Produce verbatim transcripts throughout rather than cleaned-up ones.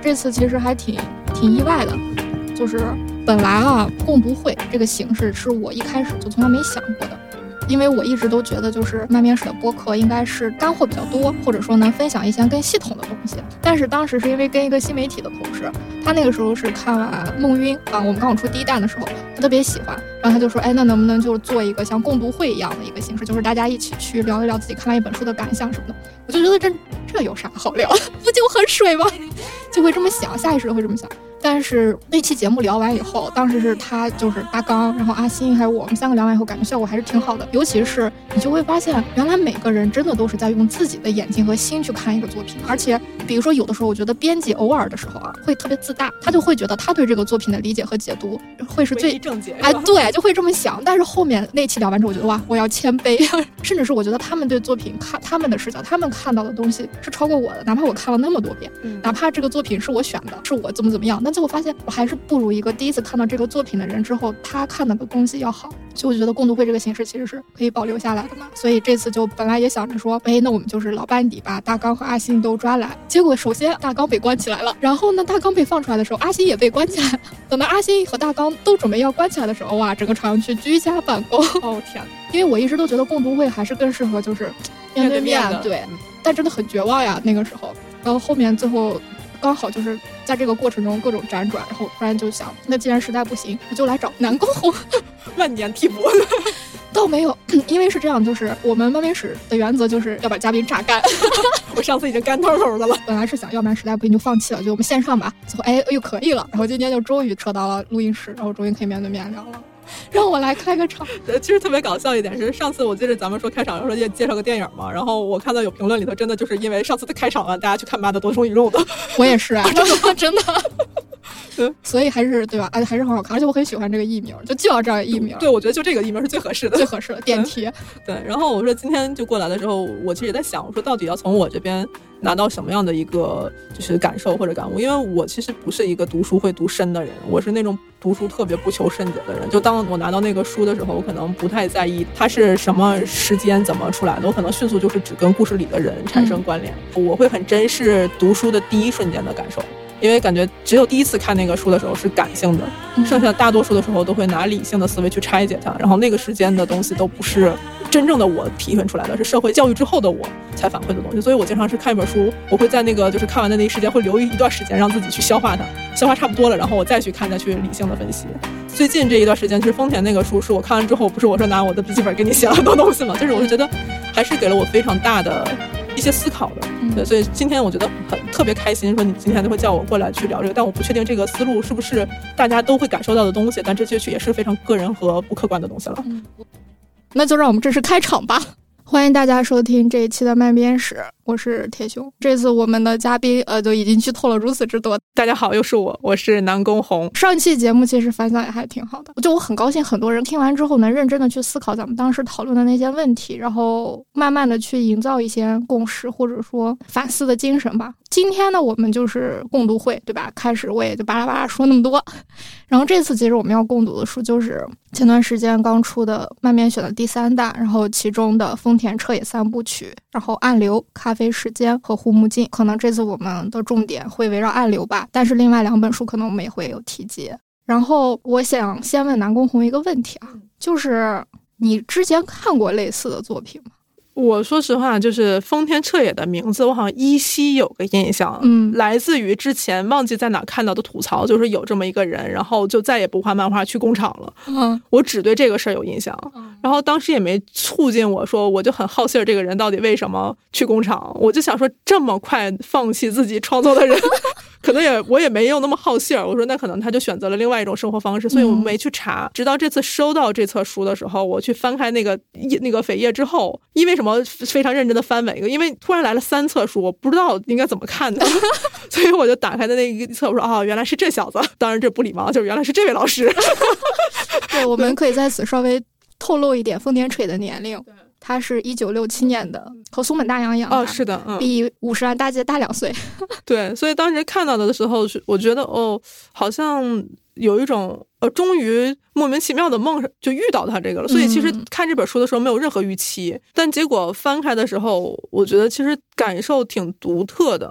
这次其实还挺挺意外的，就是本来啊共读会这个形式是我一开始就从来没想过的。因为我一直都觉得就是漫编史的播客应该是干货比较多，或者说能分享一些更系统的东西。但是当时是因为跟一个新媒体的同事，他那个时候是看完梦晕啊，我们刚好出第一弹的时候，他特别喜欢，然后他就说，哎，那能不能就做一个像共读会一样的一个形式，就是大家一起去聊一聊自己看完一本书的感想什么的。我就觉得这这有啥好聊，不就很水吗？就会这么想，下意识会这么想。但是那期节目聊完以后，当时是他就是大刚，然后阿星还有我们三个聊完以后，感觉效果还是挺好的。尤其是你就会发现，原来每个人真的都是在用自己的眼睛和心去看一个作品。而且比如说有的时候我觉得编辑偶尔的时候啊会特别自大，他就会觉得他对这个作品的理解和解读会是最正解， 哎，对，就会这么想。但是后面那期聊完之后，我觉得哇，我要谦卑，甚至是我觉得他们对作品看他们的视角，他们看到的东西是超过我的，哪怕我看了那么多遍， 嗯、 哪怕这个作品是我选的，是我怎么怎么样，但最后发现我还是不如一个第一次看到这个作品的人之后他看到的东西要好。所以我觉得共读会这个形式其实是可以保留下来的嘛。所以这次就本来也想着说，哎，那我们就是老班底把大刚和阿星都抓来。结果首先大刚被关起来了，然后呢大刚被放出来的时候，阿星也被关起来了。等到阿星和大刚都准备要关起来的时候，哇，整个朝阳区居家办公。 哦天， 因为我一直都觉得共读会还是更适合就是面对面， 面对，但真的很绝望呀那个时候。然后后面最后刚好就是在这个过程中各种辗转，然后突然就想，那既然实在不行，我就来找南宫红万年替补。 倒没有，因为是这样，就是我们漫编史的原则就是要把嘉宾榨干。 我上次已经干透透的了， 本来是想要不然实在不行就放弃了，就我们线上吧。最后哎又可以了，然后今天就终于撤到了录音室，然后终于可以面对面聊了。让我来开个场。 其实特别搞笑一点是，上次我记得咱们说开场说也介绍个电影嘛，然后我看到有评论里头真的就是因为上次的开场完大家去看妈的多重宇宙的。 我也是啊，真的真的。所以还是对吧？哎，还是很好看，而且我很喜欢这个艺名，就就要这样艺名。 对，我觉得就这个艺名是最合适的， 最合适的电梯。 对，然后我说今天就过来的时候，我其实也在想，我说到底要从我这边拿到什么样的一个就是感受或者感悟，因为我其实不是一个读书会读深的人，我是那种读书特别不求甚解的人。就当我拿到那个书的时候，我可能不太在意它是什么时间怎么出来的，我可能迅速就是只跟故事里的人产生关联、嗯、我会很珍视读书的第一瞬间的感受，因为感觉只有第一次看那个书的时候是感性的，剩下的大多数的时候都会拿理性的思维去拆解它，然后那个时间的东西都不是真正的我提炼出来的，是社会教育之后的我才反馈的东西。所以我经常是看一本书，我会在那个就是看完的那一时间会留一段时间让自己去消化它，消化差不多了，然后我再去看，再去理性的分析。最近这一段时间，其实丰田那个书是我看完之后，不是我说拿我的笔记本给你写了很多东西嘛，就是我是觉得还是给了我非常大的一些思考的。对，所以今天我觉得很特别开心，说你今天都会叫我过来去聊这个，但我不确定这个思路是不是大家都会感受到的东西，但这确实也是非常个人和不客观的东西了。 嗯，那就让我们正式开场吧。欢迎大家收听这一期的漫编史，我是铁熊。这次我们的嘉宾呃就已经剧透了如此之多。 大家好，又是我，我是南宫红。 上一期节目其实反响也还挺好的，就我很高兴很多人听完之后能认真的去思考咱们当时讨论的那些问题，然后慢慢的去营造一些共识或者说反思的精神吧。今天呢我们就是共读会，对吧？开始我也就巴拉巴拉说那么多，然后这次其实我们要共读的书就是前段时间刚出的漫编选的第三弹，然后其中的丰田彻也三部曲，然后暗流、咖啡时间和护目镜。可能这次我们的重点会围绕暗流吧，但是另外两本书可能我们也会有提及。然后我想先问南宫红一个问题啊，就是你之前看过类似的作品吗？ 我说实话，就是丰田彻也的名字我好像依稀有个印象， 嗯， 来自于之前忘记在哪看到的吐槽，就是有这么一个人，然后就再也不画漫画去工厂了。 嗯， 我只对这个事儿有印象，然后当时也没促进我说，我就很好奇这个人到底为什么去工厂，我就想说这么快放弃自己创作的人可能也我也没有那么好信儿，我说那可能他就选择了另外一种生活方式，所以我没去查、嗯、直到这次收到这册书的时候，我去翻开那个那个扉页之后，因为什么非常认真的翻每个，因为突然来了三册书，我不知道应该怎么看的所以我就打开的那一册，我说啊，原来是这小子，当然这不礼貌，就是原来是这位老师对，我们可以在此稍微透露一点丰田彻也的年龄，他是一九六七年的，和松本大洋一样。 哦，是的，嗯， 比五十岚大介大两岁。 对，所以当时看到的时候，我觉得哦，好像有一种呃，终于莫名其妙的梦就遇到他这个了。所以其实看这本书的时候没有任何预期，嗯、但结果翻开的时候，我觉得其实感受挺独特的。嗯，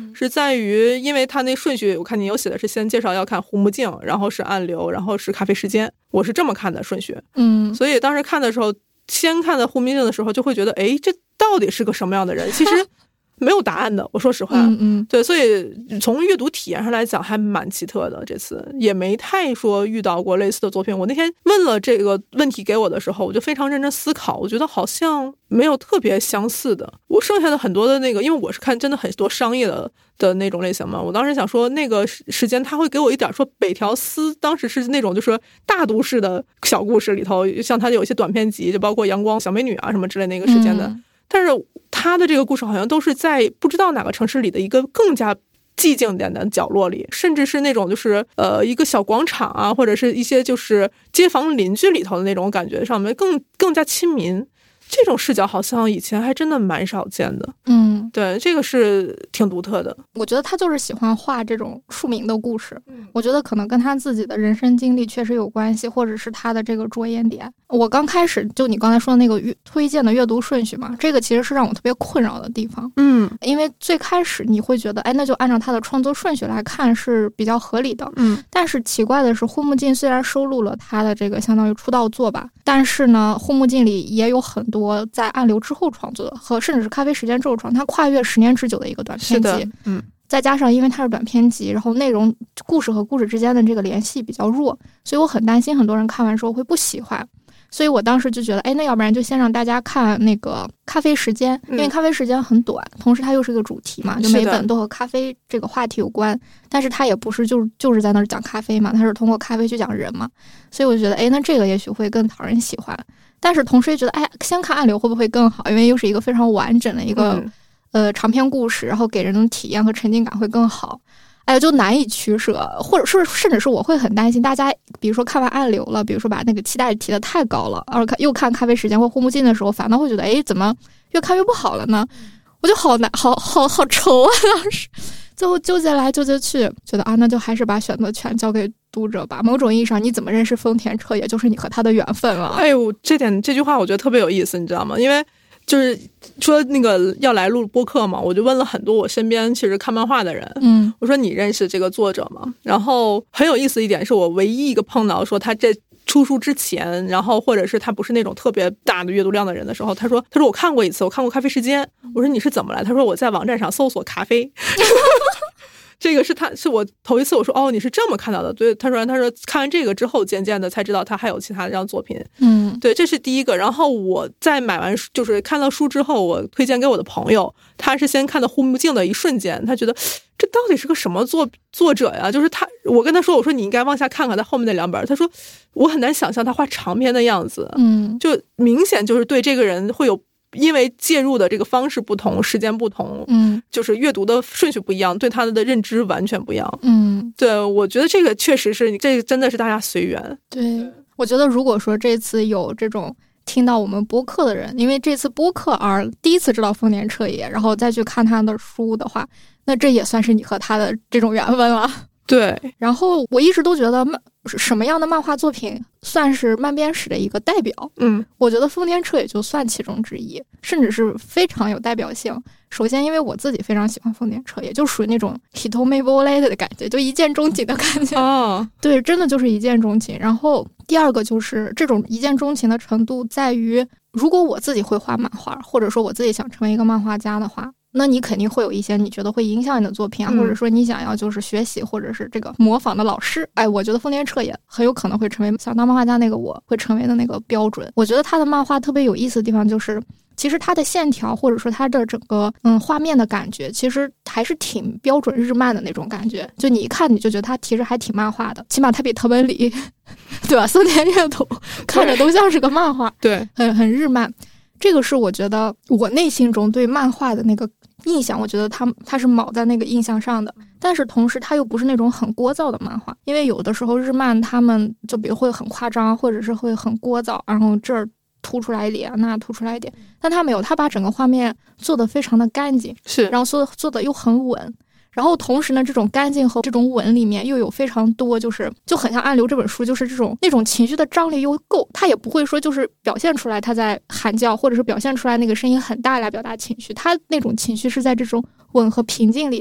是在于因为它那顺序我看你有写的是先介绍要看护目镜，然后是暗流，然后是咖啡时间，我是这么看的顺序。 嗯， 所以当时看的时候，先看的护目镜的时候就会觉得，哎，这到底是个什么样的人？其实没有答案的，我说实话。 嗯嗯， 对，所以从阅读体验上来讲还蛮奇特的，这次也没太说遇到过类似的作品。我那天问了这个问题给我的时候，我就非常认真思考，我觉得好像没有特别相似的。我剩下的很多的那个，因为我是看真的很多商业的的那种类型嘛，我当时想说那个时间他会给我一点说北条司当时是那种就是大都市的小故事里头，像他有一些短篇集，就包括阳光小美女啊什么之类那个时间的、嗯、但是他的这个故事好像都是在不知道哪个城市里的一个更加寂静点的角落里，甚至是那种就是呃一个小广场啊，或者是一些就是街坊邻居里头的那种感觉上面更更加亲民。这种视角好像以前还真的蛮少见的。 嗯， 对，这个是挺独特的。 我觉得他就是喜欢画这种庶民的故事、嗯、我觉得可能跟他自己的人生经历确实有关系，或者是他的这个着眼点。我刚开始就你刚才说的那个推荐的阅读顺序嘛，这个其实是让我特别困扰的地方。 嗯， 因为最开始你会觉得哎，那就按照他的创作顺序来看是比较合理的。 嗯， 但是奇怪的是护目镜虽然收录了他的这个相当于出道作吧，但是呢护目镜里也有很多在暗流之后创作的和甚至是咖啡时间之后创作，它跨越十年之久的一个短篇集。 嗯， 再加上因为它是短篇集，然后内容故事和故事之间的这个联系比较弱，所以我很担心很多人看完之后会不喜欢。所以我当时就觉得哎，那要不然就先让大家看那个咖啡时间，因为咖啡时间很短、嗯、同时它又是个主题嘛，就每本都和咖啡这个话题有关，但是它也不是就就是在那儿讲咖啡嘛，它是通过咖啡去讲人嘛，所以我就觉得哎，那这个也许会更讨人喜欢。但是同时也觉得哎，先看暗流会不会更好，因为又是一个非常完整的一个、嗯、呃长篇故事，然后给人的体验和沉浸感会更好。哎，就难以取舍，或者是甚至是我会很担心大家比如说看完暗流了，比如说把那个期待提得太高了，而又看咖啡时间或护目镜的时候反倒会觉得哎，怎么越看越不好了呢？我就好难好好好愁啊，当时最后纠结来纠结去，觉得啊，那就还是把选择权交给读者吧。某种意义上你怎么认识丰田彻也就是你和他的缘分了。 哎呦，这点这句话我觉得特别有意思，你知道吗？因为就是说那个要来录播客嘛，我就问了很多我身边其实看漫画的人， 嗯， 我说你认识这个作者吗？然后很有意思一点是我唯一一个碰到说他这出书之前，然后或者是他不是那种特别大的阅读量的人的时候，他说他说我看过一次，我看过咖啡时间。我说你是怎么来？他说我在网站上搜索咖啡。这个是他是我头一次我说哦你是这么看到的。对，他说他说看完这个之后渐渐的才知道他还有其他的这样作品。 嗯， 对，这是第一个。然后我在买完就是看到书之后，我推荐给我的朋友，他是先看到护目镜的一瞬间，他觉得这到底是个什么作作者呀？就是他，我跟他说我说你应该往下看看他后面那两本，他说我很难想象他画长篇的样子。 嗯， 就明显就是对这个人会有因为介入的这个方式不同，时间不同， 嗯， 就是阅读的顺序不一样，对他的认知完全不一样。 嗯， 对，我觉得这个确实是，这真的是大家随缘。 对，我觉得如果说这次有这种听到我们播客的人，因为这次播客而第一次知道丰田彻也，然后再去看他的书的话，那这也算是你和他的这种缘分了。 对， 然后我一直都觉得什么样的漫画作品算是漫编史的一个代表。 嗯， 我觉得丰田彻也就算其中之一，甚至是非常有代表性。首先因为我自己非常喜欢丰田彻也，就属于那种 hitome volete 的感觉，就一见钟情的感觉。 哦， 对，真的就是一见钟情。然后第二个就是这种一见钟情的程度在于，如果我自己会画漫画，或者说我自己想成为一个漫画家的话，那你肯定会有一些你觉得会影响你的作品啊， 嗯、 或者说你想要就是学习或者是这个模仿的老师。哎，我觉得丰田彻也很有可能会成为想当漫画家那个我会成为的那个标准。我觉得他的漫画特别有意思的地方就是，其实他的线条或者说他的整个嗯画面的感觉，其实还是挺标准日漫的那种感觉。就你一看你就觉得他其实还挺漫画的，起码他比藤本里对吧松田阅读看着都像是个漫画， 对， 很很日漫。这个是我觉得我内心中对漫画的那个印象，我觉得它它是铆在那个印象上的。但是同时它又不是那种很聒噪的漫画，因为有的时候日漫他们就比如会很夸张，或者是会很聒噪，然后这儿突出来一点，那突出来一点，但他没有，他把整个画面做得非常的干净， 是， 然后做做的又很稳。然后同时呢，这种干净和这种稳里面又有非常多，就是就很像《暗流》这本书，就是这种那种情绪的张力又够，他也不会说就是表现出来他在喊叫，或者是表现出来那个声音很大来表达情绪，他那种情绪是在这种稳和平静里的。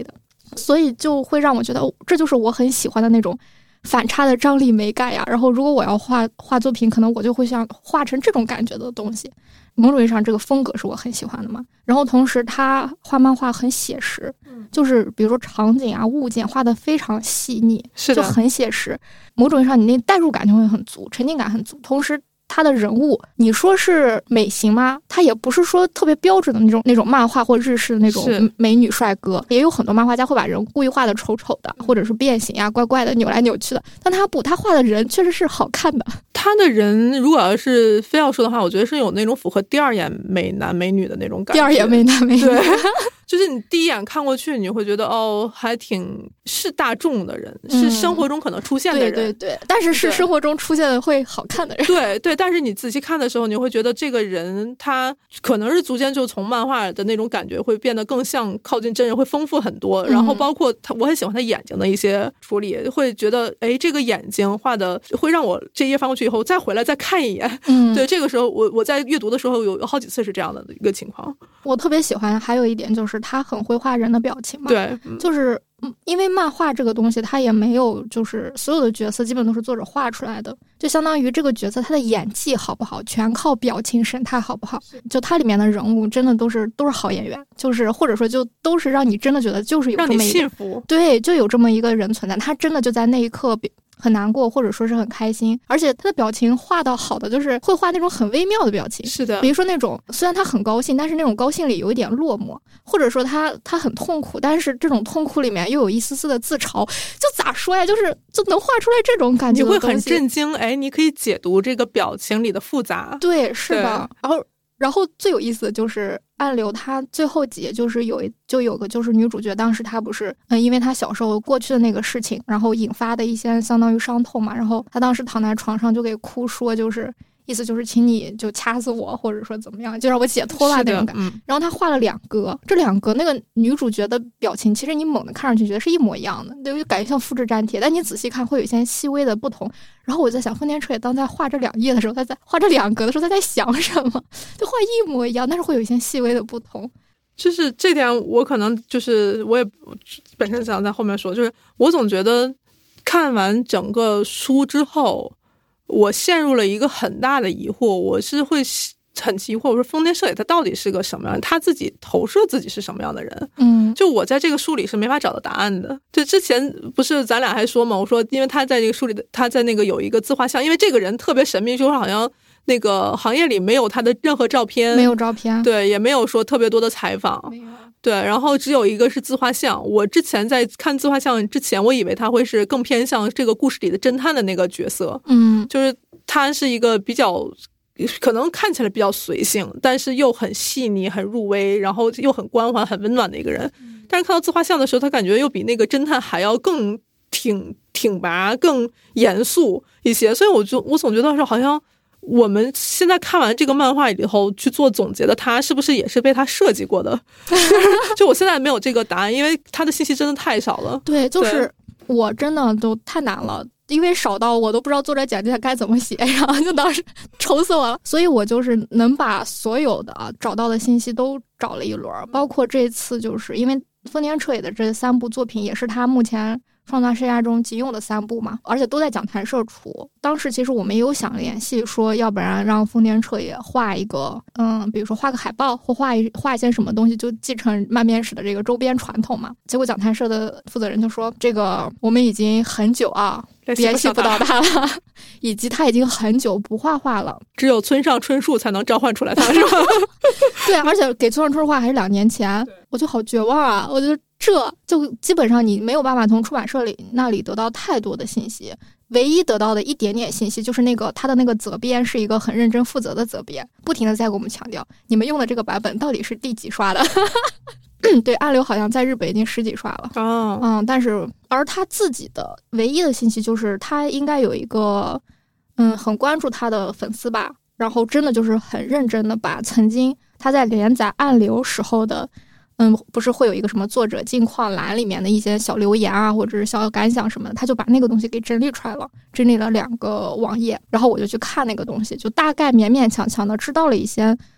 所以就会让我觉得这就是我很喜欢的那种反差的张力美感呀。然后如果我要画画作品，可能我就会想画成这种感觉的东西。某种意义上这个风格是我很喜欢的嘛。然后同时他画漫画很写实，就是比如说场景啊物件画得非常细腻， 是的， 就很写实。某种意义上你那代入感就会很足，沉浸感很足。同时他的人物你说是美型吗？他也不是说特别标准的那种那种漫画或日式的那种美女帅哥，也有很多漫画家会把人故意画的丑丑的，或者是变形啊怪怪的扭来扭去的，但他不，他画的人确实是好看的。 他的人如果要是非要说的话，我觉得是有那种符合第二眼美男美女的那种感觉。 第二眼美男美女， 对，就是你第一眼看过去，你会觉得哦，还挺是大众的人，嗯、是生活中可能出现的人， 对对对，但是是生活中出现的会好看的人， 对对。但是你仔细看的时候，你会觉得这个人他可能是逐渐就从漫画的那种感觉会变得更像靠近真人，会丰富很多。然后包括他，我很喜欢他眼睛的一些处理，会觉得哎，这个眼睛画的会让我这一页翻过去以后再回来再看一眼。嗯，对，这个时候我我在阅读的时候有有好几次是这样的一个情况。 我特别喜欢，还有一点就是他很会画人的表情嘛。 对， 嗯、就是因为漫画这个东西，它也没有就是所有的角色基本都是作者画出来的，就相当于这个角色他的演技好不好，全靠表情神态好不好。就它里面的人物真的都是都是好演员，就是或者说就都是让你真的觉得就是有这么一个，让你信服， 对，就有这么一个人存在，他真的就在那一刻很难过，或者说是很开心，而且他的表情画到好的，就是会画那种很微妙的表情。 是的， 比如说那种虽然他很高兴，但是那种高兴里有一点落寞，或者说他他很痛苦，但是这种痛苦里面又有一丝丝的自嘲，就咋说呀，就是就能画出来这种感觉的东西。 你会很震惊，哎，你可以解读这个表情里的复杂。 对，是的。然后然后最有意思的就是暗流，他最后集就是有就有个就是女主角，当时她不是嗯，因为她小时候过去的那个事情，然后引发的一些相当于伤痛嘛，然后她当时躺在床上就给哭说，就是意思就是请你就掐死我，或者说怎么样，就让我解脱吧那种感觉。嗯、然后她画了两格，这两格那个女主角的表情，其实你猛的看上去觉得是一模一样的，就感觉像复制粘贴，但你仔细看会有一些细微的不同。然后我在想，丰田彻也当在画这两页的时候，他在画这两格的时候，他在想什么？就画一模一样，但是会有一些细微的不同。 就是这点，我可能就是我也本身想在后面说，就是我总觉得看完整个书之后，我陷入了一个很大的疑惑，我是会很疑惑，我说丰田彻也他到底是个什么样，他自己投射自己是什么样的人？嗯，就我在这个书里是没法找到答案的。就之前不是咱俩还说嘛，我说因为他在这个书里的他在那个有一个自画像，因为这个人特别神秘，就是好像那个行业里没有他的任何照片， 没有照片， 对，也没有说特别多的采访， 没有， 对，然后只有一个是自画像。我之前在看自画像之前，我以为他会是更偏向这个故事里的侦探的那个角色，嗯，就是他是一个比较可能看起来比较随性，但是又很细腻很入微，然后又很关怀很温暖的一个人。但是看到自画像的时候，他感觉又比那个侦探还要更挺挺拔更严肃一些。所以我就我总觉得说好像我们现在看完这个漫画以后去做总结的他是不是也是被他设计过的就我现在没有这个答案，因为他的信息真的太少了。 对，就是我真的都太难了，因为少到我都不知道作者简介该怎么写，然后就当时愁死我了。所以我就是能把所有的找到的信息都找了一轮，包括这次就是因为丰田彻也的这三部作品也是他目前创作生涯中仅有的三部嘛，而且都在讲谈社出。当时其实我们也有想联系说，要不然让丰田彻也画一个，嗯，比如说画个海报或画一画一些什么东西，就继承漫面史的这个周边传统嘛。结果讲谈社的负责人就说，这个我们已经很久啊联系不到他了，以及他已经很久不画画了， 只有村上春树才能召唤出来他，是吧？ 对，而且给村上春树画还是两年前，我就好绝望啊！我觉得这就基本上你没有办法从出版社里那里得到太多的信息，唯一得到的一点点信息就是那个他的那个责编是一个很认真负责的责编，不停的在给我们强调你们用的这个版本到底是第几刷的。对，暗流好像在日本已经十几刷了，哦，嗯，但是而他自己的唯一的信息就是他应该有一个嗯很关注他的粉丝吧，然后真的就是很认真的把曾经他在连载暗流时候的嗯，不是会有一个什么作者近况栏里面的一些小留言啊，或者是小感想什么的，他就把那个东西给整理出来了，整理了两个网页，然后我就去看那个东西，就大概勉勉强强的知道了一些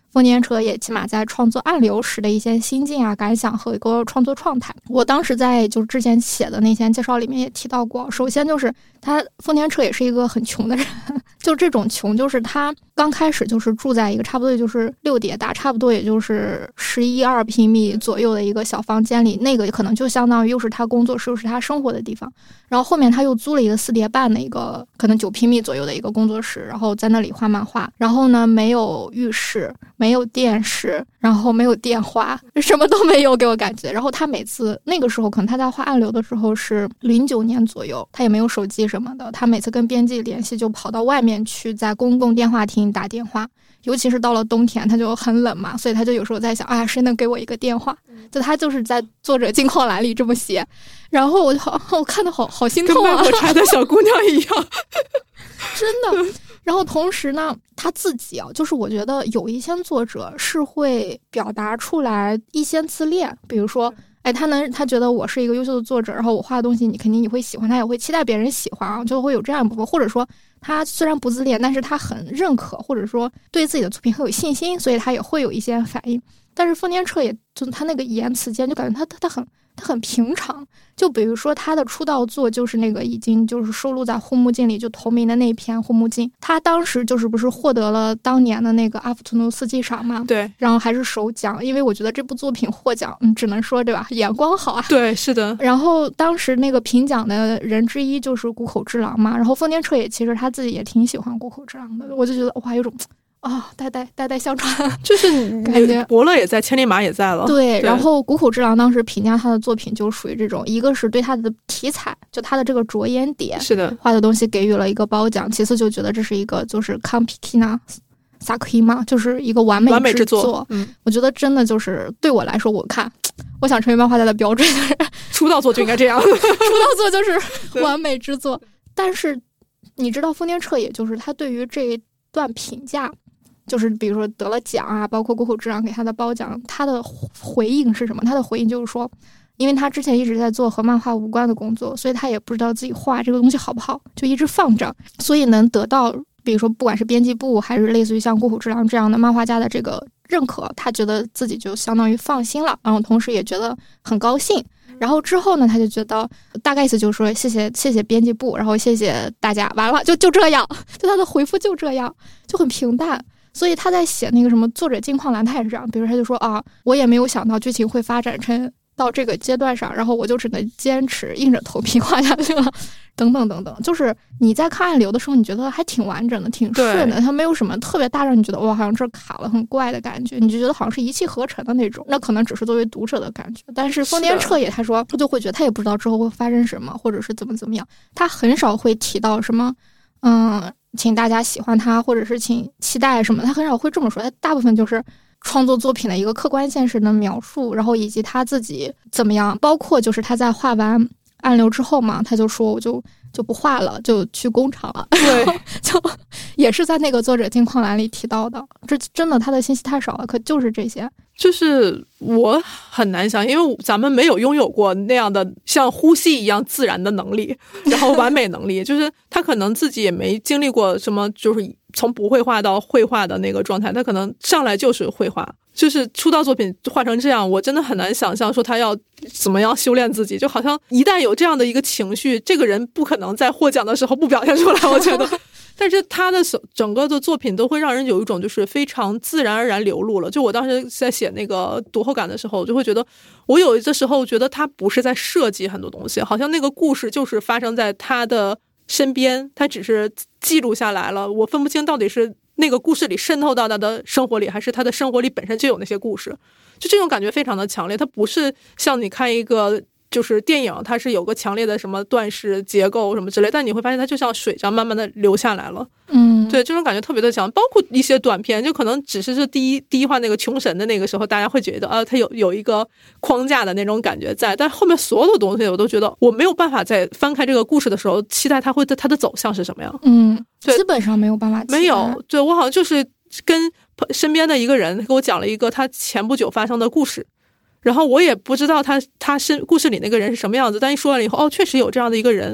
丰田车也起码在创作暗流时的一些心境啊、感想和一个创作状态。我当时在就是之前写的那些介绍里面也提到过，首先就是他丰田车也是一个很穷的人，就这种穷就是他刚开始就是住在一个差不多也就是六叠大，差不多也就是十一二平米左右的一个小房间里，那个可能就相当于又是他工作室又是他生活的地方。然后后面他又租了一个四叠半的一个可能九平米左右的一个工作室，然后在那里画漫画。然后呢，没有浴室，没有电视，然后没有电话，什么都没有给我感觉。然后他每次那个时候可能他在画暗流的时候是零九年左右，他也没有手机什么的，他每次跟编辑联系就跑到外面去，在公共电话亭打电话。尤其是到了冬天他就很冷嘛，所以他就有时候在想，哎，谁能给我一个电话？就他就是在作者近况栏里这么写，然后我就好，我看得好好心痛啊， 跟卖火柴的小姑娘一样真的。然后同时呢，他自己啊，就是我觉得有一些作者是会表达出来一些自恋，比如说哎，他能，他觉得我是一个优秀的作者，然后我画的东西你肯定你会喜欢，他也会期待别人喜欢啊，就会有这样一部分。或者说他虽然不自恋，但是他很认可，或者说对自己的作品很有信心，所以他也会有一些反应。但是丰田彻也就他那个言辞间就感觉他他他很他很平常。就比如说他的出道作就是那个已经就是收录在《护目镜》里就同名的那篇《护目镜》，他当时就是不是获得了当年的那个阿弗图努斯基赏嘛？ 对， 然后还是首奖，因为我觉得这部作品获奖，嗯，只能说对吧，眼光好啊。 对，是的。 然后当时那个评奖的人之一就是谷口治郎嘛，然后丰田彻也其实他自己也挺喜欢谷口治郎的，我就觉得哇，有种啊、哦，代代代代相传， 就是感觉伯乐也在，千里马也在了。 对，然后谷口治郎当时评价他的作品就属于这种，一个是对他的题材，就他的这个着眼点， 是的， 画的东西给予了一个褒奖，其次就觉得这是一个就是完璧な作品嘛，就是一个完美完美之作。 作嗯， 我觉得真的就是对我来说，我看我想成为漫画家的标准就是出道作就应该这样， 出道作就是完美之作。但是你知道丰田彻也就是他对于这一段评价，就是比如说得了奖啊，包括谷口治郎给他的褒奖，他的回应是什么？他的回应就是说，因为他之前一直在做和漫画无关的工作，所以他也不知道自己画这个东西好不好，就一直放着，所以能得到比如说不管是编辑部还是类似于像谷口治郎这样的漫画家的这个认可，他觉得自己就相当于放心了，然后同时也觉得很高兴。然后之后呢，他就觉得大概意思就是说谢谢谢谢编辑部，然后谢谢大家，完了就就这样，就他的回复就这样，就很平淡。所以他在写那个什么作者近况栏，他也是这样，比如他就说啊，我也没有想到剧情会发展成到这个阶段上，然后我就只能坚持硬着头皮画下去了，等等等等。就是你在看暗流的时候，你觉得还挺完整的，挺顺的，它没有什么特别大让你觉得哇好像这卡了很怪的感觉，你就觉得好像是一气呵成的那种，那可能只是作为读者的感觉。但是丰田彻也他说他就会觉得他也不知道之后会发生什么，或者是怎么怎么样，他很少会提到什么嗯请大家喜欢他，或者是请期待什么，他很少会这么说，他大部分就是创作作品的一个客观现实的描述，然后以及他自己怎么样，包括就是他在画完暗流之后嘛，他就说我就就不画了，就去工厂了。 对， 就也是在那个作者近况栏里提到的。这真的他的信息太少了，可就是这些。 就是我很难想，因为咱们没有拥有过那样的像呼吸一样自然的能力，然后完美能力，就是他可能自己也没经历过什么，就是从不会画到绘画的那个状态，他可能上来就是绘画，就是出道作品画成这样，我真的很难想象说他要怎么样修炼自己，就好像一旦有这样的一个情绪，这个人不可能在获奖的时候不表现出来，我觉得。但是他的整个的作品都会让人有一种就是非常自然而然流露了。就我当时在写那个读后感的时候，我就会觉得我有的时候觉得他不是在设计很多东西，好像那个故事就是发生在他的身边，他只是记录下来了，我分不清到底是那个故事里渗透到他的生活里，还是他的生活里本身就有那些故事，就这种感觉非常的强烈。它不是像你看一个就是电影，它是有个强烈的什么段式结构什么之类，但你会发现它就像水这样慢慢的流下来了。 嗯， 对，这种感觉特别的强。包括一些短片，就可能只是是第一第一话那个穷神的那个时候，大家会觉得啊，它有有一个框架的那种感觉在，但后面所有的东西我都觉得我没有办法在翻开这个故事的时候期待它会它的走向是什么样。 嗯，基本上没有办法期待。 没有，对，我好像就是跟身边的一个人给我讲了一个他前不久发生的故事。然后我也不知道他他是故事里那个人是什么样子，但一说完了以后，哦，确实有这样的一个人，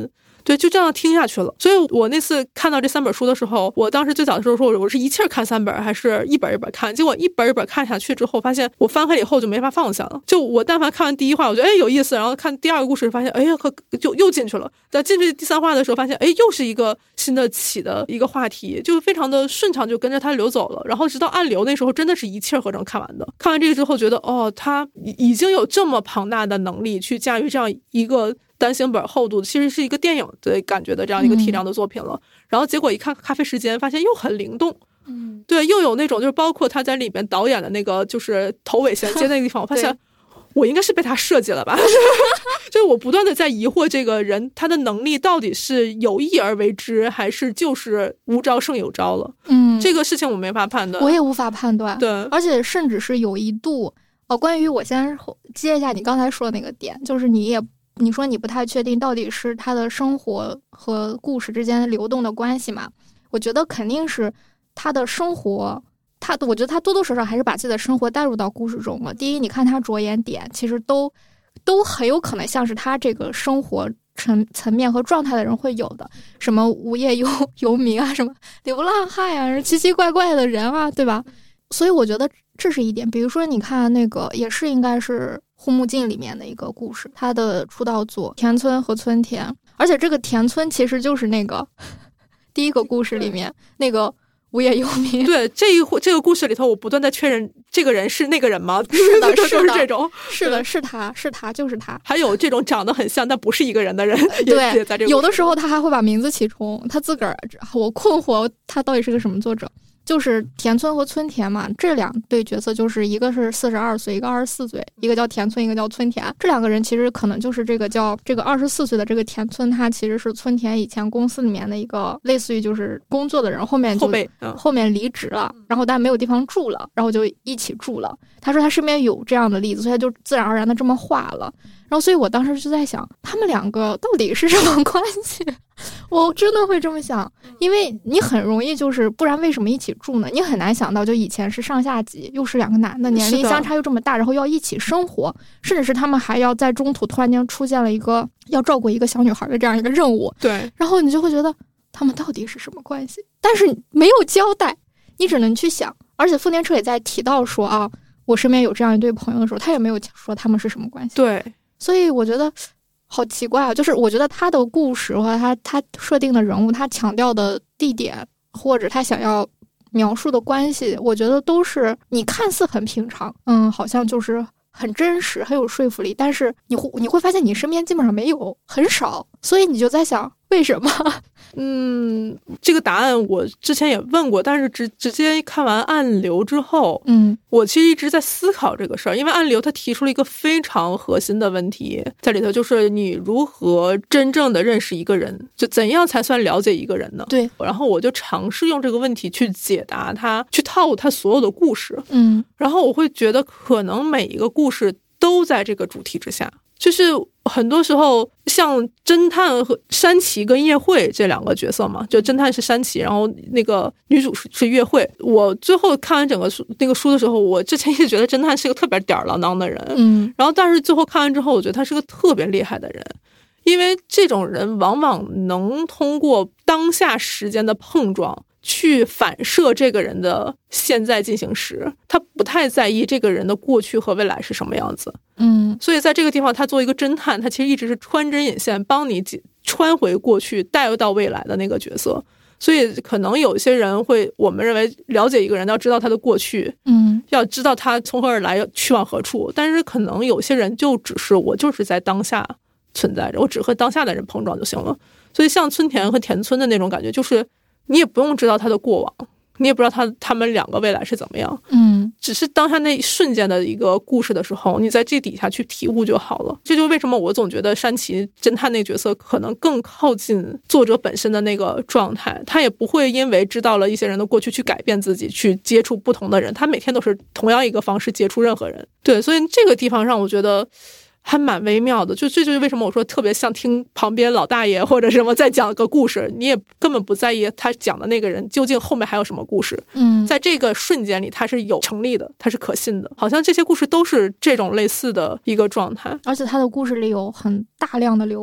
对，就这样听下去了。所以我那次看到这三本书的时候，我当时最早的时候说我是一气儿看三本还是一本一本看，结果一本一本看下去之后发现我翻开以后就没法放下了。就我但凡看完第一话我觉得哎有意思，然后看第二个故事发现哎呀就又进去了，在进去第三话的时候发现哎又是一个新的起的一个话题，就非常的顺畅，就跟着它流走了。然后直到暗流那时候真的是一气儿呵成看完的。看完这个之后觉得哦，他已经有这么庞大的能力去驾驭这样一个单行本厚度，其实是一个电影的感觉的这样一个体量的作品了。嗯、然后结果一看咖啡时间发现又很灵动， 嗯， 对，又有那种就是包括他在里面导演的那个就是头尾衔接那个地方我发现我应该是被他设计了吧就是我不断的在疑惑这个人他的能力到底是有意而为之还是就是无招胜有招了。 嗯， 这个事情我没法判断， 我也无法判断。 对， 而且甚至是有一度哦，关于我先接一下你刚才说的那个点，就是你也你说你不太确定到底是他的生活和故事之间流动的关系嘛？我觉得肯定是他的生活，他我觉得他多多少少还是把自己的生活带入到故事中了。第一，你看他着眼点，其实都都很有可能像是他这个生活层层面和状态的人会有的，什么无业游游民啊，什么流浪汉啊，奇奇怪怪的人啊，对吧？所以我觉得这是一点。比如说你看那个也是应该是护目镜里面的一个故事，他的出道作田村和村田，而且这个田村其实就是那个第一个故事里面那个无业游民。 对，这一这个故事里头我不断在确认这个人是那个人吗？ 是的是的，就是这种， 是的，是他是他就是他。 还有这种长得很像但不是一个人的人对， 也在这个有的时候他还会把名字起重，他自个儿我困惑他到底是个什么作者。就是田村和村田嘛，这两对角色就是一个是四十二岁，一个二十四岁，一个叫田村，一个叫村田。这两个人其实可能就是这个叫这个二十四岁的这个田村，他其实是村田以前公司里面的一个类似于就是工作的人，后面就后辈、嗯、 后面离职了，然后但没有地方住了，然后就一起住了。他说他身边有这样的例子，所以他就自然而然的这么画了。然后所以我当时就在想，他们两个到底是什么关系？我真的会这么想，因为你很容易就是不然为什么一起住呢？你很难想到就以前是上下级，又是两个男的，年龄相差又这么大，然后要一起生活，甚至是他们还要在中途突然间出现了一个要照顾一个小女孩的这样一个任务。 对， 然后你就会觉得他们到底是什么关系？但是没有交代，你只能去想。而且丰田彻也在提到说啊，我身边有这样一对朋友的时候，他也没有说他们是什么关系。 对， 所以我觉得好奇怪啊！就是我觉得他的故事或者他他设定的人物，他强调的地点或者他想要描述的关系，我觉得都是你看似很平常，嗯，好像就是很真实，很有说服力，但是你会你会发现你身边基本上没有，很少，所以你就在想为什么？ 嗯，这个答案我之前也问过，但是直直接看完暗流之后， 嗯， 我其实一直在思考这个事儿，因为暗流他提出了一个非常核心的问题在里头，就是你如何真正的认识一个人，就怎样才算了解一个人呢？ 对， 然后我就尝试用这个问题去解答他，去套他所有的故事， 嗯， 然后我会觉得可能每一个故事都在这个主题之下。就是很多时候像侦探和山崎跟叶惠这两个角色嘛，就侦探是山崎，然后那个女主是是叶惠。我最后看完整个书那个书的时候，我之前一直觉得侦探是个特别吊儿郎当的人， 嗯， 然后但是最后看完之后，我觉得他是个特别厉害的人，因为这种人往往能通过当下时间的碰撞去反射这个人的现在进行时，他不太在意这个人的过去和未来是什么样子。 嗯， 所以在这个地方他作为一个侦探，他其实一直是穿针引线帮你穿回过去带到未来的那个角色。所以可能有些人会，我们认为了解一个人要知道他的过去， 嗯， 要知道他从何而来去往何处，但是可能有些人就只是我就是在当下存在着，我只和当下的人碰撞就行了。所以像村田和田村的那种感觉，就是你也不用知道他的过往，你也不知道他他们两个未来是怎么样， 嗯， 只是当下那一瞬间的一个故事的时候，你在这底下去体悟就好了。这就是为什么我总觉得山崎侦探那个角色可能更靠近作者本身的那个状态，他也不会因为知道了一些人的过去去改变自己，去接触不同的人，他每天都是同样一个方式接触任何人。对，所以这个地方让我觉得还蛮微妙的，就这就是为什么我说特别像听旁边老大爷或者什么在讲个故事，你也根本不在意他讲的那个人究竟后面还有什么故事。 嗯， 在这个瞬间里他是有成立的，他是可信的，好像这些故事都是这种类似的一个状态。 而且他的故事里有很大量的留白，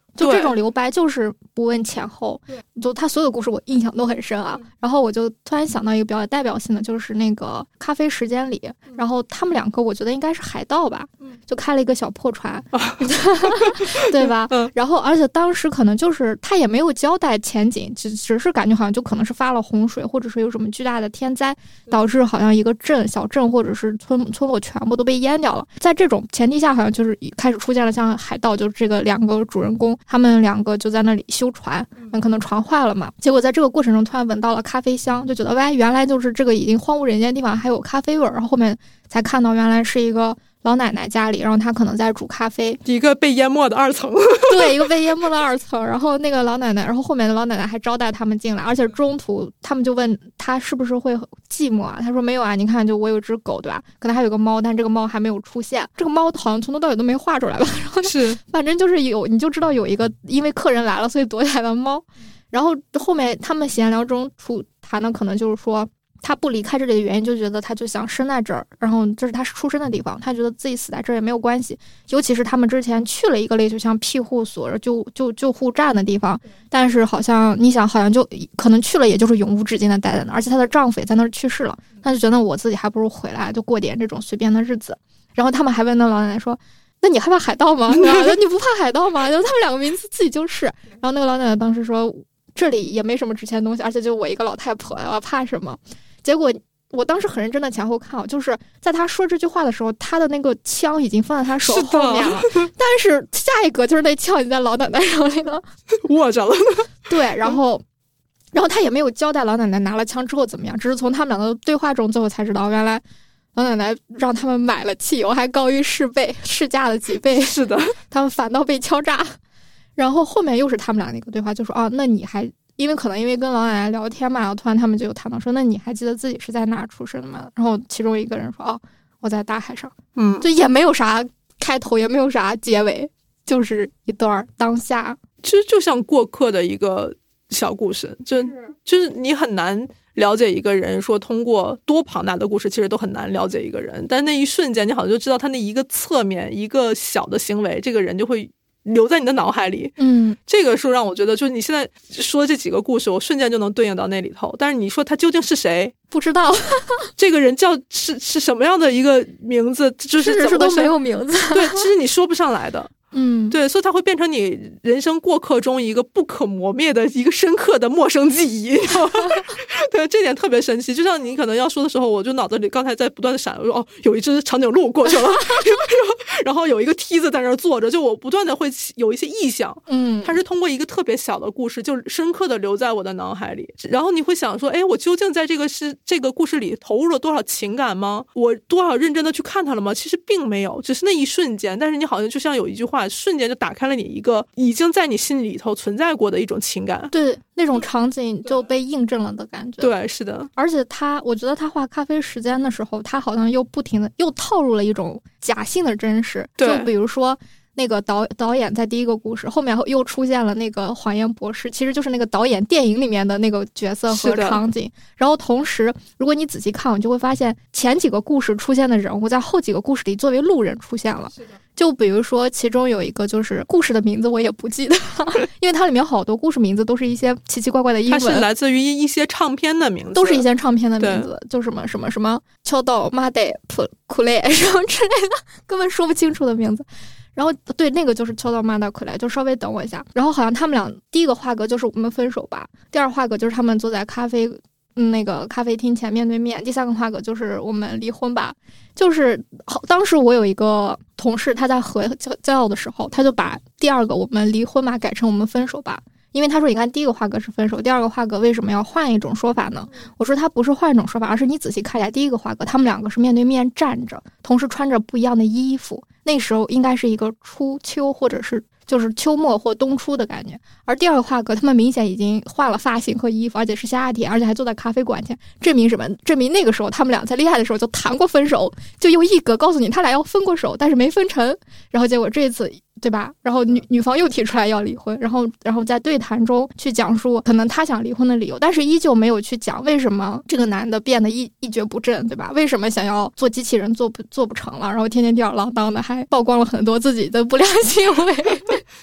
就这种留白就是不问前后，就他所有的故事我印象都很深啊。然后我就突然想到一个比较有代表性的，就是那个咖啡时间里，然后他们两个我觉得应该是海盗吧，就开了一个小破船，对吧？然后而且当时可能就是他也没有交代前景，只只是感觉好像就可能是发了洪水，或者是有什么巨大的天灾，导致好像一个镇小镇或者是村村落全部都被淹掉了。在这种前提下，好像就是开始出现了像海盗，就是这个两个主人公，他们两个就在那里修船，嗯，可能船坏了嘛，结果在这个过程中突然闻到了咖啡香，就觉得喂，原来就是这个已经荒无人烟的地方还有咖啡味儿，然后后面才看到原来是一个老奶奶家里，然后她可能在煮咖啡， 一个被淹没的二层对，一个被淹没的二层，然后那个老奶奶，然后后面的老奶奶还招待他们进来，而且中途他们就问她是不是会寂寞啊，她说没有啊，你看就我有一只狗对吧，可能还有个猫，但这个猫还没有出现，这个猫好像从头到尾都没画出来吧，然后是反正就是有你就知道有一个因为客人来了所以躲起来的猫，然后后面他们闲聊中出谈的可能就是说他不离开这里的原因，就觉得他就想生在这儿，然后这是他出生的地方，他觉得自己死在这儿也没有关系，尤其是他们之前去了一个类似像庇护所救救救护站的地方，但是好像你想好像就可能去了也就是永无止境的待在那儿，而且她的丈夫也在那儿去世了，他就觉得我自己还不如回来就过点这种随便的日子，然后他们还问那老奶奶说那你害怕海盗吗？然后你不怕海盗吗？然后他们两个名字自己就是，然后那个老奶奶当时说这里也没什么值钱的东西，而且就我一个老太婆，我怕什么？结果我当时很认真的前后看，就是在他说这句话的时候，他的那个枪已经放在他手后面了，是但是下一个就是那枪已经在老奶奶手里了， 握着了。 对，然后然后他也没有交代老奶奶拿了枪之后怎么样，只是从他们两个对话中最后才知道，原来老奶奶让他们买了汽油还高于市倍市价的几倍， 是的， 他们反倒被敲诈。然后后面又是他们俩那个对话，就说啊，那你还因为可能因为跟老奶奶聊天嘛，然后突然他们就有谈到说，那你还记得自己是在哪儿出生的吗？然后其中一个人说，哦，我在大海上。 嗯， 就也没有啥开头，也没有啥结尾，就是一段当下， 其实就像过客的一个小故事，就就是你很难了解一个人，说通过多庞大的故事其实都很难了解一个人，但那一瞬间你好像就知道他那一个侧面一个小的行为，这个人就会留在你的脑海里。 嗯， 这个是让我觉得就是你现在说这几个故事我瞬间就能对应到那里头，但是你说他究竟是谁不知道这个人叫是是什么样的一个名字，就是甚至是都没有名字对，其实你说不上来的。 嗯， 对，所以它会变成你人生过客中一个不可磨灭的一个深刻的陌生记忆对，这点特别神奇，就像你可能要说的时候，我就脑子里刚才在不断的闪，我说哦，有一只长颈鹿过去了然后有一个梯子在那儿坐着，就我不断的会有一些意象， 嗯， 它是通过一个特别小的故事就深刻的留在我的脑海里，然后你会想说，哎，我究竟在这个是这个故事里投入了多少情感吗？我多少认真的去看它了吗？其实并没有，只是那一瞬间，但是你好像就像有一句话瞬间就打开了你一个已经在你心里头存在过的一种情感， 对，那种场景就被印证了的感觉。 对，是的。 而且他我觉得他画咖啡时间的时候，他好像又不停的又套入了一种假性的真实，就比如说那个导导演在第一个故事后面又出现了那个谎言博士，其实就是那个导演电影里面的那个角色和场景，然后同时如果你仔细看，你就会发现前几个故事出现的人物在后几个故事里作为路人出现了。就比如说其中有一个就是故事的名字我也不记得因为它里面好多故事名字都是一些奇奇怪怪的英文， 它是来自于一些唱片的名字， 都是一些唱片的名字，就什么什么什么秋豆妈得普库雷什么之类的根本说不清楚的名字，然后对那个就是秋豆妈的库雷，就稍微等我一下，然后好像他们俩第一个画格就是我们分手吧，第二画格就是他们坐在咖啡嗯，那个咖啡厅前面对面，第三个画格就是我们离婚吧。就是当时我有一个同事，他在和交交的时候，他就把第二个我们离婚吧改成我们分手吧，因为他说你看第一个画格是分手，第二个画格为什么要换一种说法呢？我说他不是换一种说法，而是你仔细看一下第一个画格，他们两个是面对面站着，同时穿着不一样的衣服，那时候应该是一个初秋或者是就是秋末或冬初的感觉，而第二个画格他们明显已经换了发型和衣服，而且是夏天，而且还坐在咖啡馆前，证明什么？证明那个时候他们俩在恋爱的时候就谈过分手，就用一格告诉你他俩要分过手，但是没分成，然后结果这一次对吧，然后女女方又提出来要离婚，然后然后在对谈中去讲述可能他想离婚的理由，但是依旧没有去讲为什么这个男的变得一一蹶不振，对吧？为什么想要做机器人做不做不成了，然后天天吊儿郎当的，还曝光了很多自己的不良行为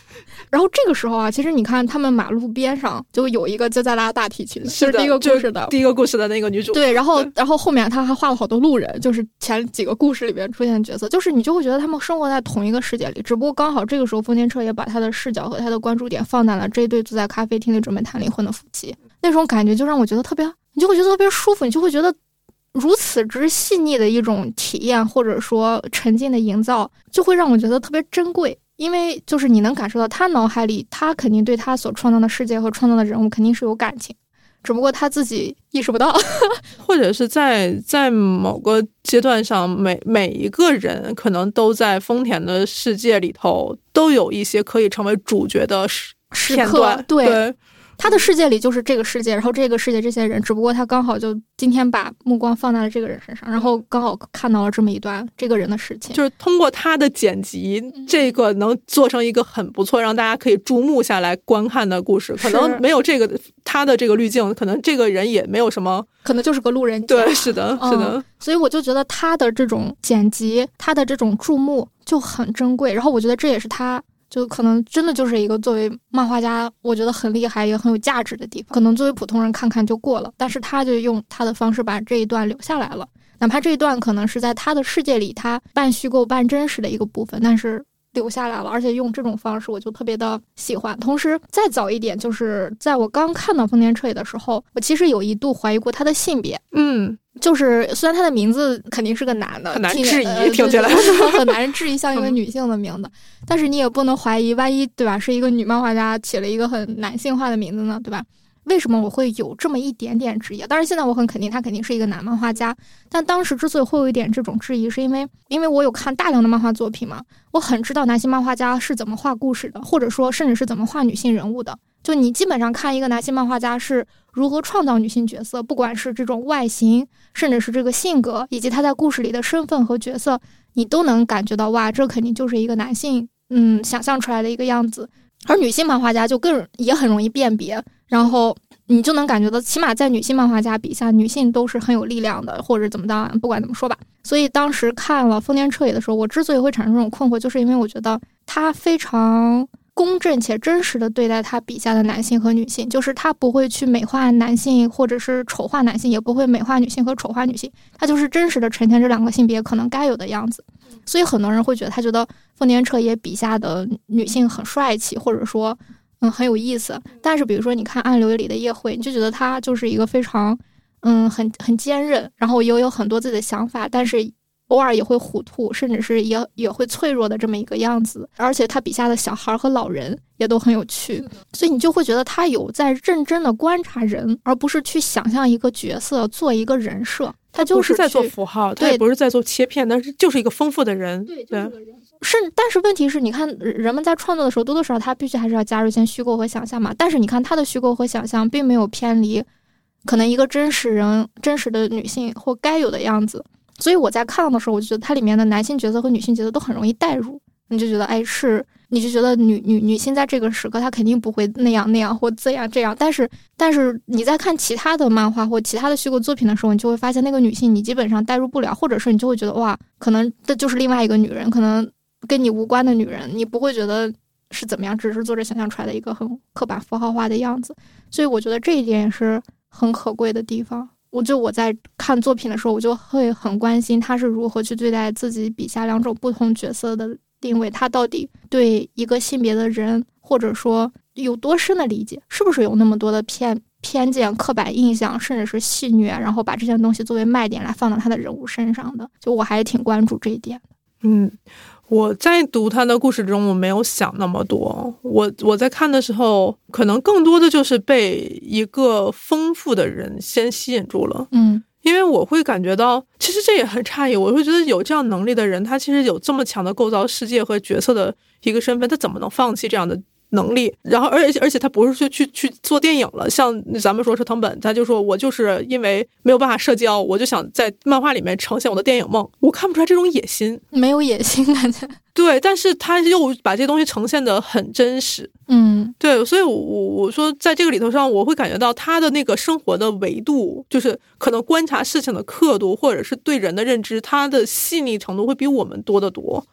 然后这个时候啊，其实你看他们马路边上就有一个就在拉大提琴的， 是的， 就是第一个故事的第一个故事的那个女主。 对，然后然后后面他还画了好多路人，就是前几个故事里边出现的角色，就是你就会觉得他们生活在同一个世界里，只不过刚好这个时候丰田彻也把他的视角和他的关注点放在了这对坐在咖啡厅里准备谈离婚的夫妻，那种感觉就让我觉得特别，你就会觉得特别舒服，你就会觉得如此之细腻的一种体验，或者说沉浸的营造，就会让我觉得特别珍贵。因为就是你能感受到他脑海里，他肯定对他所创造的世界和创造的人物肯定是有感情，只不过他自己意识不到。 或者是在在某个阶段上，每每一个人可能都在丰田的世界里头都有一些可以成为主角的片段。 对， 对， 他的世界里就是这个世界，然后这个世界这些人，只不过他刚好就今天把目光放在了这个人身上，然后刚好看到了这么一段这个人的事情， 就是通过他的剪辑， 嗯、 这个能做成一个很不错让大家可以注目下来观看的故事。可能没有这个他的这个滤镜，可能这个人也没有什么， 可能就是个路人甲。 对，是的，是的、 嗯。所以我就觉得他的这种剪辑，他的这种注目就很珍贵，然后我觉得这也是他就可能真的就是一个作为漫画家我觉得很厉害也很有价值的地方，可能作为普通人看看就过了，但是他就用他的方式把这一段留下来了，哪怕这一段可能是在他的世界里他半虚构半真实的一个部分，但是留下来了，而且用这种方式我就特别的喜欢。同时再早一点，就是在我刚看到丰田彻也的时候，我其实有一度怀疑过他的性别。 嗯， 就是虽然他的名字肯定是个男的， 很难质疑， 呃、 听起来很难质疑像一个女性的名字、嗯、但是你也不能怀疑，万一对吧，是一个女漫画家起了一个很男性化的名字呢，对吧？为什么我会有这么一点点质疑？当然现在我很肯定他肯定是一个男漫画家，但当时之所以会有一点这种质疑，是因为因为我有看大量的漫画作品嘛，我很知道男性漫画家是怎么画故事的，或者说甚至是怎么画女性人物的。就你基本上看一个男性漫画家是如何创造女性角色，不管是这种外形，甚至是这个性格，以及他在故事里的身份和角色，你都能感觉到哇，这肯定就是一个男性嗯想象出来的一个样子。而女性漫画家就更也很容易辨别，然后你就能感觉到起码在女性漫画家笔下，女性都是很有力量的，或者怎么的，不管怎么说吧。所以当时看了丰田彻也的时候，我之所以会产生这种困惑，就是因为我觉得他非常公正且真实的对待他笔下的男性和女性，就是他不会去美化男性或者是丑化男性，也不会美化女性和丑化女性，他就是真实的呈现这两个性别可能该有的样子。所以很多人会觉得他觉得丰田彻也笔下的女性很帅气，或者说嗯很有意思。但是比如说你看暗流里的叶惠，你就觉得他就是一个非常嗯很很坚韧，然后也有很多自己的想法，但是偶尔也会糊涂，甚至是也也会脆弱的这么一个样子。而且他笔下的小孩和老人也都很有趣，所以你就会觉得他有在认真的观察人，而不是去想象一个角色做一个人设。他就是在做符号，他也不是在做切片，但是就是一个丰富的人。 对，就是个人。是，但是问题是，你看人们在创作的时候，多多少少他必须还是要加入一些虚构和想象嘛。但是你看他的虚构和想象并没有偏离可能一个真实人、真实的女性或该有的样子。所以我在看到的时候，我就觉得它里面的男性角色和女性角色都很容易代入，你就觉得哎是。你就觉得女女女性在这个时刻她肯定不会那样那样或这样这样，但是但是你在看其他的漫画或其他的虚构作品的时候，你就会发现那个女性你基本上代入不了，或者是你就会觉得哇，可能这就是另外一个女人，可能跟你无关的女人，你不会觉得是怎么样，只是作者想象出来的一个很刻板符号化的样子。所以我觉得这一点也是很可贵的地方。我就我在看作品的时候，我就会很关心他是如何去对待自己笔下两种不同角色的定位，他到底对一个性别的人或者说有多深的理解，是不是有那么多的偏偏见、刻板印象，甚至是戏谑，然后把这些东西作为卖点来放到他的人物身上的，就我还挺关注这一点的。 嗯，我在读他的故事中我没有想那么多，我我在看的时候可能更多的就是被一个丰富的人先吸引住了。嗯，因为我会感觉到其实这也很诧异，我会觉得有这样能力的人，他其实有这么强的构造世界和角色的一个身份，他怎么能放弃这样的能力？然后而且而且他不是去去去做电影了，像咱们说是藤本，他就说我就是因为没有办法社交，我就想在漫画里面呈现我的电影梦。我看不出来这种野心， 没有野心感觉。 对，但是他又把这些东西呈现得很真实。嗯，对，所以我我说在这个里头上，我会感觉到他的那个生活的维度，就是可能观察事情的刻度，或者是对人的认知，他的细腻程度会比我们多得多。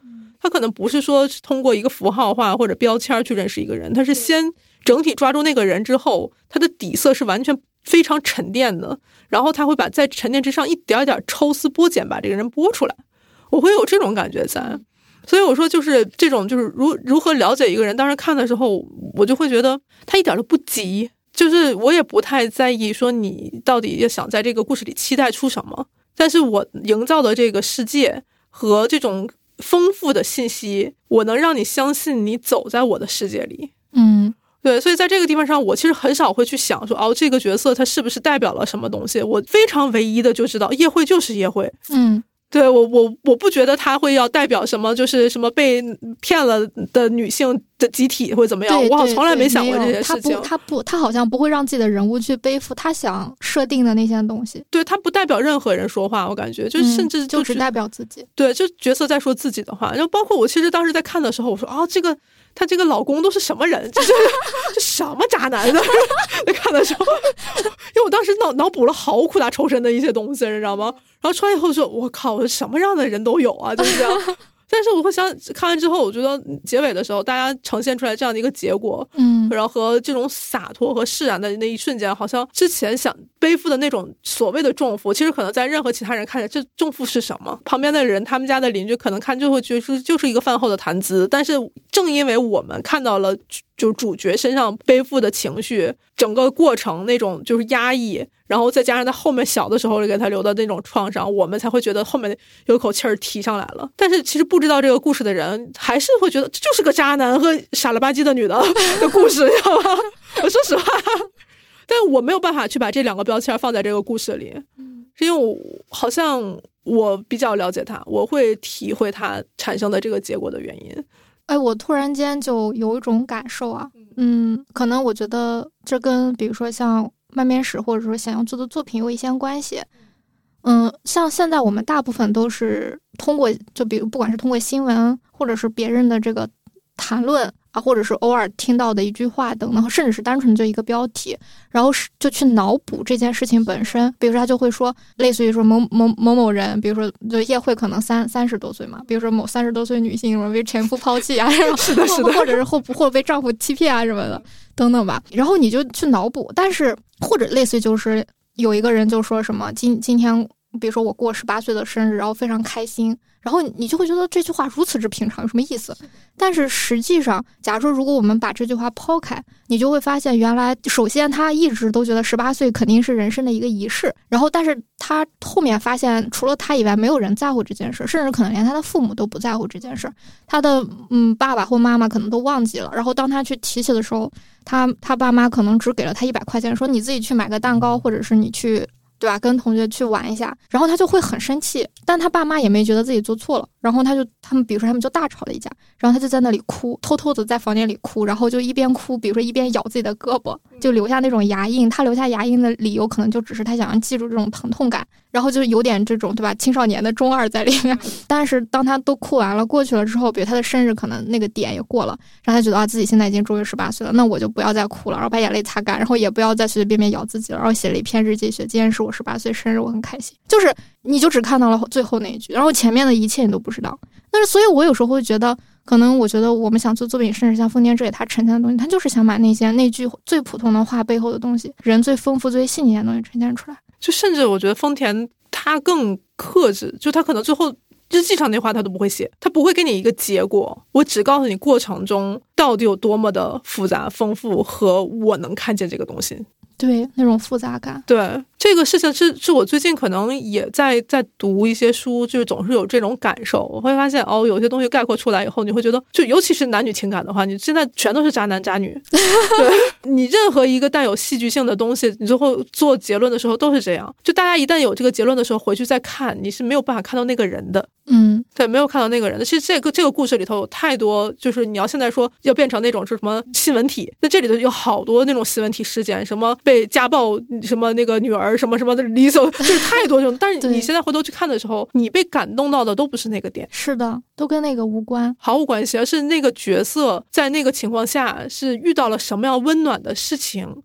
他可能不是说通过一个符号化或者标签去认识一个人，他是先整体抓住那个人之后，他的底色是完全非常沉淀的，然后他会把在沉淀之上一点点抽丝剥茧把这个人剥出来，我会有这种感觉在。所以我说就是这种就是如如何了解一个人，当时看的时候我就会觉得他一点都不急，就是我也不太在意说你到底要想在这个故事里期待出什么，但是我营造的这个世界和这种丰富的信息，我能让你相信你走在我的世界里。 嗯， 对，所以在这个地方上我其实很少会去想说哦，这个角色他是不是代表了什么东西，我非常唯一的就知道叶惠就是叶惠。 嗯， 对，我我我不觉得他会要代表什么，就是什么被骗了的女性的集体会怎么样，我好从来没想过这些事情。 他不，他不，他好像不会让自己的人物去背负他想设定的那些东西。 对，他不代表任何人说话，我感觉就甚至就,、嗯、就只代表自己。对， 就角色在说自己的话。然后包括我其实当时在看的时候，我说啊，这个他这个老公都是什么人？这这这什么渣男的？在看的时候，因为我当时脑脑补了好苦大仇深的一些东西，你知道吗？然后出来以后说，我靠，什么样的人都有啊，就是这样。但是我会想看完之后，我觉得结尾的时候大家呈现出来这样的一个结果， 嗯， 然后和这种洒脱和释然的那一瞬间，好像之前想背负的那种所谓的重负，其实可能在任何其他人看来，这重负是什么？旁边的人，他们家的邻居可能看就会觉得就是一个饭后的谈资。但是正因为我们看到了就主角身上背负的情绪，整个过程那种就是压抑，然后再加上他后面小的时候给他留的那种创伤，我们才会觉得后面有口气儿提上来了。但是其实不知道这个故事的人还是会觉得这就是个渣男和傻了吧唧的女的的故事，知道吗？我说实话，但我没有办法去把这两个标签放在这个故事里，是因为我好像我比较了解他，我会体会他产生的这个结果的原因。 哎，我突然间就有一种感受啊，嗯，可能我觉得这跟比如说像漫面史或者说想要做的作品有一些关系。嗯，像现在我们大部分都是通过，就比如不管是通过新闻或者是别人的这个谈论啊，或者是偶尔听到的一句话等等，甚至是单纯就一个标题，然后就去脑补这件事情本身。比如说他就会说，类似于说某某某某人，比如说就叶惠可能三三十多岁嘛，比如说某三十多岁女性什么被前夫抛弃啊， 是的，是的， 或者是或或者被丈夫欺骗啊什么的等等吧。然后你就去脑补，但是或者类似于就是有一个人就说什么今今天。比如说我过十八岁的生日，然后非常开心，然后你就会觉得这句话如此之平常，有什么意思？但是实际上，假如说如果我们把这句话抛开，你就会发现，原来首先他一直都觉得十八岁肯定是人生的一个仪式，然后但是他后面发现，除了他以外，没有人在乎这件事，甚至可能连他的父母都不在乎这件事，他的嗯爸爸或妈妈可能都忘记了。然后当他去提起的时候，他他爸妈可能只给了他一百块钱，说你自己去买个蛋糕，或者是你去。对吧？跟同学去玩一下，然后他就会很生气，但他爸妈也没觉得自己做错了，然后他就他们比如说他们就大吵了一架，然后他就在那里哭，偷偷的在房间里哭，然后就一边哭，比如说一边咬自己的胳膊，就留下那种牙印。他留下牙印的理由可能就只是他想要记住这种疼痛感，然后就有点这种对吧青少年的中二在里面。但是当他都哭完了过去了之后，比如他的生日可能那个点也过了，然后他觉得啊自己现在已经终于十八岁了，那我就不要再哭了，然后把眼泪擦干，然后也不要再随随便便咬自己了，然后写了一篇日记，写今天是我十八岁生日，我很开心。就是你就只看到了最后那一句，然后前面的一切你都不知道。但是所以我有时候会觉得，可能我觉得我们想做作品，甚至像丰田这里他呈现的东西，他就是想把那些那句最普通的话背后的东西，人最丰富最细腻的东西呈现出来。 就甚至我觉得丰田他更克制，就他可能最后日记上那话他都不会写，他不会给你一个结果，我只告诉你过程中到底有多么的复杂丰富和我能看见这个东西。 对，那种复杂感。 对，这个事情是是我最近可能也在在读一些书，就是总是有这种感受。我会发现哦，有些东西概括出来以后，你会觉得，就尤其是男女情感的话，你现在全都是渣男渣女。对，你任何一个带有戏剧性的东西，你最后做结论的时候都是这样。就大家一旦有这个结论的时候，回去再看，你是没有办法看到那个人的。 嗯， 对，没有看到那个人的。其实这个这个故事里头有太多，就是你要现在说要变成那种是什么新闻体，那这里头有好多那种新闻体事件，什么被家暴，什么那个女儿什么什么的离走，就是太多这种。但是你现在回头去看的时候，你被感动到的都不是那个点。 是的，都跟那个无关， 毫无关系，而是那个角色在那个情况下是遇到了什么样温暖的事情，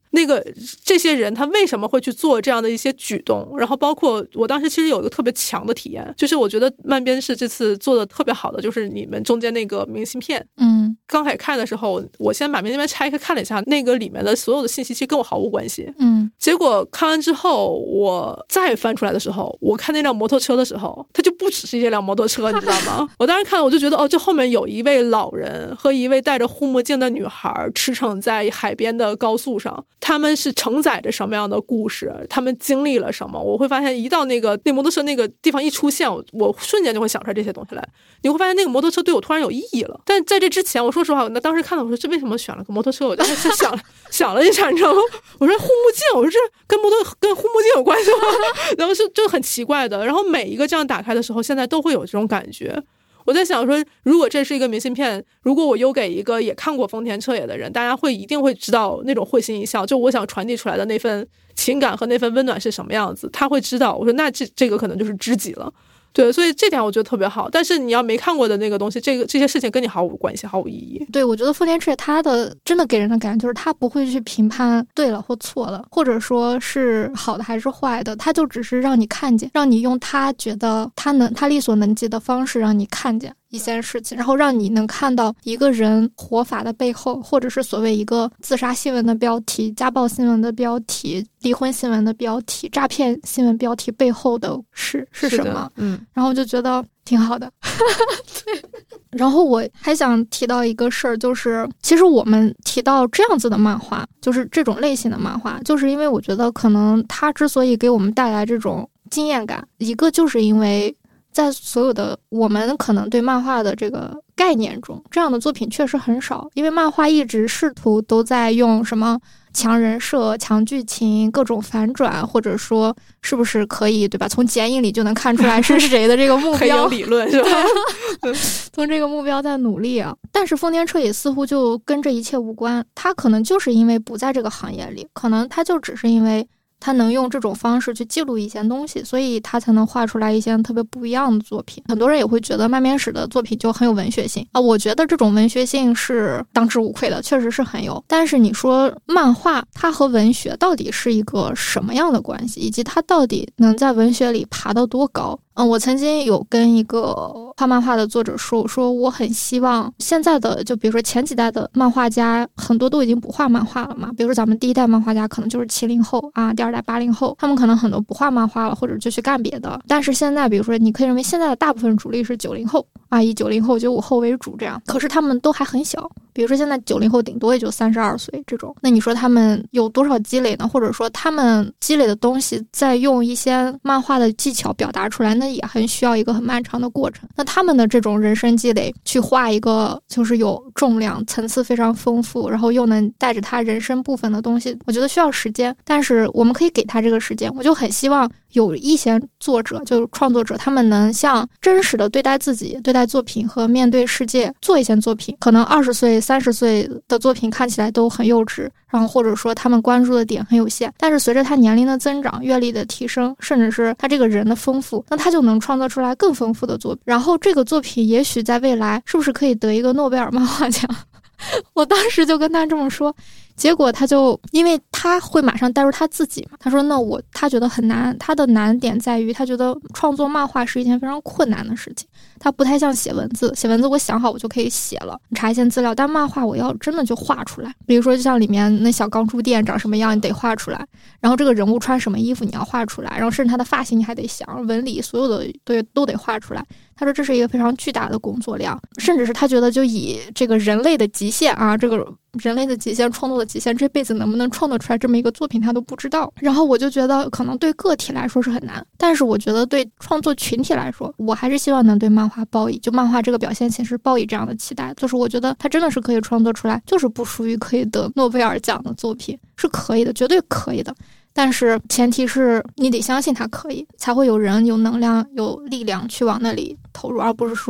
那个这些人他为什么会去做这样的一些举动，然后包括我当时其实有一个特别强的体验，就是我觉得漫编是这次做的特别好的，就是你们中间那个明信片， 嗯， 刚开始看的时候我先把明信片拆开看了一下，那个里面的所有的信息其实跟我毫无关系， 嗯， 结果看完之后我再翻出来的时候，我看那辆摩托车的时候，它就不只是一辆摩托车，你知道吗？我当时看了我就觉得哦，这后面有一位老人和一位戴着护目镜的女孩驰骋在海边的高速上，他们是承载着什么样的故事，他们经历了什么。我会发现一到那个那摩托车那个地方一出现，我我瞬间就会想出来这些东西来。你会发现那个摩托车对我突然有意义了，但在这之前我说实话，那当时看到我说这为什么选了个摩托车，我当时想了想了一下，你知道吗？我说护目镜，我说这跟摩托跟护目镜有关系吗？然后是就很奇怪的，然后每一个这样打开的时候现在都会有这种感觉。我在想说，如果这是一个明信片，如果我邮给一个也看过丰田彻也的人，大家会一定会知道那种会心一笑，就我想传递出来的那份情感和那份温暖是什么样子，他会知道。我说那这这个可能就是知己了。对，所以这点我觉得特别好。但是你要没看过的那个东西，这个这些事情跟你毫无关系，毫无意义。 对，我觉得丰田彻他的真的给人的感觉就是他不会去评判对了或错了，或者说是好的还是坏的，他就只是让你看见，让你用他觉得他能他力所能及的方式让你看见一些事情，然后让你能看到一个人活法的背后，或者是所谓一个自杀新闻的标题、家暴新闻的标题、离婚新闻的标题、诈骗新闻标题背后的是是什么。 嗯， 然后我就觉得挺好的。对。然后我还想提到一个事儿，就是其实我们提到这样子的漫画，就是这种类型的漫画，就是因为我觉得可能它之所以给我们带来这种经验感，一个就是因为在所有的我们可能对漫画的这个概念中，这样的作品确实很少，因为漫画一直试图都在用什么强人设、强剧情、各种反转，或者说是不是可以对吧？从剪影里就能看出来是谁的这个目标， 很有理论是吧？ 从这个目标在努力啊。但是丰田彻也似乎就跟这一切无关，他可能就是因为不在这个行业里，可能他就只是因为他能用这种方式去记录一些东西，所以他才能画出来一些特别不一样的作品。很多人也会觉得漫编史的作品就很有文学性啊，我觉得这种文学性是当之无愧的，确实是很有。但是你说漫画它和文学到底是一个什么样的关系，以及它到底能在文学里爬到多高？嗯，我曾经有跟一个画漫画的作者说，我说我很希望现在的，就比如说前几代的漫画家，很多都已经不画漫画了嘛。比如说咱们第一代漫画家可能就是七零后啊，第二代八零后，他们可能很多不画漫画了，或者就去干别的。但是现在，比如说你可以认为现在的大部分主力是九零后啊，以九零后、九五后为主这样。可是他们都还很小，比如说现在九零后顶多也就三十二岁这种。那你说他们有多少积累呢？或者说他们积累的东西，再用一些漫画的技巧表达出来，那也很需要一个很漫长的过程。那他们的这种人生积累去画一个就是有重量、层次非常丰富，然后又能带着他人生部分的东西，我觉得需要时间，但是我们可以给他这个时间。我就很希望有一些作者，就是创作者，他们能像真实的对待自己、对待作品和面对世界做一些作品。可能二十岁、三十岁的作品看起来都很幼稚，然后或者说他们关注的点很有限，但是随着他年龄的增长、阅历的提升，甚至是他这个人的丰富，那他就能创作出来更丰富的作品。然后这个作品也许在未来是不是可以得一个诺贝尔漫画奖？我当时就跟他这么说，结果他就因为他会马上带入他自己嘛，他说那我他觉得很难，他的难点在于他觉得创作漫画是一件非常困难的事情，他不太像写文字，写文字我想好我就可以写了，查一些资料，但漫画我要真的就画出来，比如说就像里面那小钢珠店长什么样你得画出来，然后这个人物穿什么衣服你要画出来，然后甚至他的发型你还得想，纹理所有的都都得画出来。他说这是一个非常巨大的工作量，甚至是他觉得就以这个人类的极限啊，这个人类的极限、创作的极限，这辈子能不能创作出来这么一个作品他都不知道。然后我就觉得可能对个体来说是很难，但是我觉得对创作群体来说，我还是希望能对漫画抱以就漫画这个表现形式抱以这样的期待，就是我觉得它真的是可以创作出来，就是不属于可以得诺贝尔奖的作品，是可以的，绝对可以的。但是前提是你得相信它可以，才会有人有能量有力量去往那里投入，而不是说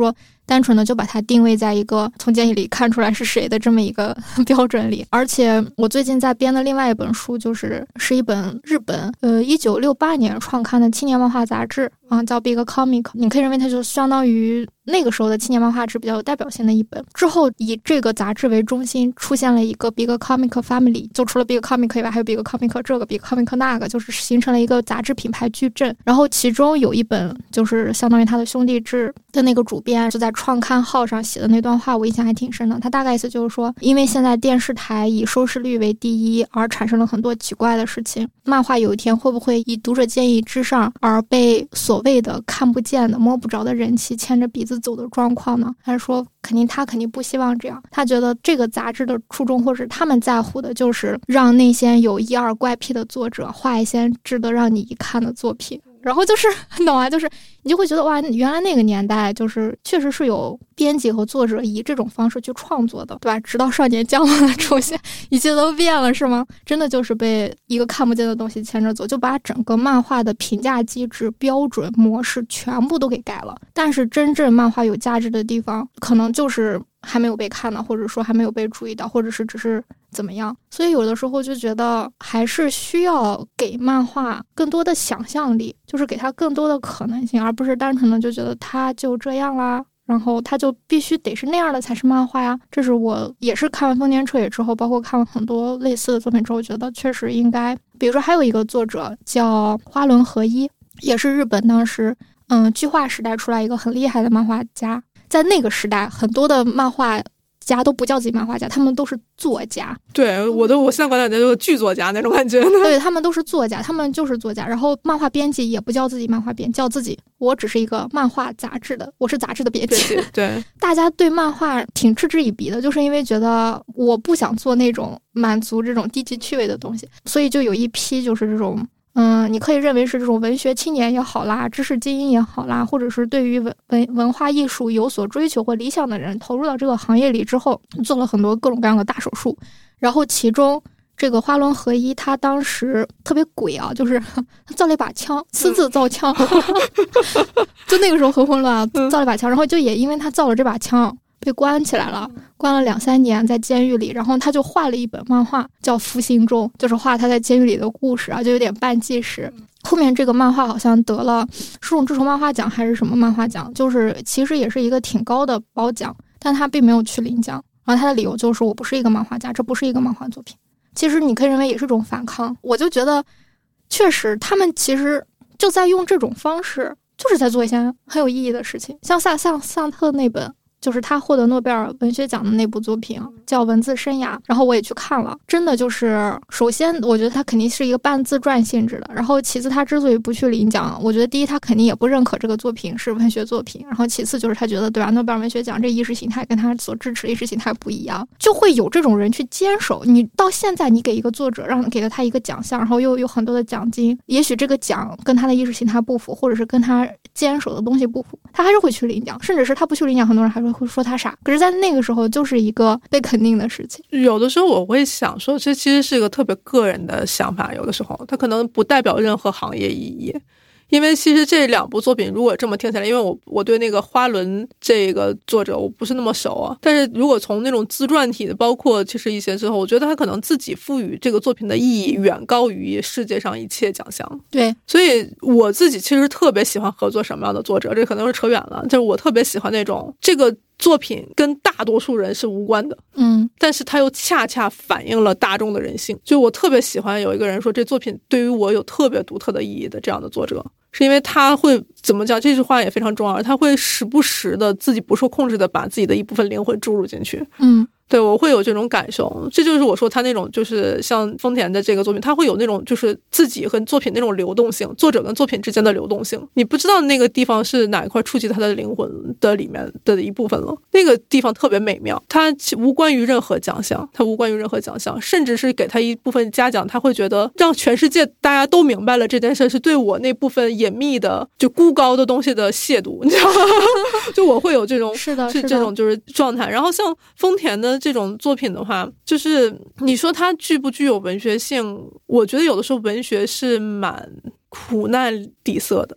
单纯的就把它定位在一个从监狱里看出来是谁的这么一个标准里。而且我最近在编的另外一本书，就是是一本日本呃一九六八年创刊的青年漫画杂志啊，叫 Big Comic， 你可以认为它就相当于那个时候的青年漫画志比较有代表性的一本。之后以这个杂志为中心出现了一个 Big Comic Family， 就除了 Big Comic 以外还有 Big Comic 这个 Big Comic 那个，就是形成了一个杂志品牌矩阵。然后其中有一本就是相当于他的兄弟志的那个主编就在创刊号上写的那段话，我印象还挺深的。他大概意思就是说，因为现在电视台以收视率为第一而产生了很多奇怪的事情，漫画有一天会不会以读者建议之上而被所谓的看不见的摸不着的人气牵着鼻子走的状况呢？还是说肯定他肯定不希望这样，他觉得这个杂志的初衷或者他们在乎的就是让那些有一二怪癖的作者画一些值得让你一看的作品。然后就是你懂啊，就是你就会觉得哇，原来那个年代就是确实是有编辑和作者以这种方式去创作的，对吧？直到少年将们的出现，一切都变了，是吗？真的就是被一个看不见的东西牵着走，就把整个漫画的评价机制、标准模式全部都给改了。但是真正漫画有价值的地方，可能就是还没有被看到，或者说还没有被注意到，或者是只是怎么样。所以有的时候就觉得还是需要给漫画更多的想象力，就是给它更多的可能性，而不是单纯的就觉得它就这样啦，然后它就必须得是那样的才是漫画呀。这是我也是看完丰田彻也之后，包括看了很多类似的作品之后，觉得确实应该。比如说还有一个作者叫花轮和一，也是日本当时嗯巨画时代出来一个很厉害的漫画家。在那个时代，很多的漫画家都不叫自己漫画家，他们都是作家。 对，我都我现在管他叫剧作家那种感觉。 对，他们都是作家，他们就是作家。然后漫画编辑也不叫自己漫画编，叫自己我只是一个漫画杂志的，我是杂志的编辑。 对，大家对漫画挺嗤之以鼻的，就是因为觉得我不想做那种满足这种低级趣味的东西，所以就有一批就是这种。嗯，你可以认为是这种文学青年也好啦，知识精英也好啦，或者是对于文文文化艺术有所追求或理想的人，投入到这个行业里之后，做了很多各种各样的大手术。然后其中这个花轮和一，他当时特别鬼啊，就是他造了一把枪，私自造枪，就那个时候很混乱啊，造了一把枪，然后就也因为他造了这把枪。被关起来了，关了两三年在监狱里，然后他就画了一本漫画叫《服刑中》，就是画他在监狱里的故事啊，就有点半纪实。后面这个漫画好像得了树种治虫漫画奖还是什么漫画奖，就是其实也是一个挺高的褒奖，但他并没有去领奖。然后他的理由就是我不是一个漫画家，这不是一个漫画作品。其实你可以认为也是一种反抗。我就觉得确实他们其实就在用这种方式，就是在做一些很有意义的事情。像萨像萨特那本就是他获得诺贝尔文学奖的那部作品叫《文字生涯》，然后我也去看了，真的就是首先我觉得他肯定是一个半自传性质的，然后其次他之所以不去领奖，我觉得第一他肯定也不认可这个作品是文学作品，然后其次就是他觉得对吧，诺贝尔文学奖这意识形态跟他所支持的意识形态不一样，就会有这种人去坚守。你到现在你给一个作者让给了他一个奖项，然后又有很多的奖金，也许这个奖跟他的意识形态不符，或者是跟他坚守的东西不符，他还是会去领奖，甚至是他不去领奖，很多人还是会说他傻。可是在那个时候就是一个被肯定的事情。 有的时候我会想说，这其实是一个特别个人的想法，有的时候它可能不代表任何行业意义。因为其实这两部作品如果这么听起来，因为我我对那个花轮这个作者我不是那么熟啊，但是如果从那种自传体的包括其实一些之后，我觉得他可能自己赋予这个作品的意义远高于世界上一切奖项。 对， 所以我自己其实特别喜欢合作什么样的作者，这可能是扯远了，就是我特别喜欢那种这个作品跟大多数人是无关的， 嗯， 但是它又恰恰反映了大众的人性。就我特别喜欢有一个人说这作品对于我有特别独特的意义的这样的作者，是因为他会怎么讲，这句话也非常重要，他会时不时的自己不受控制的把自己的一部分灵魂注入进去。 嗯， 对，我会有这种感受。这就是我说他那种就是像丰田的这个作品，他会有那种就是自己和作品那种流动性，作者跟作品之间的流动性，你不知道那个地方是哪一块触及他的灵魂的里面的一部分了，那个地方特别美妙。他无关于任何奖项，他无关于任何奖项，甚至是给他一部分嘉奖，他会觉得让全世界大家都明白了这件事是对我那部分隐秘的就孤高的东西的亵渎，你知道吗？就我会有这种是的， 是这种就是状态。然后像丰田的这种作品的话，就是你说它具不具有文学性，我觉得有的时候文学是蛮苦难底色的。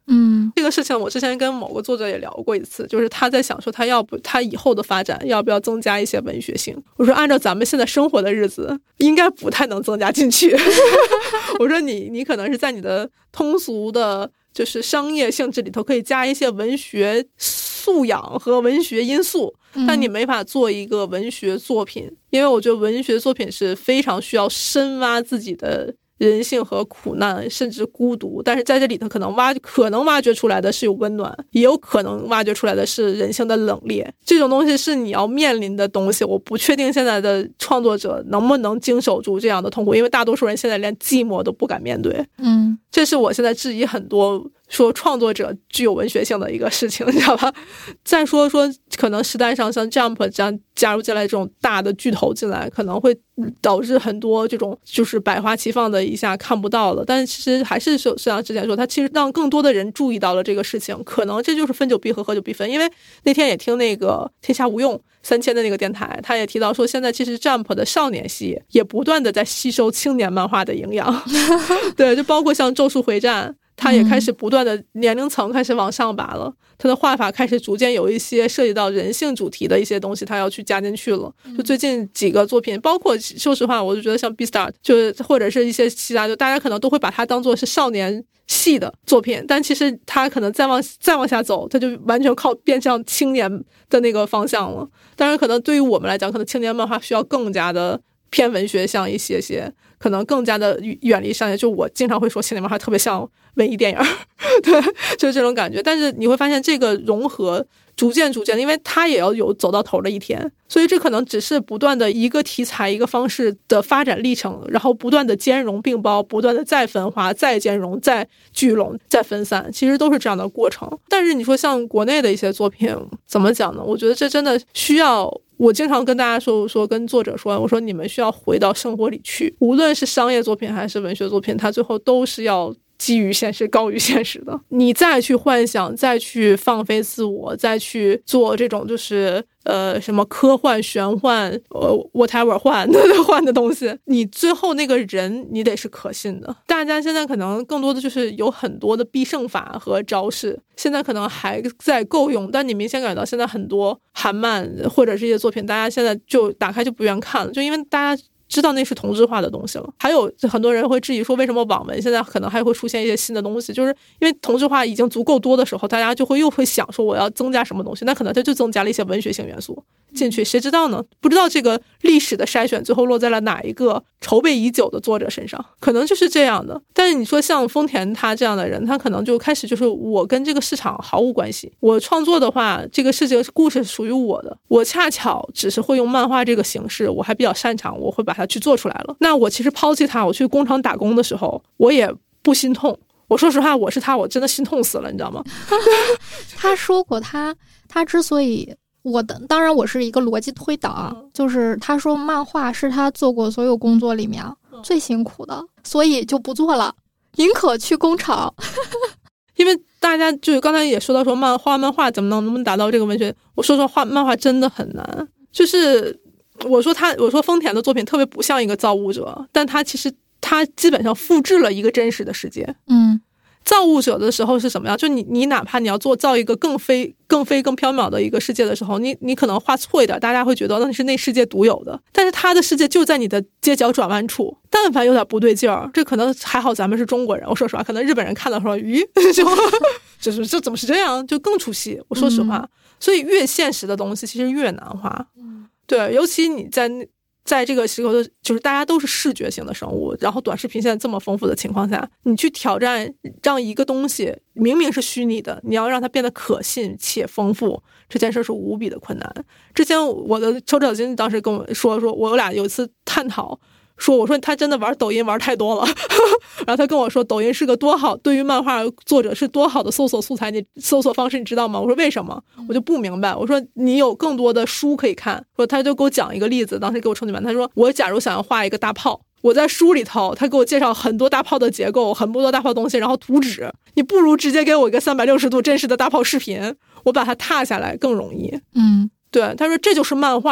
嗯， 这个事情我之前跟某个作者也聊过一次，就是他在想说他要不他以后的发展要不要增加一些文学性。我说按照咱们现在生活的日子应该不太能增加进去我说你你可能是在你的通俗的就是商业性质里头可以加一些文学素养和文学因素，但你没法做一个文学作品，因为我觉得文学作品是非常需要深挖自己的人性和苦难甚至孤独，但是在这里头可能挖可能挖掘出来的是有温暖，也有可能挖掘出来的是人性的冷冽，这种东西是你要面临的东西。我不确定现在的创作者能不能经受住这样的痛苦，因为大多数人现在连寂寞都不敢面对。 嗯， 这是我现在质疑很多说创作者具有文学性的一个事情，你知道吧？再说说可能时代上像 Jump 这样加入进来这种大的巨头进来，可能会导致很多这种就是百花齐放的一下看不到了，但是其实还是像之前说，他其实让更多的人注意到了这个事情，可能这就是分久必合合久必分。因为那天也听那个天下无用三千的那个电台，他也提到说现在其实 Jump 的少年系也不断的在吸收青年漫画的营养对，就包括像咒术回战，他也开始不断的年龄层开始往上拔了，他的画法开始逐渐有一些涉及到人性主题的一些东西他要去加进去了。就最近几个作品，包括说实话我就觉得像 Beastars 就是或者是一些其他，就大家可能都会把它当作是少年系的作品，但其实他可能再往再往下走，他就完全靠变向青年的那个方向了。当然可能对于我们来讲，可能青年漫画需要更加的偏文学像一些些，可能更加的远离商业。就我经常会说青年漫画特别像文艺电影对，就是这种感觉。但是你会发现这个融合逐渐逐渐的，因为它也要有走到头的一天，所以这可能只是不断的一个题材一个方式的发展历程，然后不断的兼容并包，不断的再分化再兼容再聚拢再分散，其实都是这样的过程。但是你说像国内的一些作品怎么讲呢？我觉得这真的需要，我经常跟大家说说跟作者说，我说你们需要回到生活里去，无论是商业作品还是文学作品，它最后都是要基于现实高于现实的。你再去幻想再去放飞自我再去做这种就是呃什么科幻玄幻呃 whatever 幻的幻的东西，你最后那个人你得是可信的。大家现在可能更多的就是有很多的必胜法和招式，现在可能还在够用，但你明显感觉到现在很多韩漫或者这些作品大家现在就打开就不愿看了，就因为大家知道那是同质化的东西了。还有很多人会质疑说为什么网文现在可能还会出现一些新的东西，就是因为同质化已经足够多的时候，大家就会又会想说我要增加什么东西，那可能它就增加了一些文学性元素进去，谁知道呢？不知道这个历史的筛选最后落在了哪一个筹备已久的作者身上，可能就是这样的。但是你说像丰田他这样的人，他可能就开始就是我跟这个市场毫无关系，我创作的话这个事情故事是属于我的，我恰巧只是会用漫画这个形式，我还比较擅长，我会把它去做出来了。那我其实抛弃它，我去工厂打工的时候我也不心痛，我说实话我是他我真的心痛死了，你知道吗他说过他他之所以我的当然我是一个逻辑推导、嗯、就是他说漫画是他做过所有工作里面最辛苦的，所以就不做了，宁可去工厂因为大家就刚才也说到说漫画漫画怎么能能不能达到这个文学，我说说画漫画真的很难。就是我说他我说丰田的作品特别不像一个造物者，但他其实他基本上复制了一个真实的世界。 嗯， 造物者的时候是什么样，就你你哪怕你要做造一个更飞更飞更缥缈的一个世界的时候，你你可能画错一点，大家会觉得那是那世界独有的，但是他的世界就在你的街角转弯处，但凡有点不对劲儿，这可能还好咱们是中国人，我说实话可能日本人看到说咦就就是这怎么是这样，就更出戏，我说实话、嗯、所以越现实的东西其实越难画。 嗯， 对，尤其你在在这个时候的就是大家都是视觉型的生物，然后短视频现在这么丰富的情况下，你去挑战让一个东西明明是虚拟的，你要让它变得可信且丰富，这件事是无比的困难。之前我的抽小金当时跟我说说我俩有一次探讨说，我说他真的玩抖音玩太多了然后他跟我说抖音是个多好，对于漫画作者是多好的搜索素材，你搜索方式你知道吗？我说为什么？我就不明白。我说你有更多的书可以看。说他就给我讲一个例子，当时给我冲击满，他说我假如想要画一个大炮，我在书里头他给我介绍很多大炮的结构，很多大炮东西，然后图纸，你不如直接给我一个三百六十度真实的大炮视频，我把它踏下来更容易。 嗯， 对，他说这就是漫画，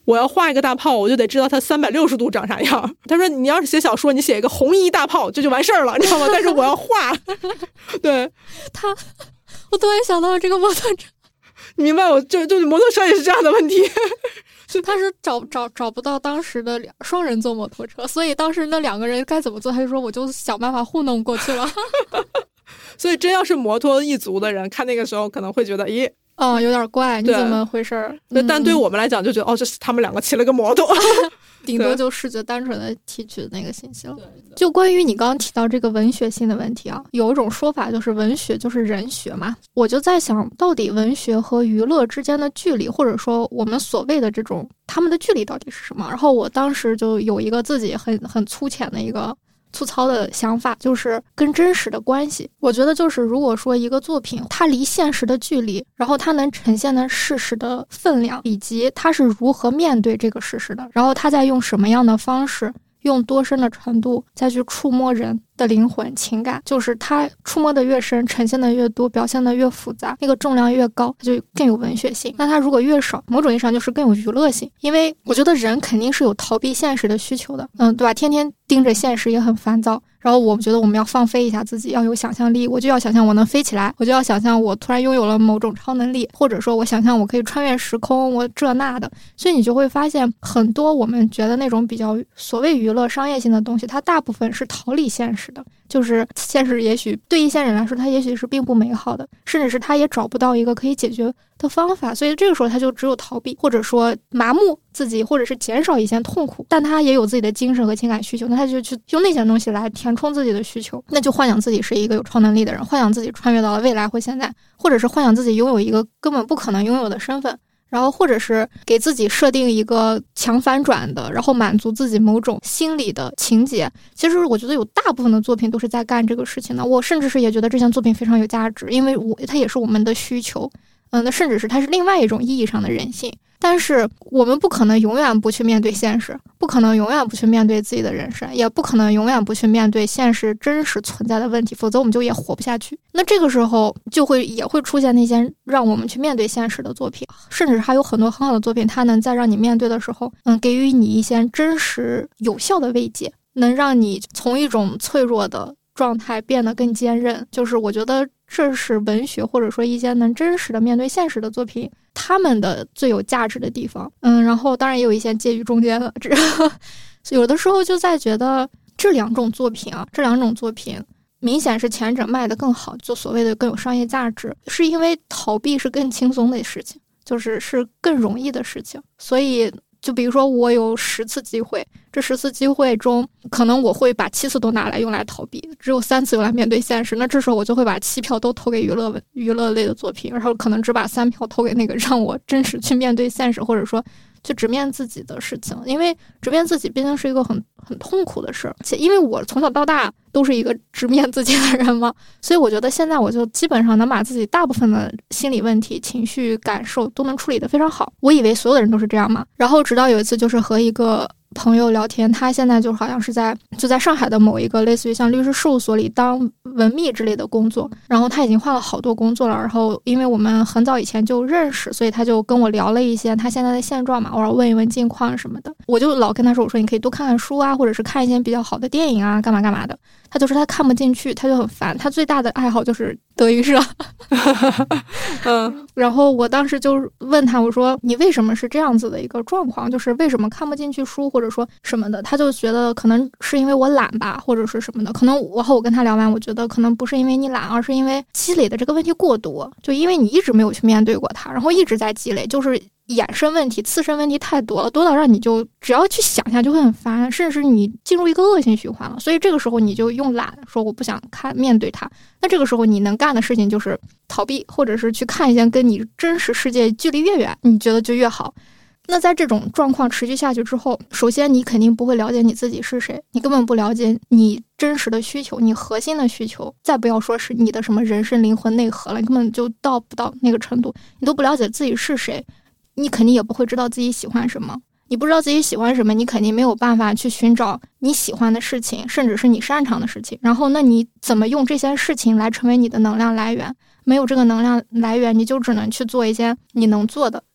我要画一个大炮，我就得知道它三百六十度长啥样。他说你要是写小说，你写一个红衣大炮，这就完事儿了，你知道吗？但是我要画。对他，我突然想到这个摩托车， 你明白？我就就摩托车也是这样的问题。 他是找找找不到当时的双人坐摩托车，所以当时那两个人该怎么做，他就说我就想办法糊弄过去了。 所以真要是摩托一族的人看那个时候可能会觉得咦嗯，有点怪，你怎么回事？ 对、嗯，但对我们来讲就觉得哦，这是他们两个骑了个摩托。 顶多就视觉单纯的提取那个信息了。就关于你刚刚提到这个文学性的问题啊，有一种说法就是文学就是人学嘛，我就在想到底文学和娱乐之间的距离，或者说我们所谓的这种他们的距离到底是什么。然后我当时就有一个自己很很粗浅的一个粗糙的想法，就是跟真实的关系。我觉得就是如果说一个作品它离现实的距离，然后它能呈现的事实的分量，以及它是如何面对这个事实的，然后它在用什么样的方式，用多深的程度再去触摸人的灵魂情感，就是它触摸的越深，呈现的越多，表现的越复杂，那个重量越高，它就更有文学性。那它如果越少，某种意义上就是更有娱乐性。因为我觉得人肯定是有逃避现实的需求的，嗯，对吧？天天盯着现实也很烦躁，然后我觉得我们要放飞一下自己，要有想象力，我就要想象我能飞起来，我就要想象我突然拥有了某种超能力，或者说我想象我可以穿越时空，我这那的。所以你就会发现很多我们觉得那种比较所谓娱乐商业性的东西，它大部分是逃离现实的，就是现实也许对一些人来说它也许是并不美好的，甚至是他也找不到一个可以解决的方法，所以这个时候他就只有逃避，或者说麻木自己，或者是减少一些痛苦，但他也有自己的精神和情感需求，那他就去用那些东西来填充自己的需求，那就幻想自己是一个有超能力的人，幻想自己穿越到了未来或现在，或者是幻想自己拥有一个根本不可能拥有的身份，然后或者是给自己设定一个强反转的，然后满足自己某种心理的情节。其实我觉得有大部分的作品都是在干这个事情的，我甚至是也觉得这项作品非常有价值，因为我它也是我们的需求，嗯，那甚至是它是另外一种意义上的人性。但是我们不可能永远不去面对现实，不可能永远不去面对自己的人生，也不可能永远不去面对现实真实存在的问题，否则我们就也活不下去。那这个时候就会也会出现那些让我们去面对现实的作品，甚至还有很多很好的作品，它能在让你面对的时候，嗯，给予你一些真实有效的慰藉，能让你从一种脆弱的状态变得更坚韧。就是我觉得这是文学或者说一些能真实的面对现实的作品他们的最有价值的地方。嗯，然后当然也有一些介于中间的，这有的时候就在觉得这两种作品啊，这两种作品明显是前者卖得更好，就所谓的更有商业价值，是因为逃避是更轻松的事情，就是是更容易的事情。所以就比如说我有十次机会，这十次机会中可能我会把七次都拿来用来逃避，只有三次用来面对现实，那这时候我就会把七票都投给娱乐娱乐类的作品，然后可能只把三票投给那个让我真实去面对现实，或者说去直面自己的事情。因为直面自己毕竟是一个很很痛苦的事，且因为我从小到大都是一个直面自己的人嘛，所以我觉得现在我就基本上能把自己大部分的心理问题、情绪感受都能处理得非常好。我以为所有的人都是这样嘛，然后直到有一次就是和一个朋友聊天，他现在就好像是在就在上海的某一个类似于像律师事务所里当文秘之类的工作，然后他已经换了好多工作了，然后因为我们很早以前就认识，所以他就跟我聊了一些他现在的现状嘛，我要问一问近况什么的。我就老跟他说，我说你可以多看看书啊，或者是看一些比较好的电影啊，干嘛干嘛的。他就说他看不进去，他就很烦，他最大的爱好就是德云社。嗯，然后我当时就问他，我说你为什么是这样子的一个状况，就是为什么看不进去书或者说什么的。他就觉得可能是因为我懒吧，或者是什么的。可能我和我跟他聊完，我觉得可能不是因为你懒，而是因为积累的这个问题过多，就因为你一直没有去面对过它，然后一直在积累，就是衍生问题、次生问题太多了，多到让你就只要去想一下就会很烦，甚至是你进入一个恶性循环了。所以这个时候你就用懒说我不想看面对它，那这个时候你能干的事情就是逃避，或者是去看一些跟你真实世界距离越远你觉得就越好。那在这种状况持续下去之后，首先你肯定不会了解你自己是谁，你根本不了解你真实的需求，你核心的需求，再不要说是你的什么人生灵魂内核了，你根本就到不到那个程度，你都不了解自己是谁，你肯定也不会知道自己喜欢什么。你不知道自己喜欢什么，你肯定没有办法去寻找你喜欢的事情，甚至是你擅长的事情。然后那你怎么用这些事情来成为你的能量来源？没有这个能量来源，你就只能去做一些你能做的，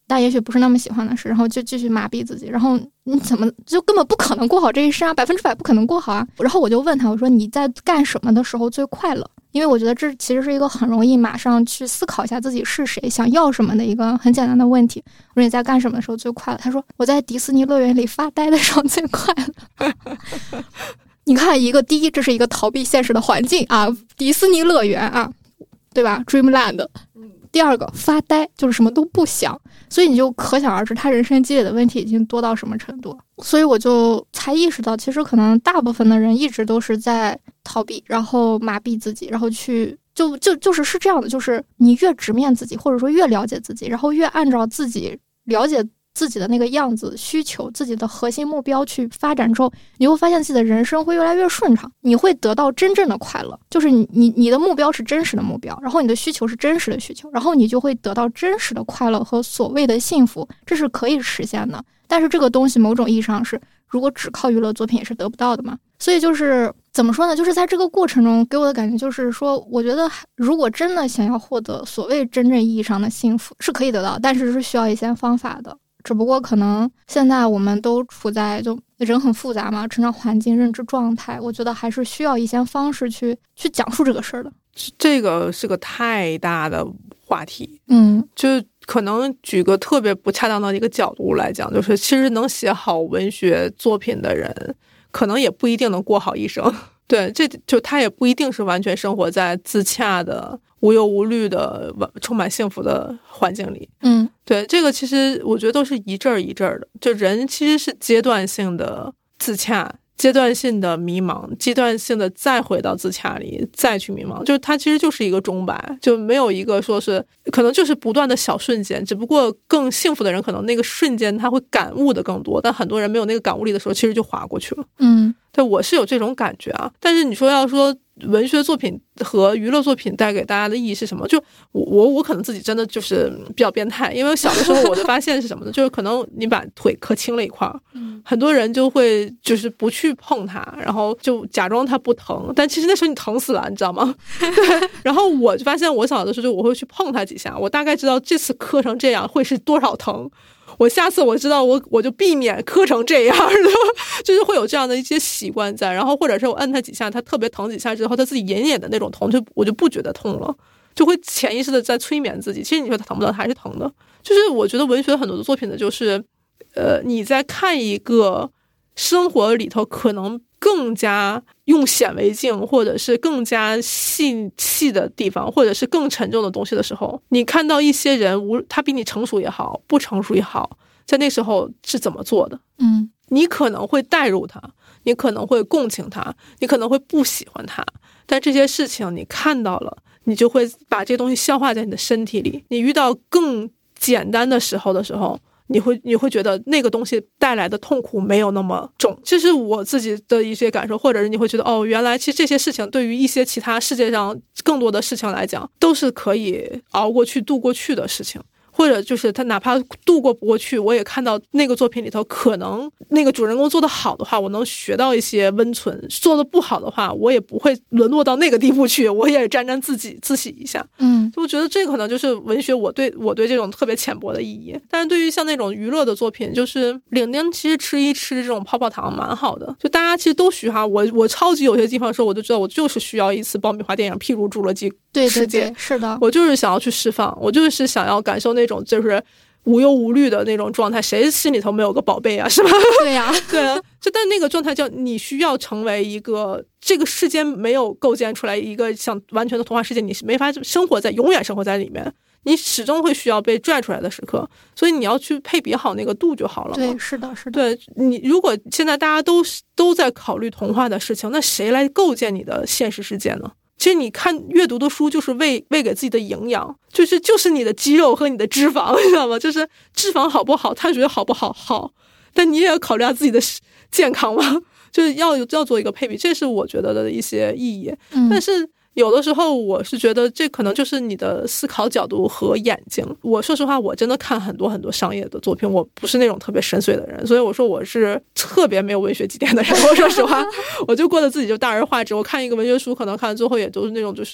但也许不是那么喜欢的事，然后就继续麻痹自己，然后你怎么就根本不可能过好这一生啊，百分之百不可能过好啊。然后我就问他，我说你在干什么的时候最快乐？因为我觉得这其实是一个很容易马上去思考一下自己是谁，想要什么的一个很简单的问题。我说你在干什么的时候最快乐？他说我在迪士尼乐园里发呆的时候最快乐。你看，一个第一，这是一个逃避现实的环境啊，迪士尼乐园啊，对吧 ？Dreamland。第二个，发呆，就是什么都不想，所以你就可想而知，他人生积累的问题已经多到什么程度。所以我就才意识到，其实可能大部分的人一直都是在逃避，然后麻痹自己，然后去就就就是是这样的，就是你越直面自己，或者说越了解自己，然后越按照自己了解自己的那个样子、需求、自己的核心目标去发展之后，你会发现自己的人生会越来越顺畅，你会得到真正的快乐。就是你你你的目标是真实的目标，然后你的需求是真实的需求，然后你就会得到真实的快乐和所谓的幸福，这是可以实现的。但是这个东西某种意义上是，如果只靠娱乐作品也是得不到的嘛。所以就是怎么说呢？就是在这个过程中给我的感觉就是说，我觉得如果真的想要获得所谓真正意义上的幸福，是可以得到，但是是需要一些方法的。只不过可能现在我们都处在就人很复杂嘛，成长环境、认知状态，我觉得还是需要一些方式去去讲述这个事儿的。 这个是个太大的话题， 嗯， 就可能举个特别不恰当的一个角度来讲，就是其实能写好文学作品的人，可能也不一定能过好一生。对，这就他也不一定是完全生活在自洽的、无忧无虑的、充满幸福的环境里。 嗯， 对，这个其实我觉得都是一阵儿一阵儿的。就人其实是阶段性的自洽，阶段性的迷茫，阶段性的再回到自洽里，再去迷茫。就是它其实就是一个钟摆，就没有一个说是可能就是不断的小瞬间。只不过更幸福的人，可能那个瞬间他会感悟的更多，但很多人没有那个感悟力的时候，其实就划过去了。 嗯。 对，我是有这种感觉啊。但是你说要说文学作品和娱乐作品带给大家的意义是什么？就我我我可能自己真的就是比较变态，因为小的时候我就发现是什么呢？就是可能你把腿磕青了一块，很多人就会就是不去碰它，然后就假装它不疼，但其实那时候你疼死了，你知道吗？对。然后我就发现我小的时候就我会去碰它几下，我大概知道这次磕成这样会是多少疼。我下次我知道我我就避免磕成这样的，就是会有这样的一些习惯在。然后或者是我摁他几下，他特别疼几下之后，他自己隐隐的那种疼，就我就不觉得痛了，就会潜意识的在催眠自己。其实你说他疼不疼，还是疼的。就是我觉得文学很多的作品呢，就是呃你在看一个生活里头可能更加用显微镜，或者是更加细细的地方，或者是更沉重的东西的时候，你看到一些人无他比你成熟也好，不成熟也好，在那时候是怎么做的， 嗯， 你可能会带入他，你可能会共情他，你可能会不喜欢他，但这些事情你看到了，你就会把这东西消化在你的身体里。你遇到更简单的时候的时候，你会你会觉得那个东西带来的痛苦没有那么重，这是我自己的一些感受。或者是你会觉得哦，原来其实这些事情对于一些其他世界上更多的事情来讲，都是可以熬过去度过去的事情。或者就是他哪怕度过不过去，我也看到那个作品里头，可能那个主人公做得好的话，我能学到一些温存；做得不好的话，我也不会沦落到那个地步去，我也沾沾自己自喜一下。 嗯， 就我觉得这可能就是文学我对我对这种特别浅薄的意义。但是对于像那种娱乐的作品，就是领丁其实吃一吃这种泡泡糖蛮好的，就大家其实都需哈。我我超级有些地方说，我就知道我就是需要一次爆米花电影，譬如侏罗纪对对对，是的， 我就是想要去释放，我就是想要感受那种就是无忧无虑的那种状态。谁心里头没有个宝贝啊，是吧？ 对呀、啊， 对啊。就但那个状态叫你需要成为一个这个世间没有构建出来一个像完全的童话世界，你是没法生活在永远生活在里面，你始终会需要被拽出来的时刻，所以你要去配比好那个度就好了。 对，是的，是的。 对，你如果现在大家都都在考虑童话的事情，那谁来构建你的现实世界呢？其实你看阅读的书就是喂喂给自己的营养，就是就是你的肌肉和你的脂肪，你知道吗？就是脂肪好不好，碳水好不好好，但你也要考虑下自己的健康嘛，就是要要做一个配比，这是我觉得的一些意义。 嗯、 但是有的时候我是觉得这可能就是你的思考角度和眼睛。我说实话，我真的看很多很多商业的作品，我不是那种特别深邃的人，所以我说我是特别没有文学积淀的人。我说实话，我就过得自己就大而化之。我看一个文学书，可能看到最后也都是那种就是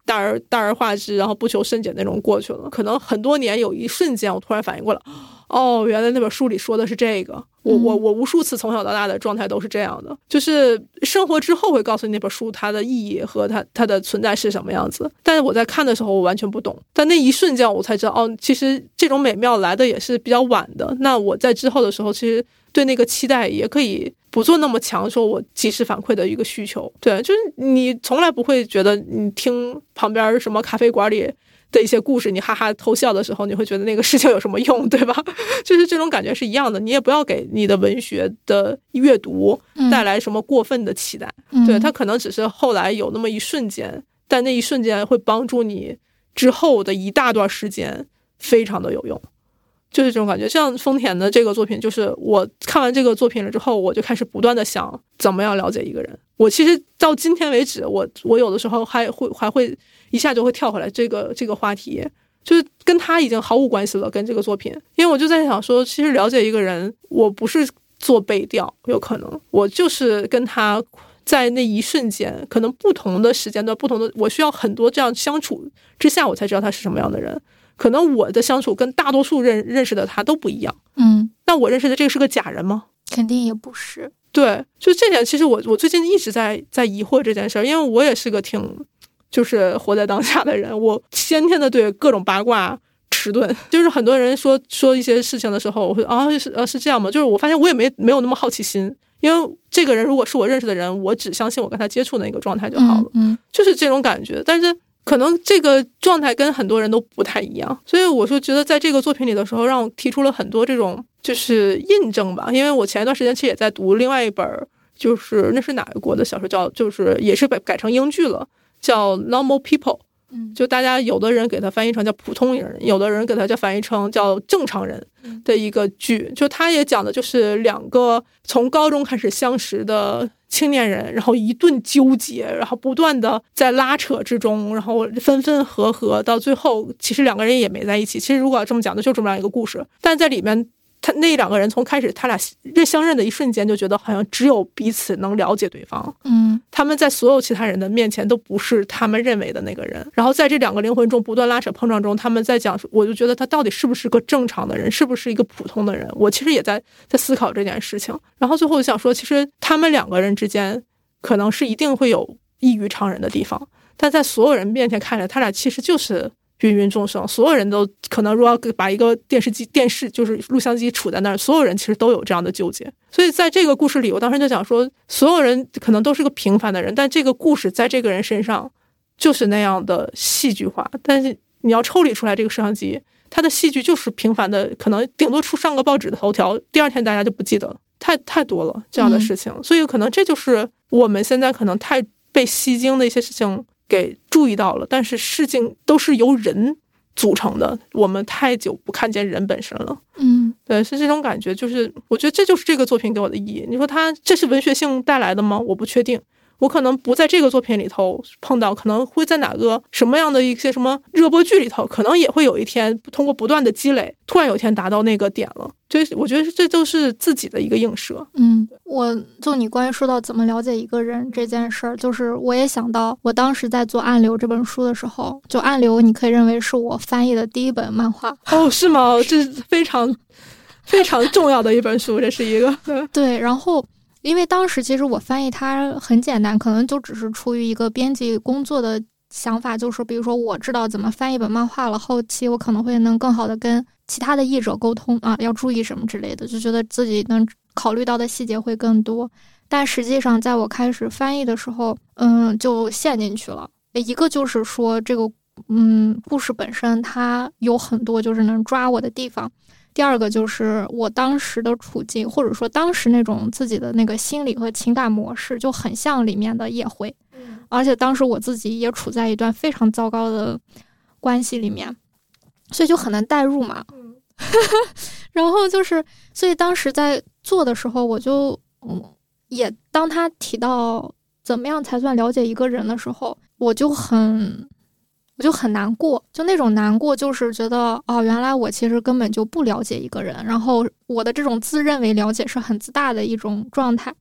大而大而化之，然后不求甚解那种过去了。可能很多年有一瞬间我突然反应过来，哦，原来那本书里说的是这个。我我我无数次从小到大的状态都是这样的，就是生活之后会告诉你那本书它的意义和它它的存在是什么样子，但是我在看的时候我完全不懂，但那一瞬间我才知道，哦，其实这种美妙来的也是比较晚的。那我在之后的时候其实对那个期待也可以不做那么强，说我及时反馈的一个需求。对，就是你从来不会觉得你听旁边什么咖啡馆里的一些故事你哈哈偷笑的时候你会觉得那个事情有什么用，对吧？就是这种感觉是一样的，你也不要给你的文学的阅读带来什么过分的期待、嗯、对，它可能只是后来有那么一瞬间，但那一瞬间会帮助你之后的一大段时间非常的有用，就是这种感觉。像丰田的这个作品，就是我看完这个作品了之后我就开始不断的想怎么样了解一个人。我其实到今天为止我我有的时候还会还会一下就会跳回来这个这个话题，就是跟他已经毫无关系了，跟这个作品。因为我就在想说，其实了解一个人我不是做背调，有可能我就是跟他在那一瞬间，可能不同的时间段不同的，我需要很多这样相处之下我才知道他是什么样的人。可能我的相处跟大多数认认识的他都不一样， 嗯， 那我认识的这个是个假人吗？ 肯定也不是。 对，就这点其实我我最近一直在在疑惑这件事儿，因为我也是个挺就是活在当下的人，我先天的对各种八卦迟钝，就是很多人说说一些事情的时候我会啊是呃是这样吗？就是我发现我也没没有那么好奇心，因为这个人如果是我认识的人，我只相信我跟他接触的那个状态就好了， 嗯，嗯就是这种感觉。但是可能这个状态跟很多人都不太一样，所以我说觉得在这个作品里的时候让我提出了很多这种就是印证吧。因为我前一段时间其实也在读另外一本，就是那是哪个国的小说，叫就是也是改改成英剧了，叫 Normal People， 就大家有的人给它翻译成叫普通人，有的人给它叫翻译成叫正常人的一个剧。就他也讲的就是两个从高中开始相识的青年人，然后一顿纠结，然后不断的在拉扯之中，然后分分合合，到最后其实两个人也没在一起。其实如果要这么讲的就这么样一个故事，但在里面他那两个人从开始他俩认相认的一瞬间就觉得好像只有彼此能了解对方， 嗯， 他们在所有其他人的面前都不是他们认为的那个人。然后在这两个灵魂中不断拉扯碰撞中，他们在讲，我就觉得他到底是不是个正常的人，是不是一个普通的人。我其实也在在思考这件事情。然后最后就想说，其实他们两个人之间可能是一定会有异于常人的地方，但在所有人面前看着他俩其实就是芸芸众生，所有人都可能如果要把一个电视机电视就是录像机杵在那儿，所有人其实都有这样的纠结。所以在这个故事里，我当时就想说，所有人可能都是个平凡的人，但这个故事在这个人身上就是那样的戏剧化。但是你要抽离出来这个摄像机，它的戏剧就是平凡的，可能顶多出上个报纸的头条，第二天大家就不记得了，太太多了这样的事情、嗯、所以可能这就是我们现在可能太被吸睛的一些事情给注意到了，但是事情都是由人组成的，我们太久不看见人本身了。 嗯， 对，是这种感觉。就是我觉得这就是这个作品给我的意义。你说它这是文学性带来的吗？我不确定，我可能不在这个作品里头碰到，可能会在哪个什么样的一些什么热播剧里头，可能也会有一天通过不断的积累，突然有一天达到那个点了。这我觉得这都是自己的一个映射。 嗯，我就你关于说到怎么了解一个人这件事儿，就是我也想到我当时在做《暗流》这本书的时候，就《暗流》你可以认为是我翻译的第一本漫画。 哦，是吗？这是非常非常重要的一本书，这是一个对。然后因为当时其实我翻译它很简单，可能就只是出于一个编辑工作的想法，就是比如说我知道怎么翻译本漫画了，后期我可能会能更好的跟其他的译者沟通啊，要注意什么之类的，就觉得自己能考虑到的细节会更多。但实际上在我开始翻译的时候，嗯，就陷进去了。一个就是说这个嗯故事本身它有很多就是能抓我的地方，第二个就是我当时的处境，或者说当时那种自己的那个心理和情感模式就很像里面的叶辉，而且当时我自己也处在一段非常糟糕的关系里面，所以就很难代入嘛。然后就是所以当时在做的时候，我就嗯也当他提到怎么样才算了解一个人的时候，我就很我就很难过，就那种难过就是觉得哦，原来我其实根本就不了解一个人，然后我的这种自认为了解是很自大的一种状态。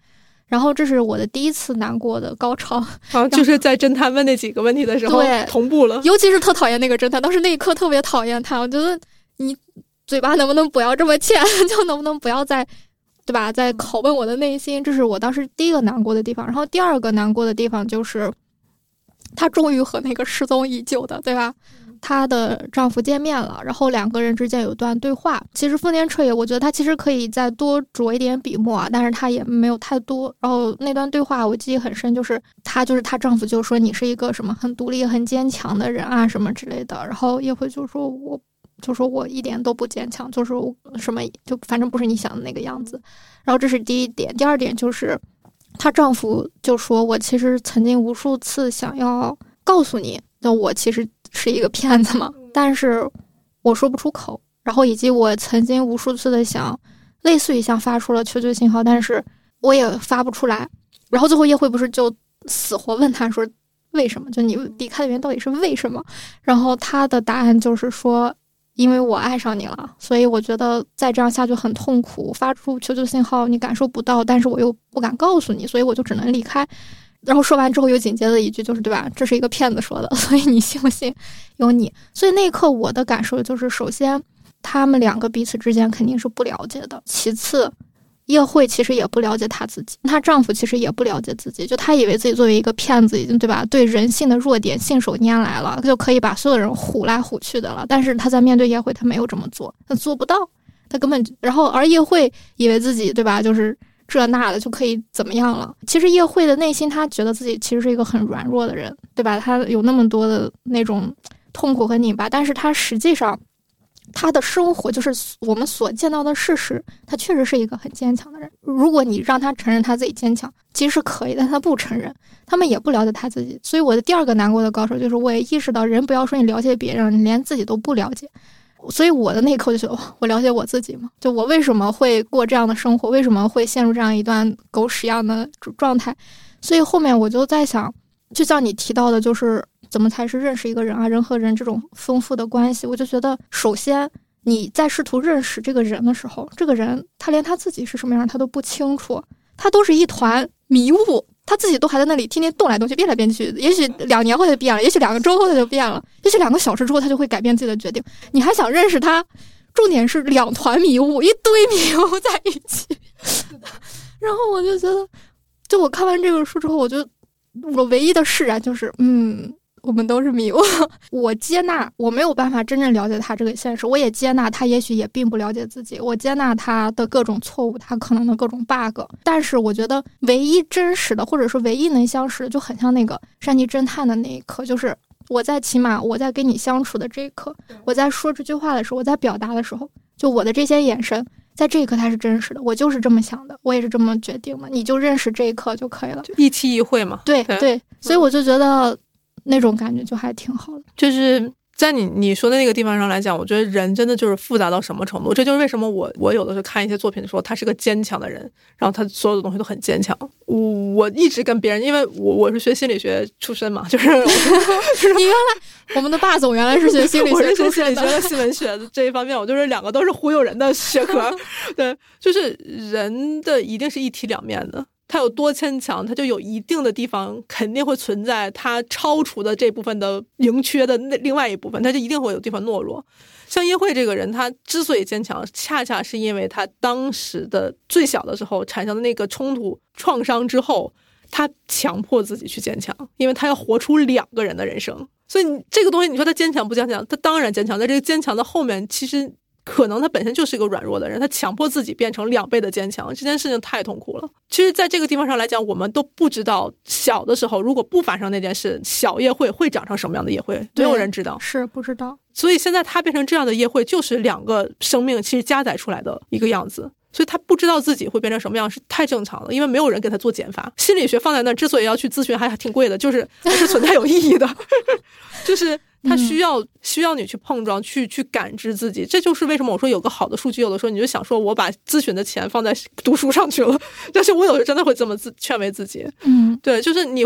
然后这是我的第一次难过的高潮啊，就是在侦探问那几个问题的时候同步了， 尤其是特讨厌那个侦探，当时那一刻特别讨厌他，我觉得你嘴巴能不能不要这么欠，就能不能不要再对吧，在拷问我的内心，这是我当时第一个难过的地方。然后第二个难过的地方就是她终于和那个失踪已久的对吧她的丈夫见面了，然后两个人之间有段对话。其实丰田彻也我觉得她其实可以再多着一点笔墨啊，但是她也没有太多。然后那段对话我记忆很深，就是她就是她丈夫就说你是一个什么很独立很坚强的人啊什么之类的，然后叶慧就说我就说我一点都不坚强，就是我什么就反正不是你想的那个样子。然后这是第一点。第二点就是她丈夫就说我其实曾经无数次想要告诉你那我其实是一个骗子嘛，但是我说不出口，然后以及我曾经无数次的想类似于像发出了求救信号，但是我也发不出来。然后最后叶慧不是就死活问他说为什么，就你离开的原因到底是为什么，然后他的答案就是说因为我爱上你了，所以我觉得再这样下去很痛苦，发出求救信号你感受不到，但是我又不敢告诉你，所以我就只能离开。然后说完之后又紧接着一句就是对吧，这是一个骗子说的，所以你信不信有你。所以那一刻我的感受就是首先他们两个彼此之间肯定是不了解的，其次叶慧其实也不了解她自己，她丈夫其实也不了解自己，就她以为自己作为一个骗子已经对吧，对人性的弱点信手拈来了，就可以把所有人唬来唬去的了。但是她在面对叶慧她没有这么做，她做不到，她根本然后而叶慧以为自己对吧就是这那的就可以怎么样了。其实叶慧的内心她觉得自己其实是一个很软弱的人对吧，她有那么多的那种痛苦和拧巴，但是她实际上她的生活就是我们所见到的事实，她确实是一个很坚强的人。如果你让她承认她自己坚强其实是可以，但她不承认，他们也不了解她自己。所以我的第二个难过的高手就是我也意识到人不要说你了解别人，你连自己都不了解。所以我的那一刻就觉得我了解我自己吗？就我为什么会过这样的生活，为什么会陷入这样一段狗屎一样的状态。所以后面我就在想，就像你提到的就是怎么才是认识一个人啊，人和人这种丰富的关系，我就觉得首先你在试图认识这个人的时候，这个人他连他自己是什么样他都不清楚，他都是一团迷雾，他自己都还在那里天天动来动去变来变去，也许两年后他就变了，也许两个周后他就变了，也许两个小时之后他就会改变自己的决定。你还想认识他，重点是两团迷雾，一堆迷雾在一起然后我就觉得就我看完这个书之后，我就我唯一的释然就是嗯我们都是迷雾。我接纳我没有办法真正了解他这个现实，我也接纳他也许也并不了解自己，我接纳他的各种错误，他可能的各种 bug。 但是我觉得唯一真实的或者说唯一能相识的就很像那个山崎侦探的那一刻，就是我在起码我在跟你相处的这一刻，我在说这句话的时候，我在表达的时候，就我的这些眼神在这一刻它是真实的，我就是这么想的，我也是这么决定的，你就认识这一刻就可以了， 就一期一会嘛。 对 对, 对，所以我就觉得那种感觉就还挺好的。 就是在你你说的那个地方上来讲，我觉得人真的就是复杂到什么程度，这就是为什么我我有的时候看一些作品的时候，他是个坚强的人，然后他所有的东西都很坚强。我我一直跟别人，因为我我是学心理学出身嘛，就是你原来我们的霸总原来是学心理学出身的， 我是学心理学和新闻学的这一方面，我就是两个都是忽悠人的学科。对，就是人的一定是一体两面的。他有多牵强，他就有一定的地方肯定会存在他超出的这部分的盈缺的那另外一部分，他就一定会有地方懦弱。像叶慧这个人，他之所以坚强，恰恰是因为他当时的最小的时候产生的那个冲突创伤之后，他强迫自己去坚强，因为他要活出两个人的人生。所以你这个东西你说他坚强不坚强，他当然坚强，在这个坚强的后面其实可能他本身就是一个软弱的人，他强迫自己变成两倍的坚强，这件事情太痛苦了。其实在这个地方上来讲，我们都不知道小的时候如果不发生那件事，小叶慧会长成什么样的叶慧，没有人知道， 是不知道。 所以现在他变成这样的叶慧，就是两个生命其实加载出来的一个样子，所以他不知道自己会变成什么样是太正常了，因为没有人给他做减法。心理学放在那之所以要去咨询还挺贵的，就是还是存在有意义的就是他需要、嗯、需要你去碰撞，去去感知自己。这就是为什么我说有个好的数据，有的时候你就想说我把咨询的钱放在读书上去了，但是我有时候真的会这么自劝慰自己。 嗯， 对，就是你会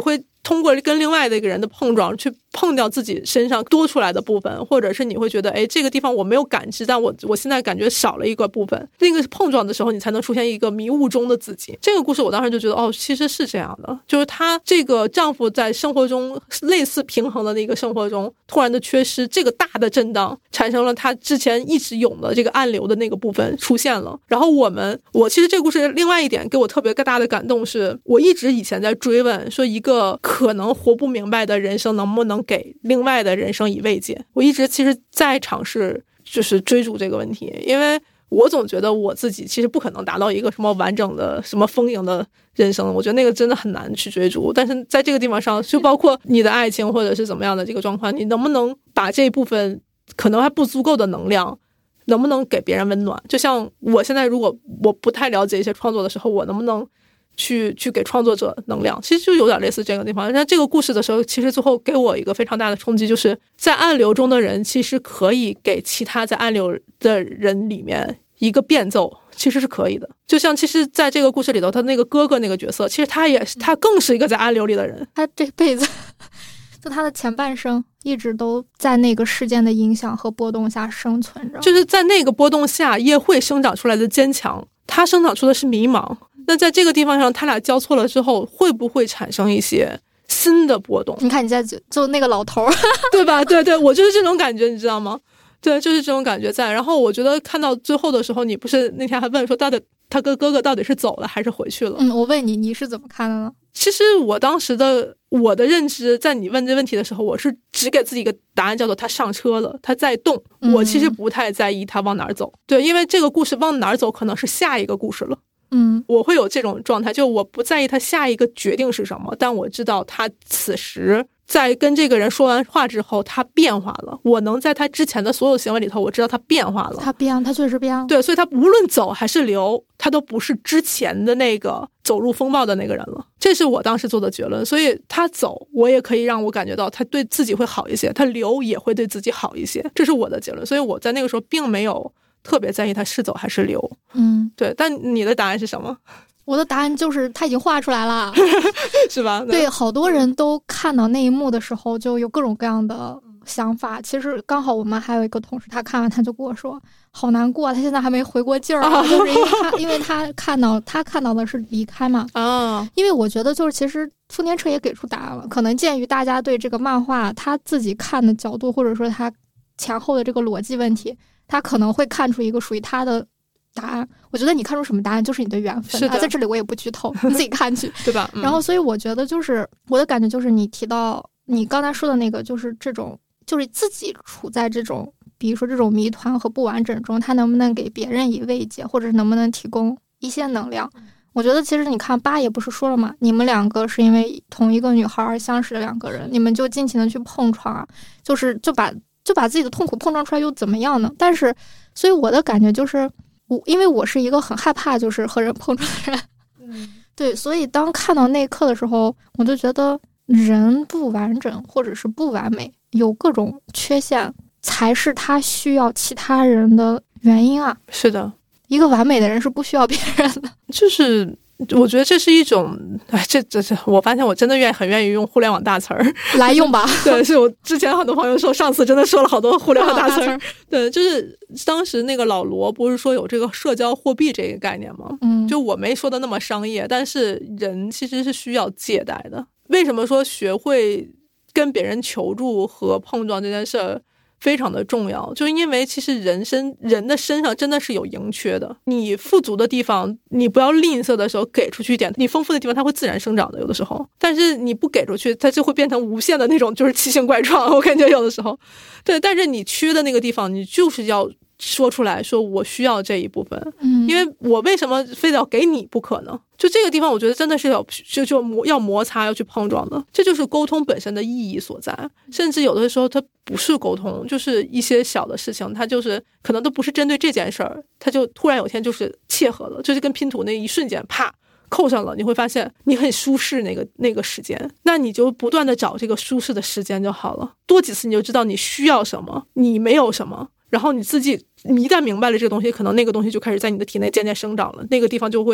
通过跟另外的一个人的碰撞去碰掉自己身上多出来的部分，或者是你会觉得哎，这个地方我没有感知，但我我现在感觉少了一个部分，那个碰撞的时候你才能出现一个迷雾中的自己。这个故事我当时就觉得哦，其实是这样的，就是她这个丈夫在生活中类似平衡的那个生活中突然的缺失，这个大的震荡产生了他之前一直涌的这个暗流的那个部分出现了。然后我们我其实这个故事另外一点给我特别大的感动是，我一直以前在追问说一个可能活不明白的人生能不能给另外的人生以慰藉，我一直其实在尝试就是追逐这个问题，因为我总觉得我自己其实不可能达到一个什么完整的什么丰盈的人生，我觉得那个真的很难去追逐。但是在这个地方上，就包括你的爱情或者是怎么样的这个状况，你能不能把这一部分可能还不足够的能量能不能给别人温暖。就像我现在如果我不太了解一些创作的时候，我能不能去去给创作者能量，其实就有点类似这个地方。但这个故事的时候，其实最后给我一个非常大的冲击，就是在暗流中的人其实可以给其他在暗流的人里面一个变奏，其实是可以的。就像其实在这个故事里头，他那个哥哥那个角色，其实他也他更是一个在暗流里的人， 他这辈子就他的前半生一直都在那个事件的影响和波动下生存着， 就是在那个波动下也会生长出来的坚强，他生长出的是迷茫。那在这个地方上他俩交错了之后，会不会产生一些新的波动？ 你看你在就就那个老头对吧？对对，我就是这种感觉，你知道吗？对，就是这种感觉在。然后我觉得看到最后的时候，你不是那天还问说到底他跟哥哥到底是走了还是回去了？ 嗯，我问你你是怎么看的呢？ 其实我当时的我的认知，在你问这问题的时候，我是只给自己一个答案，叫做他上车了，他在动。我其实不太在意他往哪儿走，对，因为这个故事往哪儿走可能是下一个故事了。 嗯， 我会有这种状态，就我不在意他下一个决定是什么，但我知道他此时在跟这个人说完话之后他变化了，我能在他之前的所有行为里头我知道他变化了， 他变，他确实变了。 对，所以他无论走还是留，他都不是之前的那个走入风暴的那个人了，这是我当时做的结论。所以他走我也可以让我感觉到他对自己会好一些，他留也会对自己好一些，这是我的结论。所以我在那个时候并没有特别在意他是走还是留。 嗯， 对。但你的答案是什么？ 我的答案就是他已经画出来了是吧？ 对，好多人都看到那一幕的时候就有各种各样的想法。其实刚好我们还有一个同事，他看完他就跟我说好难过，他现在还没回过劲儿、啊、就是因为他因为他看到他看到的是离开嘛。 啊， 因为我觉得就是其实丰田彻也给出答案了，可能鉴于大家对这个漫画他自己看的角度，或者说他前后的这个逻辑问题，他可能会看出一个属于他的答案。我觉得你看出什么答案就是你的缘分， 是的、 啊、在这里我也不剧透，你自己看去对吧、嗯、 然后所以我觉得就是我的感觉就是你提到你刚才说的那个，就是这种就是自己处在这种比如说这种谜团和不完整中，他能不能给别人以慰藉，或者是能不能提供一些能量。我觉得其实你看八也不是说了嘛，你们两个是因为同一个女孩而相识的两个人，你们就尽情的去碰撞啊，就是就把就把自己的痛苦碰撞出来又怎么样呢？但是所以我的感觉就是我因为我是一个很害怕就是和人碰撞的人，嗯，对，所以当看到那一刻的时候，我就觉得人不完整或者是不完美，有各种缺陷才是他需要其他人的原因啊。 是的， 一个完美的人是不需要别人的。 就是我觉得这是一种，哎，这这这，我发现我真的愿很愿意用互联网大词儿来用吧。 对，是我之前很多朋友说，上次真的说了好多互联网大词儿。对，就是当时那个老罗不是说有这个社交货币这个概念吗？嗯，就我没说的那么商业，但是人其实是需要借贷的。为什么说学会跟别人求助和碰撞这件事儿非常的重要，就是因为其实人身人的身上真的是有盈缺的，你富足的地方你不要吝啬的时候给出去一点，你丰富的地方它会自然生长的，有的时候，但是你不给出去它就会变成无限的那种就是奇形怪状，我感觉有的时候对，但是你缺的那个地方你就是要说出来，说我需要这一部分，嗯，因为我为什么非得要给你不可能，就这个地方我觉得真的是要就就摩要摩擦要去碰撞的，这就是沟通本身的意义所在。甚至有的时候它不是沟通，就是一些小的事情，它就是可能都不是针对这件事儿，它就突然有一天就是切合了，就是跟拼图那一瞬间啪扣上了，你会发现你很舒适那个那个时间，那你就不断的找这个舒适的时间就好了，多几次你就知道你需要什么，你没有什么，然后你自己你一旦明白了这个东西，可能那个东西就开始在你的体内渐渐生长了，那个地方就会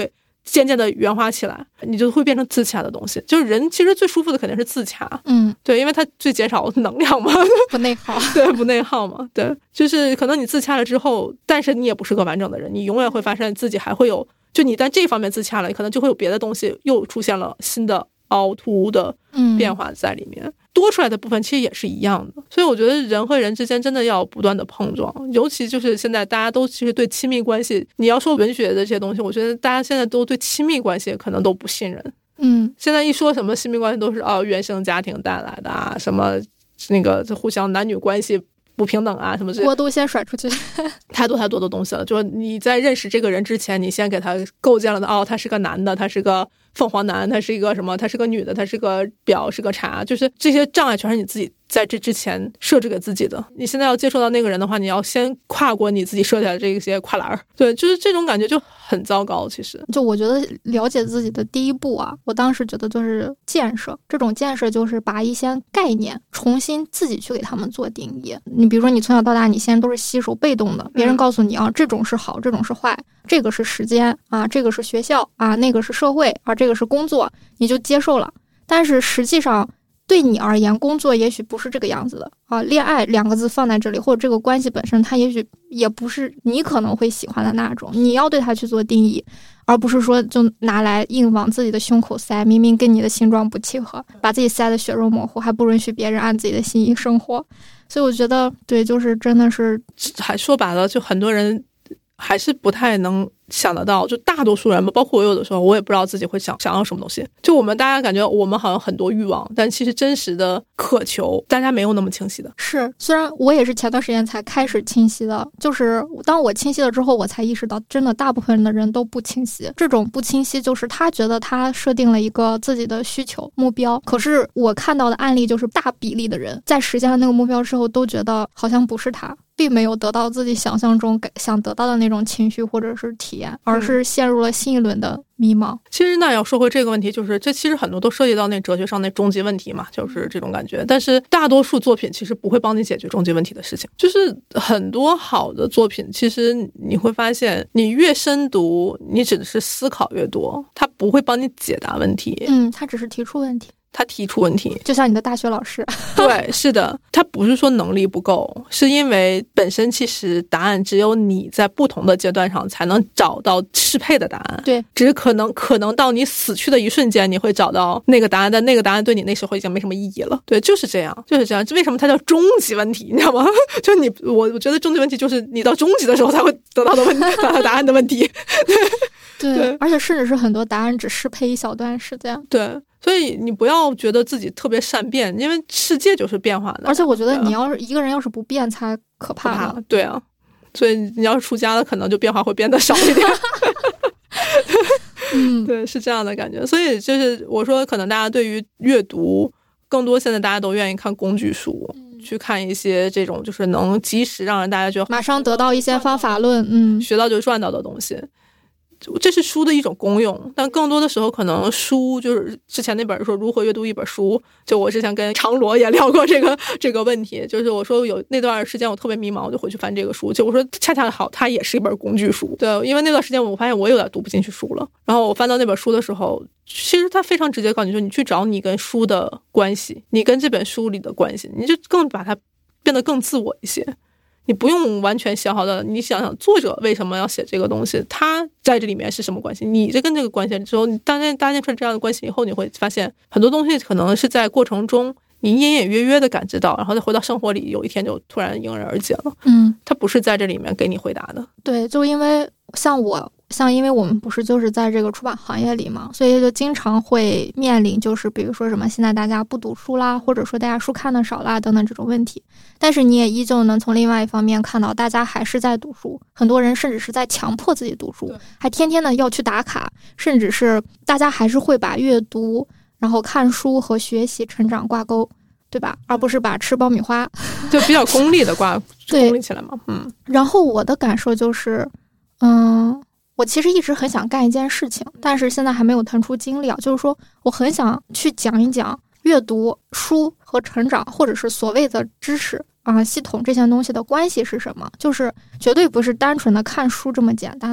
渐渐的圆滑起来，你就会变成自洽的东西。就是人其实最舒服的肯定是自洽， 嗯， 对，因为它最减少能量嘛， 不内耗， 对，不内耗嘛，对，就是可能你自洽了之后，但是你也不是个完整的人，你永远会发现自己还会有，就你在这方面自洽了，可能就会有别的东西又出现了新的凹凸的变化在里面。嗯，多出来的部分其实也是一样的，所以我觉得人和人之间真的要不断的碰撞，尤其就是现在大家都其实对亲密关系，你要说文学的这些东西，我觉得大家现在都对亲密关系可能都不信任。 嗯， 现在一说什么亲密关系都是哦原生家庭带来的啊，什么那个互相男女关系不平等啊，什么锅都先甩出去， 太多太多的东西了。就是你在认识这个人之前，你先给他构建了的哦，他是个男的，他是个凤凰男，他是一个什么，他是个女的，他是个表，是个茶，就是这些障碍全是你自己在这之前设置给自己的。你现在要接触到那个人的话，你要先跨过你自己设下的这些跨栏，对，就是这种感觉就很糟糕。其实就我觉得了解自己的第一步啊，我当时觉得就是建设，这种建设就是把一些概念重新自己去给他们做定义。你比如说你从小到大你现在都是吸收被动的，别人告诉你啊，这种是好，这种是坏，这个是时间啊，这个是学校啊，那个是社会啊，这个是工作，你就接受了。但是实际上对你而言，工作也许不是这个样子的啊，恋爱两个字放在这里，或者这个关系本身它也许也不是你可能会喜欢的那种，你要对它去做定义，而不是说就拿来硬往自己的胸口塞，明明跟你的形状不契合，把自己塞得血肉模糊，还不允许别人按自己的心意生活。所以我觉得对，就是真的是还说白了，就很多人还是不太能想得到，就大多数人吧，包括我有的时候我也不知道自己会想想要什么东西。就我们大家感觉我们好像很多欲望，但其实真实的渴求大家没有那么清晰的。 是，虽然我也是前段时间才开始清晰的，就是当我清晰了之后，我才意识到真的大部分的人都不清晰。这种不清晰就是他觉得他设定了一个自己的需求目标，可是我看到的案例就是大比例的人在实现了那个目标之后都觉得好像不是他，并没有得到自己想象中想得到的那种情绪或者是体验，而是陷入了新一轮的迷茫。 其实那要说回这个问题，就是这其实很多都涉及到那哲学上那终极问题嘛，就是这种感觉。但是大多数作品其实不会帮你解决终极问题的事情，就是很多好的作品，其实你会发现你越深读，你只是思考越多，它不会帮你解答问题。 嗯，它只是提出问题。 他提出问题， 就像你的大学老师。 对，是的，他不是说能力不够，是因为本身其实答案只有你在不同的阶段上才能找到适配的答案。 对， 只是可能可能到你死去的一瞬间，你会找到那个答案，但那个答案对你那时候已经没什么意义了。对，就是这样，就是这样。为什么它叫终极问题？你知道吗？就你，我我觉得终极问题就是你到终极的时候才会得到的问题，得到答案的问题。 对，对，而且甚至是很多答案只适配一小段时间。 对。所以你不要觉得自己特别善变，因为世界就是变化的。 而且我觉得你要是一个人要是不变才可怕了。 可怕，对啊，所以你要是出家了，可能就变化会变得少一点。 嗯， 对，是这样的感觉。所以就是我说，可能大家对于阅读更多，现在大家都愿意看工具书。嗯，去看一些这种就是能及时让人大家觉得马上得到一些方法论，嗯， 学到就赚到的东西。这是书的一种功用，但更多的时候可能书就是之前那本说如何阅读一本书，就我之前跟常罗也聊过这个这个问题，就是我说有那段时间我特别迷茫，我就回去翻这个书，就我说恰恰好它也是一本工具书。对，因为那段时间我发现我有点读不进去书了，然后我翻到那本书的时候，其实它非常直接告诉你说，你去找你跟书的关系，你跟这本书里的关系，你就更把它变得更自我一些。你不用完全消耗的，你想想作者为什么要写这个东西，他在这里面是什么关系，你这跟这个关系之后，你搭建搭建出来这样的关系以后，你会发现很多东西可能是在过程中你隐隐约约的感知到，然后再回到生活里，有一天就突然迎刃而解了。 嗯， 它不是在这里面给你回答的。 对，就因为像我像因为我们不是就是在这个出版行业里嘛，所以就经常会面临就是比如说什么现在大家不读书啦，或者说大家书看的少啦等等这种问题。但是你也依旧能从另外一方面看到大家还是在读书，很多人甚至是在强迫自己读书，还天天的要去打卡，甚至是大家还是会把阅读然后看书和学习成长挂钩，对吧？而不是把吃爆米花就比较功利的挂功利起来嘛。嗯。 然后我的感受就是嗯我其实一直很想干一件事情，但是现在还没有腾出精力啊。就是说，我很想去讲一讲阅读书和成长，或者是所谓的知识啊、呃、系统这些东西的关系是什么。就是绝对不是单纯的看书这么简单的。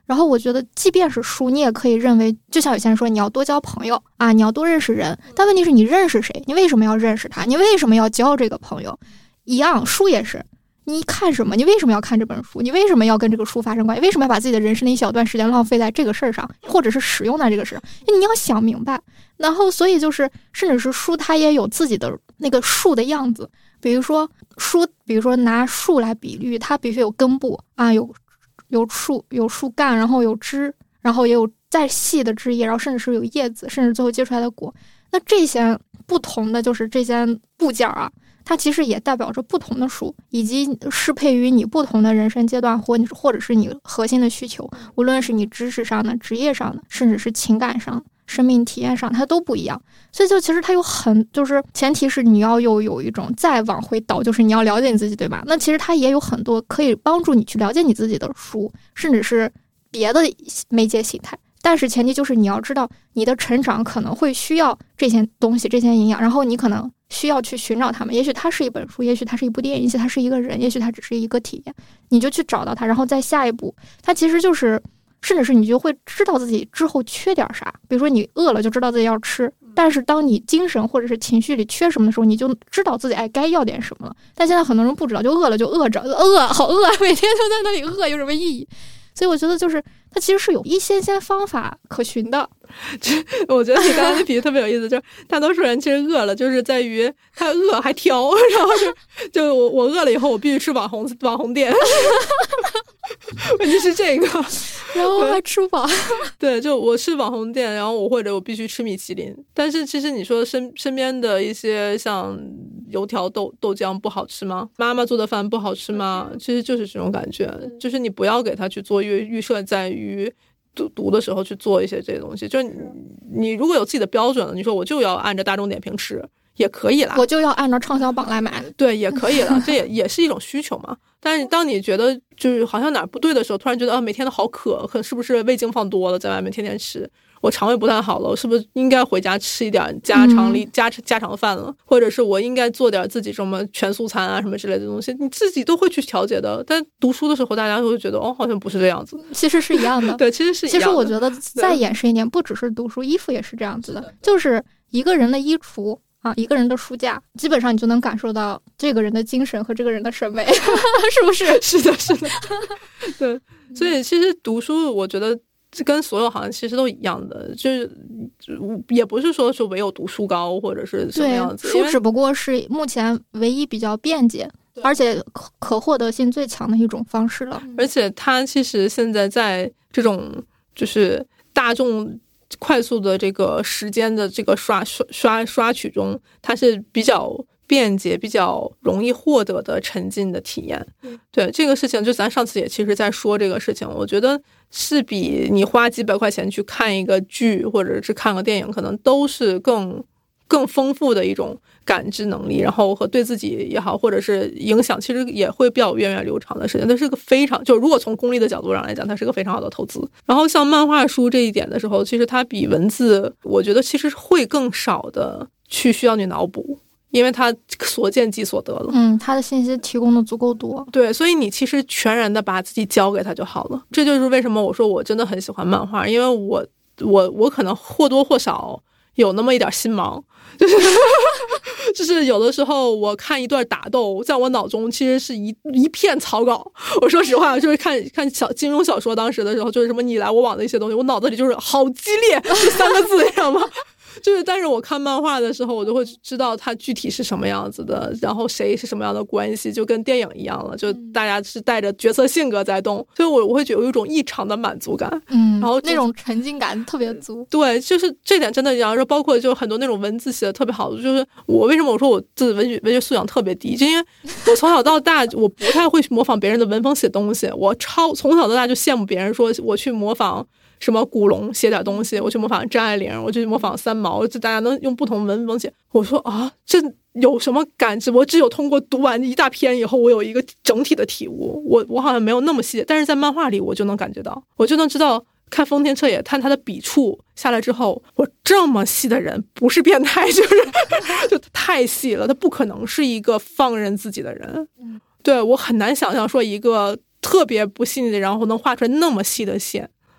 然后我觉得即便是书，你也可以认为，就像有些人说你要多交朋友啊，你要多认识人，但问题是你认识谁，你为什么要认识他，你为什么要交这个朋友一样。书也是，你看什么，你为什么要看这本书，你为什么要跟这个书发生关系，为什么要把自己的人生的一小段时间浪费在这个事儿上，或者是使用在这个事上，你要想明白。然后所以就是甚至是书它也有自己的那个树的样子，比如说书，比如说拿树来比喻，它必须有根部啊，有有树有树干，然后有枝，然后也有再细的枝叶，然后甚至是有叶子，甚至最后结出来的果。那这些不同的就是这些部件啊，它其实也代表着不同的树，以及适配于你不同的人生阶段，或或者是你核心的需求，无论是你知识上的、职业上的，甚至是情感上的、生命体验上，它都不一样。所以就其实它有很，就是前提是你要有有一种再往回倒，就是你要了解你自己，对吧？那其实它也有很多可以帮助你去了解你自己的书，甚至是别的媒介形态。但是前提就是你要知道你的成长可能会需要这些东西，这些营养，然后你可能需要去寻找它们。也许它是一本书，也许它是一部电影，也许它是一个人，也许它只是一个体验，你就去找到它，然后再下一步，它其实就是甚至是你就会知道自己之后缺点啥。比如说你饿了就知道自己要吃，但是当你精神或者是情绪里缺什么的时候，你就知道自己哎该要点什么了。但现在很多人不知道，就饿了就饿着，饿好饿，每天就在那里饿，有什么意义？所以我觉得就是它其实是有一些些方法可循的。 我觉得你刚才那比喻特别有意思，就是大多数人其实饿了，就是在于他饿还挑，然后就就我我饿了以后，我必须吃网红网红店。问题是这个， 然后还吃饱。 对，就我吃网红店，然后我或者我必须吃米其林。但是其实你说身身边的一些像油条豆豆浆不好吃吗？妈妈做的饭不好吃吗？其实就是这种感觉，就是你不要给他去做预预设在于读读的时候去做一些这些东西。就是你你如果有自己的标准了，你说我就要按照大众点评吃也可以啦， 我就要按照畅销榜来买， 对，也可以了，这也也是一种需求嘛。但是当你觉得就是好像哪儿不对的时候，突然觉得啊，每天都好渴，可是不是味精放多了，在外面天天吃，我肠胃不太好了，我是不是应该回家吃一点家常里、嗯、家家常饭了？或者是我应该做点自己什么全素餐啊什么之类的东西，你自己都会去调节的。但读书的时候，大家会觉得哦，好像不是这样子， 其实是一样的。 对，其实是一样的。 其实我觉得再延伸一点，不只是读书，衣服也是这样子的，就是一个人的衣橱。啊，一个人的书架，基本上你就能感受到这个人的精神和这个人的审美，是不是？ 是的，是的，对。所以其实读书，我觉得跟所有行业其实都一样的，就是也不是说是唯有读书高或者是什么样子。 书只不过是目前唯一比较便捷，而且可可获得性最强的一种方式了。 而且它其实现在在这种就是大众快速的这个时间的这个刷刷刷刷取中，它是比较便捷、比较容易获得的沉浸的体验。嗯、对这个事情，就咱上次也其实在说这个事情，我觉得是比你花几百块钱去看一个剧或者是看个电影，可能都是更更丰富的一种感知能力，然后和对自己也好，或者是影响，其实也会比较源远流长的事情。它是个非常，就如果从功利的角度上来讲，它是个非常好的投资。然后像漫画书这一点的时候，其实它比文字，我觉得其实会更少的去需要你脑补，因为它所见即所得了。 嗯，它的信息提供的足够多。 对，所以你其实全然的把自己交给他就好了。这就是为什么我说我真的很喜欢漫画，因为我我我可能或多或少有那么一点心盲，就是就是有的时候我看一段打斗，在我脑中其实是一一片草稿。我说实话，就是看看小金庸小说当时的时候，就是什么你来我往的一些东西，我脑子里就是好激烈这三个字，你知道吗？就是但是我看漫画的时候，我就会知道它具体是什么样子的，然后谁是什么样的关系，就跟电影一样了，就大家是带着角色性格在动，所以我我会觉得有一种异常的满足感。 嗯， 然后那种沉浸感特别足。 对，就是这点真的要说，包括就很多那种文字写的特别好的，就是我为什么我说我自己文学文学素养特别低，就因为我从小到大我不太会模仿别人的文风写东西，我超从小到大就羡慕别人说我去模仿什么古龙写点东西，我去模仿张爱玲，我去模仿三毛，就大家能用不同文风写。我说啊，这有什么感知？我只有通过读完一大篇以后，我有一个整体的体悟。我我好像没有那么细，但是在漫画里我就能感觉到，我就能知道。看丰田彻也看他的笔触下来之后，我这么细的人不是变态，就是就太细了，他不可能是一个放任自己的人。对，我很难想象说一个特别不细腻的，然后能画出来那么细的线。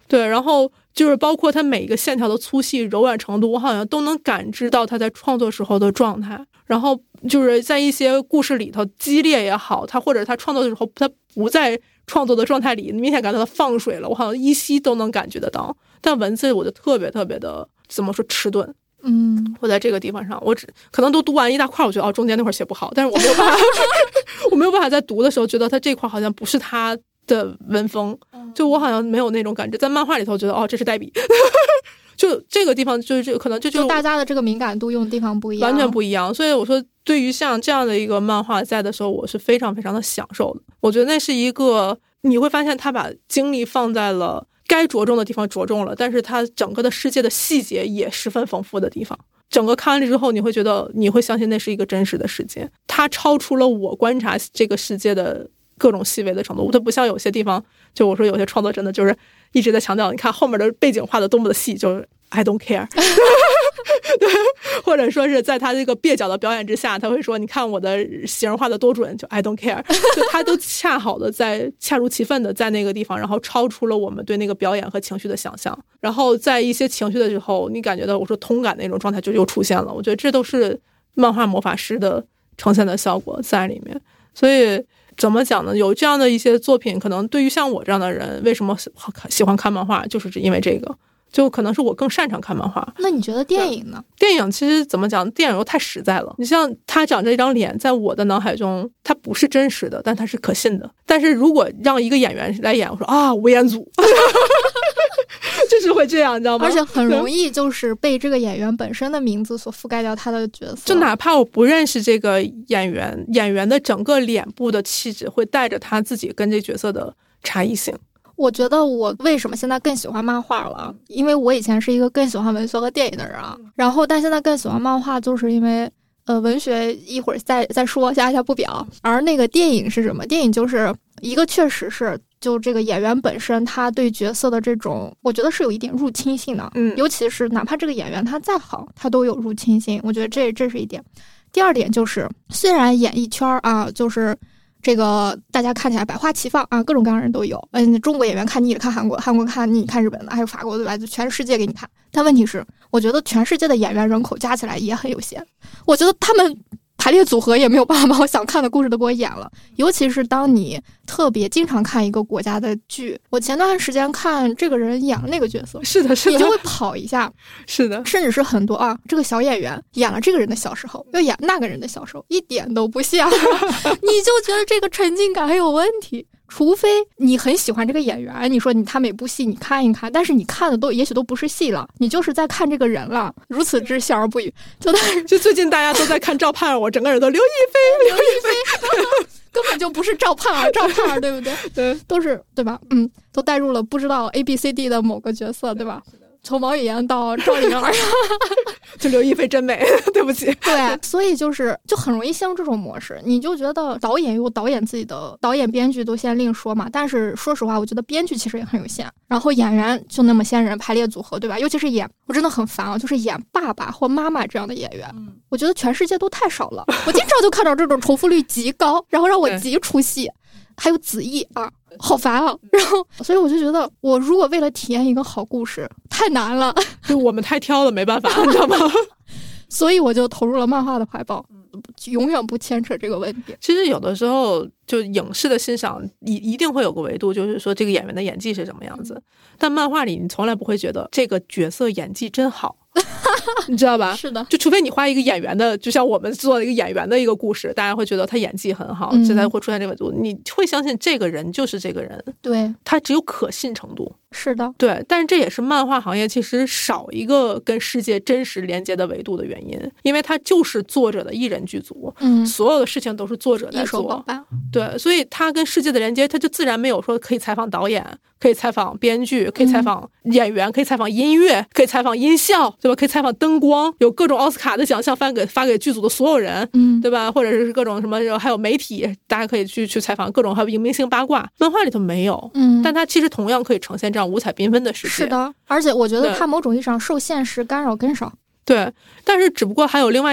对，然后就是包括它每一个线条的粗细、柔软程度，我好像都能感知到他在创作时候的状态。然后就是在一些故事里头激烈也好，他或者他创作的时候他不在创作的状态里，明显感到他放水了，我好像依稀都能感觉得到。但文字我就特别特别的怎么说迟钝。 嗯， 我在这个地方上，我只可能都读完一大块，我觉得哦，中间那块写不好，但是我没有办法，我没有办法在读的时候觉得他这块好像不是他的文风，就我好像没有那种感觉。在漫画里头觉得哦，这是代笔，就这个地方就是这可能这就就大家的这个敏感度用的地方不一样， 完全不一样。所以我说，对于像这样的一个漫画在的时候，我是非常非常的享受的。我觉得那是一个你会发现他把精力放在了该着重的地方着重了，但是它整个的世界的细节也十分丰富的地方。整个看完了之后，你会觉得你会相信那是一个真实的世界，它超出了我观察这个世界的各种细微的程度。它不像有些地方，就我说有些创作真的就是一直在强调，你看后面的背景画的多么的细，就是 I don't care 对，或者说是在他这个蹩脚的表演之下，他会说你看我的形画的多准，就 I don't care 就他都恰好的在恰如其分的在那个地方，然后超出了我们对那个表演和情绪的想象。然后在一些情绪的时候，你感觉到我说通感的那种状态就又出现了。我觉得这都是漫画魔法师的呈现的效果在里面。所以怎么讲呢，有这样的一些作品，可能对于像我这样的人，为什么喜欢看漫画，就是因为这个，就可能是我更擅长看漫画。 那你觉得电影呢？ 电影其实怎么讲，电影又太实在了。你像他长这张脸，在我的脑海中他不是真实的，但他是可信的。但是如果让一个演员来演，我说啊，吴彦祖就是会这样，你知道吗？ 而且很容易就是被这个演员本身的名字所覆盖掉他的角色。 就哪怕我不认识这个演员，演员的整个脸部的气质会带着他自己跟这角色的差异性。 我觉得我为什么现在更喜欢漫画了，因为我以前是一个更喜欢文学和电影的人啊，然后但现在更喜欢漫画，就是因为呃文学一会儿再再说，下下不表。而那个电影是什么？电影就是一个确实是就这个演员本身他对角色的这种，我觉得是有一点入侵性的， 嗯， 尤其是哪怕这个演员他再好，他都有入侵性，我觉得这这是一点。第二点就是，虽然演艺圈啊，就是这个大家看起来百花齐放啊，各种各样的人都有。嗯，中国演员看腻了看韩国，韩国看腻看日本的，还有法国，对吧？就全世界给你看。但问题是，我觉得全世界的演员人口加起来也很有限。我觉得他们排列组合也没有办法把我想看的故事都给我演了。尤其是当你特别经常看一个国家的剧，我前段时间看这个人演了那个角色， 是的，是的， 你就会跑一下。 是的， 甚至是很多啊，这个小演员演了这个人的小时候，又演那个人的小时候，一点都不像，你就觉得这个沉浸感很有问题。除非你很喜欢这个演员，你说你他每部戏你看一看，但是你看的都也许都不是戏了，你就是在看这个人了，如此之笑而不语。就就最近大家都在看赵盼儿，我整个人都刘亦菲， 刘亦菲根本就不是赵盼儿，赵盼儿对不对？ 对， 都是对吧？嗯，都带入了不知道 A B C D 的某个角色，对吧？从王语嫣到赵灵儿， 就刘亦菲真美，对不起。 对，所以就是就很容易陷入这种模式，你就觉得导演有导演自己的导演编剧都先另说嘛，但是说实话，我觉得编剧其实也很有限，然后演员就那么些人排列组合，对吧？尤其是演，我真的很烦啊，就是演爸爸或妈妈这样的演员，嗯、我觉得全世界都太少了，我经常就看到这种重复率极高，然后让我极出戏。还有子毅啊，好烦啊！然后，所以我就觉得，我如果为了体验一个好故事，太难了， 就我们太挑了，没办法，你知道吗？ 所以我就投入了漫画的怀抱，永远不牵扯这个问题。 其实有的时候，就影视的欣赏一一定会有个维度，就是说这个演员的演技是什么样子。但漫画里，你从来不会觉得这个角色演技真好。你知道吧？ 是的， 就除非你画一个演员的，就像我们做了一个演员的一个故事，大家会觉得他演技很好，这、嗯、才会出现这个维度。你会相信这个人就是这个人， 对， 他只有可信程度。 是的， 对，但是这也是漫画行业其实少一个跟世界真实连接的维度的原因，因为它就是作者的一人剧组，嗯，所有的事情都是作者在做，对，所以他跟世界的连接，他就自然没有说可以采访导演，可以采访编剧，可以采访演员，可以采访音乐，可以采访音效，对吧？可以采访灯光，有各种奥斯卡的奖项发给发给剧组的所有人，嗯，对吧？或者是各种什么，还有媒体，大家可以去去采访各种还有明星八卦。漫画里头没有，嗯，但它其实同样可以呈现这样五彩缤纷的世界。 是的，而且我觉得它某种意义上受现实干扰更少。 对，但是只不过还有另外一个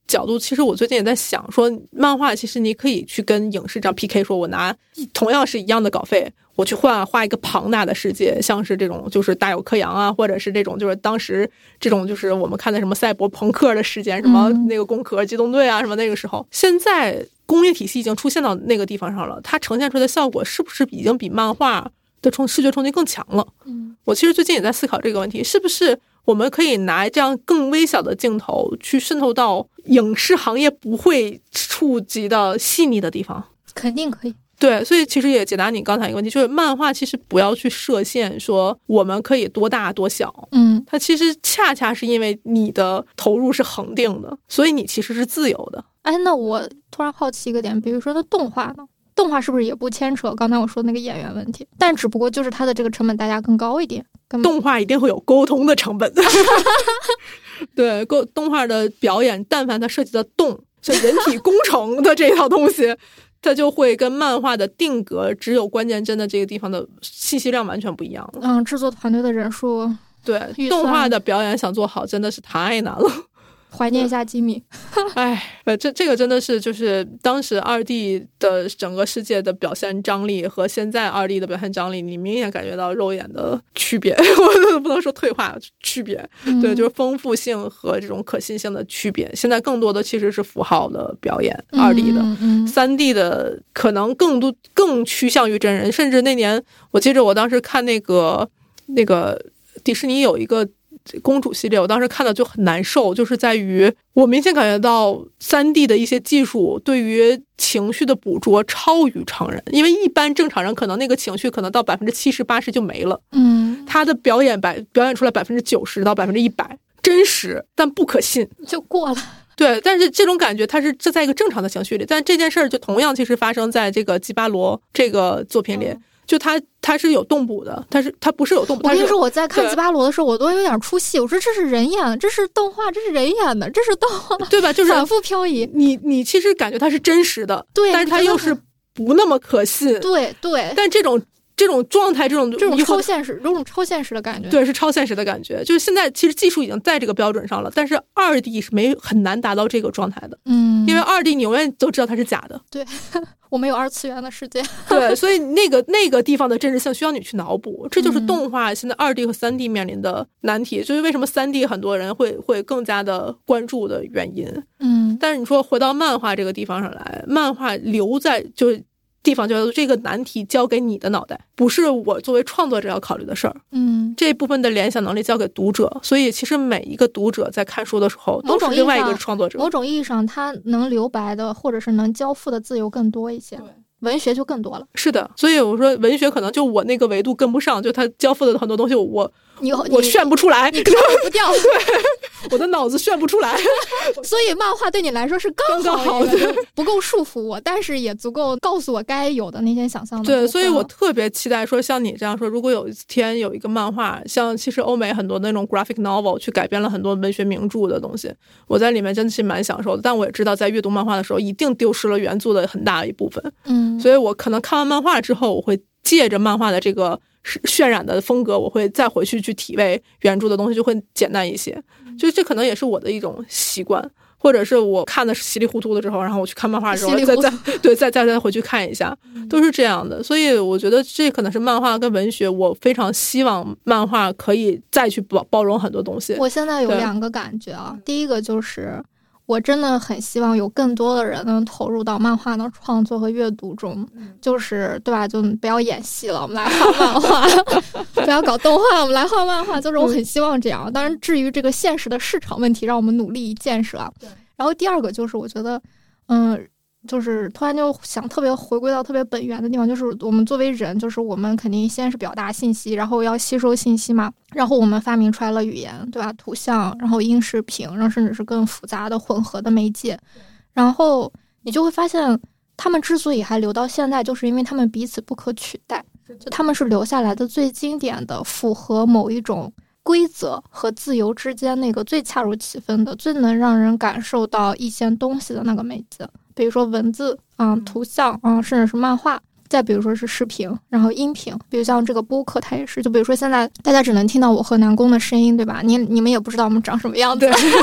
角度，其实我最近也在想说，漫画其实你可以去跟影视这样 P K， 说我拿同样是一样的稿费，我去画画一个庞大的世界，像是这种就是大有克洋啊，或者是这种就是当时这种就是我们看的什么赛博朋克的事件，什么那个攻壳机动队啊，什么那个时候，现在工业体系已经出现到那个地方上了，它呈现出来的效果是不是已经比漫画的冲视觉冲击更强了？嗯，我其实最近也在思考这个问题，是不是我们可以拿这样更微小的镜头去渗透到影视行业不会触及的细腻的地方？ 肯定可以。 对，所以其实也解答你刚才一个问题，就是漫画其实不要去设限说我们可以多大多小，嗯，它其实恰恰是因为你的投入是恒定的，所以你其实是自由的。 哎，那我突然好奇一个点，比如说那动画呢？动画是不是也不牵扯刚才我说的那个演员问题？但只不过就是它的这个成本大家更高一点。 动画一定会有沟通的成本。对，沟动画的表演，但凡它涉及到动，像人体工程的这套东西，它就会跟漫画的定格只有关键帧的这个地方的信息量完全不一样了。 嗯，制作团队的人数， 对，动画的表演想做好真的是太难了。 怀念一下吉米。 哎，这这个真的是就是当时二 D 的整个世界的表现张力和现在二 D 的表现张力，你明显感觉到肉眼的区别。我不能说退化，区别，嗯，对，就是丰富性和这种可信性的区别。现在更多的其实是符号的表演，嗯，二 D 的，嗯，三 D 的可能更多更趋向于真人。甚至那年我记着我当时看那个那个迪士尼有一个公主系列，我当时看到就很难受，就是在于我明显感觉到 三 D 的一些技术对于情绪的捕捉超于常人。因为一般正常人可能那个情绪可能到百分之七十八十就没了，嗯，他的表演百表演出来百分之九十到百分之一百真实但不可信就过了。 对，但是这种感觉它是这在一个正常的情绪里，但这件事儿就同样其实发生在这个基巴罗这个作品里，嗯，就他他是有动捕的，他是他不是有动捕。 我跟你说，我在看吉巴罗的时候，我都有点出戏。我说这是人演的，这是动画，这是人演的，这是动画， 对吧？就是反复漂移。 你你其实感觉它是真实的，对，但是它又是不那么可信。 对对。 但这种这种状态，这种这种超现实，这种超现实的感觉， 对，是超现实的感觉。就是现在其实技术已经在这个标准上了，但是二 D 是没很难达到这个状态的。嗯，因为二 D 你永远都知道它是假的。 对。我们有二次元的世界。 对，所以那个那个地方的真实性需要你去脑补，这就是动画现在二 D 和三 D 面临的难题，就是为什么三 D 很多人会会更加的关注的原因。嗯，但是你说回到漫画这个地方上来，漫画留在就是地方就是这个难题交给你的脑袋，不是我作为创作者要考虑的事儿。嗯，这部分的联想能力交给读者，所以其实每一个读者在看书的时候都是另外一个创作者。 某种意义上，他能留白的或者是能交付的自由更多一些。对，文学就更多了。 是的，所以我说文学可能就我那个维度跟不上，就他交付的很多东西我你我炫不出来， 你看不掉。 对，我的脑子炫不出来。 所以漫画对你来说是刚刚好的， 不够束缚我，但是也足够告诉我该有的那些想象的。 对，所以我特别期待说像你这样说，如果有一天有一个漫画，像其实欧美很多那种 graphic novel 去改编了很多文学名著的东西，我在里面真的是蛮享受的。但我也知道在阅读漫画的时候一定丢失了原著的很大一部分。嗯，所以我可能看完漫画之后，我会借着漫画的这个渲染的风格，我会再回去去体味原著的东西，就会简单一些。就这可能也是我的一种习惯，或者是我看的稀里糊涂的时候，然后我去看漫画的时候再再对再再再回去看一下，都是这样的。所以我觉得这可能是漫画跟文学，我非常希望漫画可以再去包包容很多东西。 我现在有两个感觉啊，第一个就是我真的很希望有更多的人能投入到漫画的创作和阅读中，就是对吧？就不要演戏了，我们来画漫画；不要搞动画，我们来画漫画。就是我很希望这样。当然，至于这个现实的市场问题，让我们努力建设。然后第二个就是我觉得，嗯。就是突然就想特别回归到特别本源的地方，就是我们作为人，就是我们肯定先是表达信息，然后要吸收信息嘛，然后我们发明出来了语言，对吧？图像，然后音视频，然后甚至是更复杂的混合的媒介，然后你就会发现他们之所以还留到现在，就是因为他们彼此不可取代，就他们是留下来的最经典的符合某一种规则和自由之间那个最恰如其分的，最能让人感受到一些东西的那个媒介。比如说文字啊、嗯、图像啊、嗯，甚至是漫画，再比如说是视频，然后音频，比如像这个播客，它也是。就比如说现在大家只能听到我和南宫的声音，对吧？你你们也不知道我们长什么样子。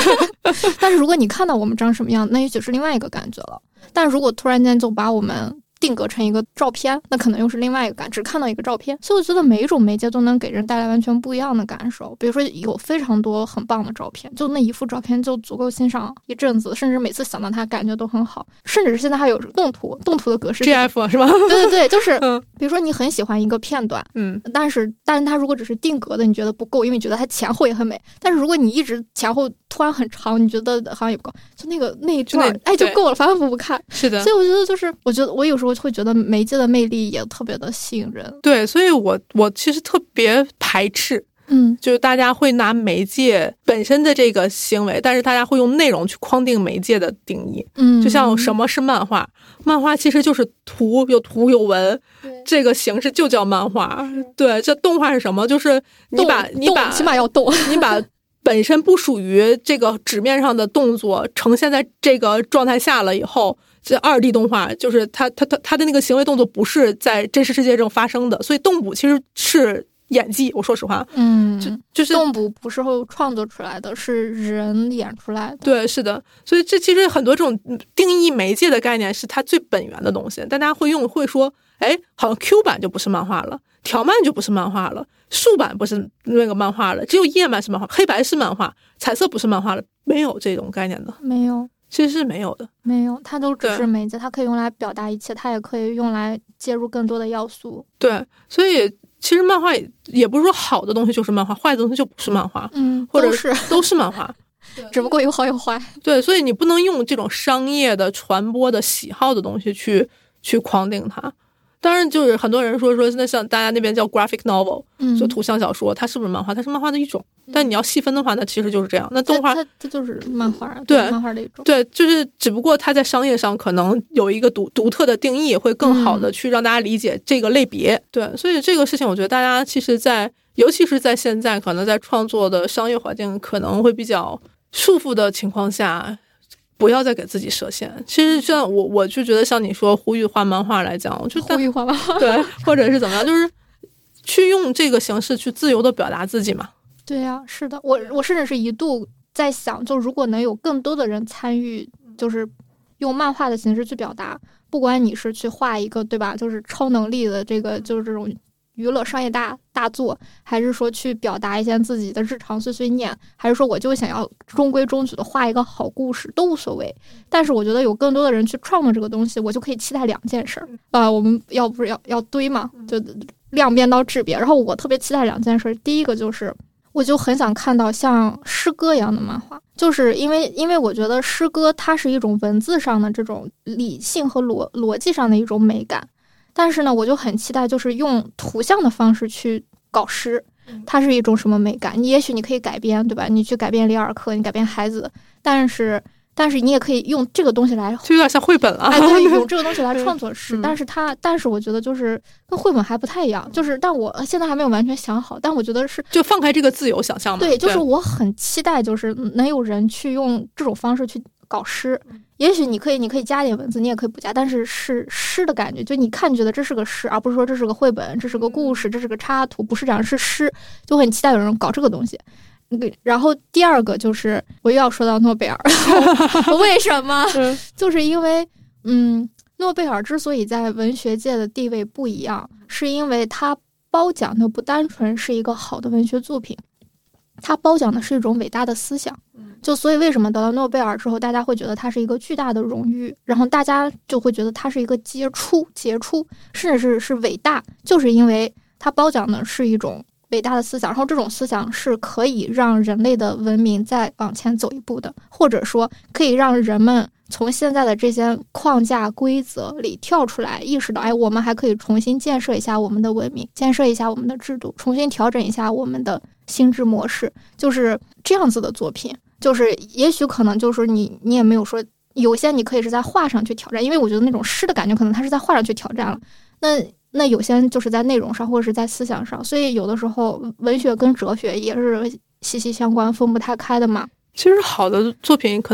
但是如果你看到我们长什么样，那也许是另外一个感觉了。但如果突然间就把我们定格成一个照片，那可能又是另外一个感，只看到一个照片。所以我觉得每一种媒介都能给人带来完全不一样的感受。比如说有非常多很棒的照片，就那一幅照片就足够欣赏一阵子，甚至每次想到它感觉都很好。甚至是现在还有动图，动图的格式 G F 是吧？ 对对对，就是、嗯、比如说你很喜欢一个片段， 嗯， 但是但是它如果只是定格的，你觉得不够，因为你觉得它前后也很美。但是如果你一直前后突然很长，你觉得好像也不够，就那个那一段哎就够了，反反复复看。 是的， 所以我觉得就是我觉得我有时候会觉得媒介的魅力也特别的吸引人。 对，所以我我其实特别排斥， 嗯， 就是大家会拿媒介本身的这个行为，但是大家会用内容去框定媒介的定义。 嗯， 就像什么是漫画，漫画其实就是图，有图有文，这个形式就叫漫画。对，这动画是什么？就是你把你把起码要动， 你把本身不属于这个纸面上的动作呈现在这个状态下了以后，这二 D 动画就是它它它它的那个行为动作不是在真实世界中发生的，所以动捕其实是演技。我说实话， 嗯， 就就是动捕不是后创作出来的，是人演出来的。 对，是的。所以这其实很多这种定义媒介的概念是它最本源的东西，大家会用会说，哎，好像 Q 版就不是漫画了，条漫就不是漫画了，竖版不是那个漫画了，只有页漫是漫画，黑白是漫画，彩色不是漫画了，没有这种概念的， 没有， 其实是没有的， 没有，它都只是媒介，它可以用来表达一切，它也可以用来介入更多的要素。 对，所以其实漫画 也, 也不是说好的东西就是漫画，坏的东西就不是漫画， 嗯， 或者都是都是漫画， 只不过有好有坏。 对，所以你不能用这种商业的传播的喜好的东西去去框定它。当然，就是很多人说说，那像大家那边叫 graphic novel， 嗯， 就图像小说，它是不是漫画？它是漫画的一种，但你要细分的话，那其实就是这样。那动画它它就是漫画， 对， 漫画的一种， 对，就是只不过它在商业上可能有一个独独特的定义，会更好的去让大家理解这个类别。嗯、对，所以这个事情，我觉得大家其实在，尤其是在现在可能在创作的商业环境可能会比较束缚的情况下。不要再给自己设限。其实像我，我就觉得像你说呼吁画漫画来讲，我就呼吁画漫画， 对，或者是怎么样，就是去用这个形式去自由的表达自己嘛。 对呀、啊，是的，我我甚至是一度在想，就如果能有更多的人参与，就是用漫画的形式去表达，不管你是去画一个对吧，就是超能力的这个就是这种。娱乐商业大大作，还是说去表达一些自己的日常碎碎念，还是说我就想要中规中矩的画一个好故事，都无所谓。但是我觉得有更多的人去创作这个东西，我就可以期待两件事儿啊、呃，我们要不是要要堆嘛，就量变到质变。然后我特别期待两件事，第一个就是我就很想看到像诗歌一样的漫画，就是因为因为我觉得诗歌它是一种文字上的这种理性和逻逻辑上的一种美感。但是呢，我就很期待，就是用图像的方式去搞诗，它是一种什么美感？你也许你可以改编，对吧？你去改编里尔克，你改编孩子，但是但是你也可以用这个东西来， 就有点像绘本了。 哎，对，用这个东西来创作诗。但是它，但是我觉得就是跟绘本还不太一样，就是但我现在还没有完全想好，但我觉得是就放开这个自由想象嘛。 对，就是我很期待，就是能有人去用这种方式去搞诗。也许你可以，你可以加点文字，你也可以不加，但是是诗的感觉，就你看觉得这是个诗，而不是说这是个绘本，这是个故事，这是个插图，不是这样，是诗，就很期待有人搞这个东西。然后第二个就是我又要说到诺贝尔，为什么？就是因为嗯，诺贝尔之所以在文学界的地位不一样，是因为他褒奖的不单纯是一个好的文学作品，他褒奖的是一种伟大的思想。就所以为什么得到诺贝尔之后，大家会觉得它是一个巨大的荣誉，然后大家就会觉得它是一个杰出、杰出，甚至是是伟大，就是因为它褒奖的是一种伟大的思想，然后这种思想是可以让人类的文明再往前走一步的，或者说可以让人们从现在的这些框架规则里跳出来，意识到，哎，我们还可以重新建设一下我们的文明，建设一下我们的制度，重新调整一下我们的心智模式，就是这样子的作品。就是也许可能就是你你也没有说，有些你可以是在画上去挑战，因为我觉得那种诗的感觉可能它是在画上去挑战了，那那有些就是在内容上或者是在思想上，所以有的时候文学跟哲学也是息息相关分不太开的嘛。 其实好的作品可能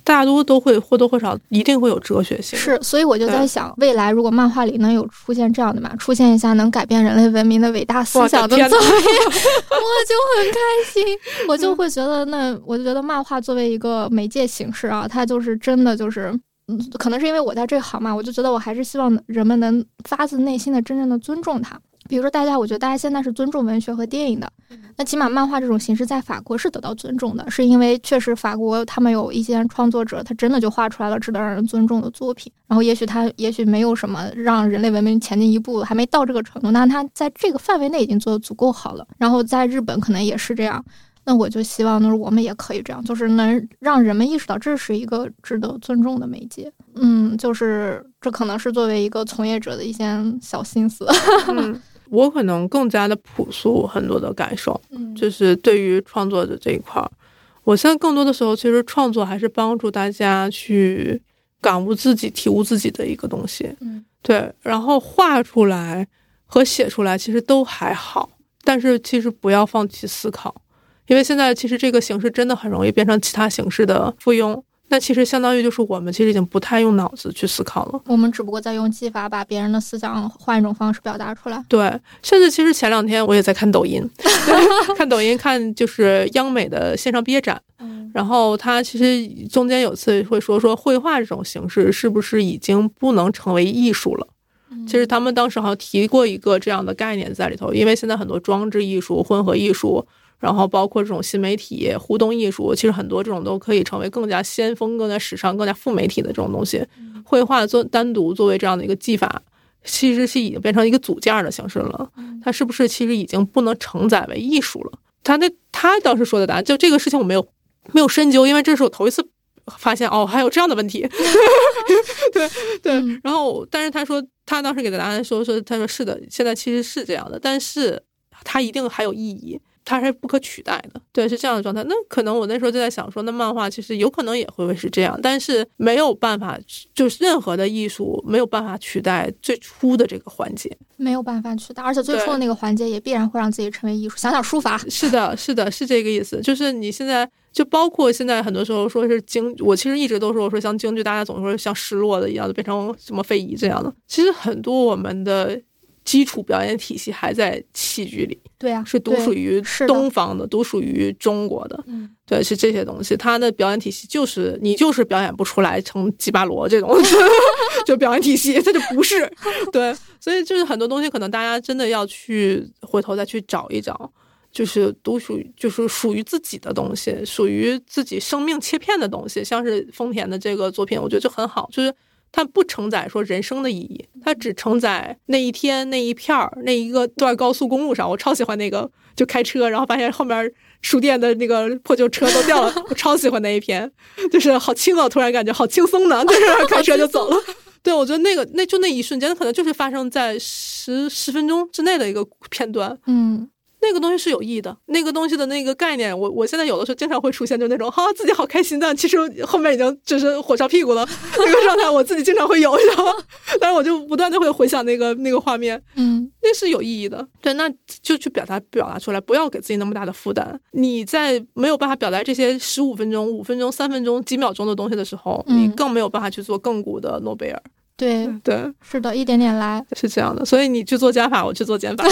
大多都会或多或少一定会有哲学性。 是，所以我就在想，未来如果漫画里能有出现这样的嘛，出现一下能改变人类文明的伟大思想的作品，我就很开心。我就会觉得那，我就觉得漫画作为一个媒介形式啊，它就是真的就是。嗯，可能是因为我在这行嘛，我就觉得我还是希望人们能发自内心的真正的尊重它。比如说大家，我觉得大家现在是尊重文学和电影的，那起码漫画这种形式在法国是得到尊重的，是因为确实法国他们有一些创作者，他真的就画出来了值得让人尊重的作品。然后也许他也许没有什么让人类文明前进一步，还没到这个程度，但他在这个范围内已经做得足够好了。然后在日本可能也是这样。那我就希望呢，我们也可以这样，就是能让人们意识到这是一个值得尊重的媒介。嗯，就是这可能是作为一个从业者的一些小心思。 嗯，我可能更加的朴素很多的感受，嗯，就是对于创作者这一块，我现在更多的时候，其实创作还是帮助大家去感悟自己、体悟自己的一个东西。嗯，对，然后画出来和写出来其实都还好，但是其实不要放弃思考。因为现在其实这个形式真的很容易变成其他形式的附庸，那其实相当于就是我们其实已经不太用脑子去思考了， 我们只不过在用技法把别人的思想换一种方式表达出来。 对，甚至其实前两天我也在看抖音看抖音看就是央美的线上毕业展、嗯、然后他其实中间有次会说说绘画这种形式是不是已经不能成为艺术了。其实他们当时好像提过一个这样的概念在里头，因为现在很多装置艺术、混合艺术，然后包括这种新媒体、互动艺术，其实很多这种都可以成为更加先锋、更加时尚、更加富媒体的这种东西。绘画做单独作为这样的一个技法，其实是已经变成一个组件的形式了。它是不是其实已经不能承载为艺术了？他那他当时说的答案，就这个事情我没有没有深究，因为这是我头一次发现哦，还有这样的问题。对对、嗯，然后但是他说他当时给的答案说说他说是的，现在其实是这样的，但是它一定还有意义。它是不可取代的，对，是这样的状态。那可能我那时候就在想说，那漫画其实有可能也会是这样，但是没有办法，就是任何的艺术没有办法取代最初的这个环节， 没有办法取代，而且最初的那个环节也必然会让自己成为艺术。想想书法， 是的，是的，是这个意思。就是你现在就包括现在很多时候说是京，我其实一直都说说像京剧，大家总说像失落的一样的变成什么非遗这样的，其实很多我们的基础表演体系还在戏剧里。 对啊， 是独属于东方的，独属于中国的。嗯，对，是这些东西。它的表演体系就是你就是表演不出来成吉巴罗这种就表演体系，它就不是。对，所以就是很多东西可能大家真的要去回头再去找一找，就是独属于就是属于自己的东西，属于自己生命切片的东西。像是丰田的这个作品，我觉得就很好，就是它不承载说人生的意义，它只承载那一天那一片儿那一个段高速公路上。我超喜欢那个，就开车然后发现后面书店的那个破旧车都掉了，我超喜欢那一篇，就是好轻啊，突然感觉好轻松的，就是开车就走了。对，我觉得那个那就那一瞬间可能就是发生在十十分钟之内的一个片段。嗯，那个东西是有意义的，那个东西的那个概念，我我现在有的时候经常会出现，就那种哈、啊、自己好开心的，其实后面已经就是火烧屁股了那个状态，我自己经常会有，你知道吗？但是我就不断的会回想那个那个画面，嗯，那是有意义的。对，那就去表达表达出来，不要给自己那么大的负担。你在没有办法表达这些十五分钟、五分钟、三分钟、几秒钟的东西的时候，嗯、你更没有办法去做亘古的诺贝尔。 对对， 是的，一点点来， 是这样的。所以你去做加法，我去做减法。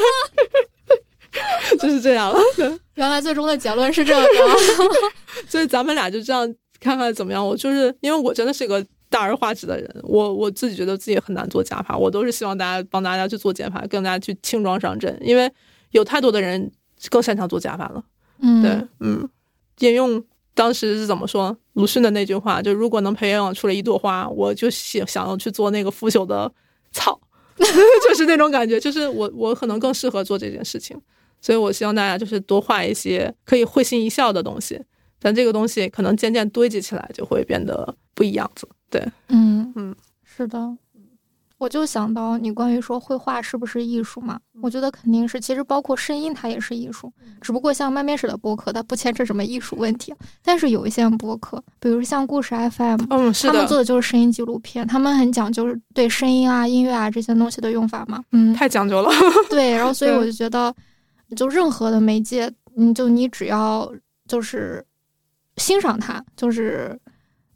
就是这样了。 原来最终的结论是这个。 所以咱们俩就这样看看怎么样。我就是因为我真的是一个大而化之的人，我我自己觉得自己很难做加法，我都是希望大家帮大家去做减法，跟大家去轻装上阵，因为有太多的人更擅长做加法了。嗯，对，嗯，引用当时是怎么说鲁迅的那句话，就如果能培养出来一朵花，我就想要去做那个腐朽的草。就是那种感觉，就是我我可能更适合做这件事情，所以我希望大家就是多画一些可以会心一笑的东西，但这个东西可能渐渐堆积起来就会变得不一样子。对， 嗯嗯，是的。我就想到你关于说绘画是不是艺术嘛，我觉得肯定是，其实包括声音它也是艺术，只不过像慢面史的播客它不牵扯什么艺术问题，但是有一些播客比如像故事 F M， 嗯，是的， 他们做的就是声音纪录片，他们很讲究对声音啊音乐啊这些东西的用法嘛，嗯， 太讲究了。 对，然后所以我就觉得就任何的媒介，嗯，就你只要就是欣赏它，就是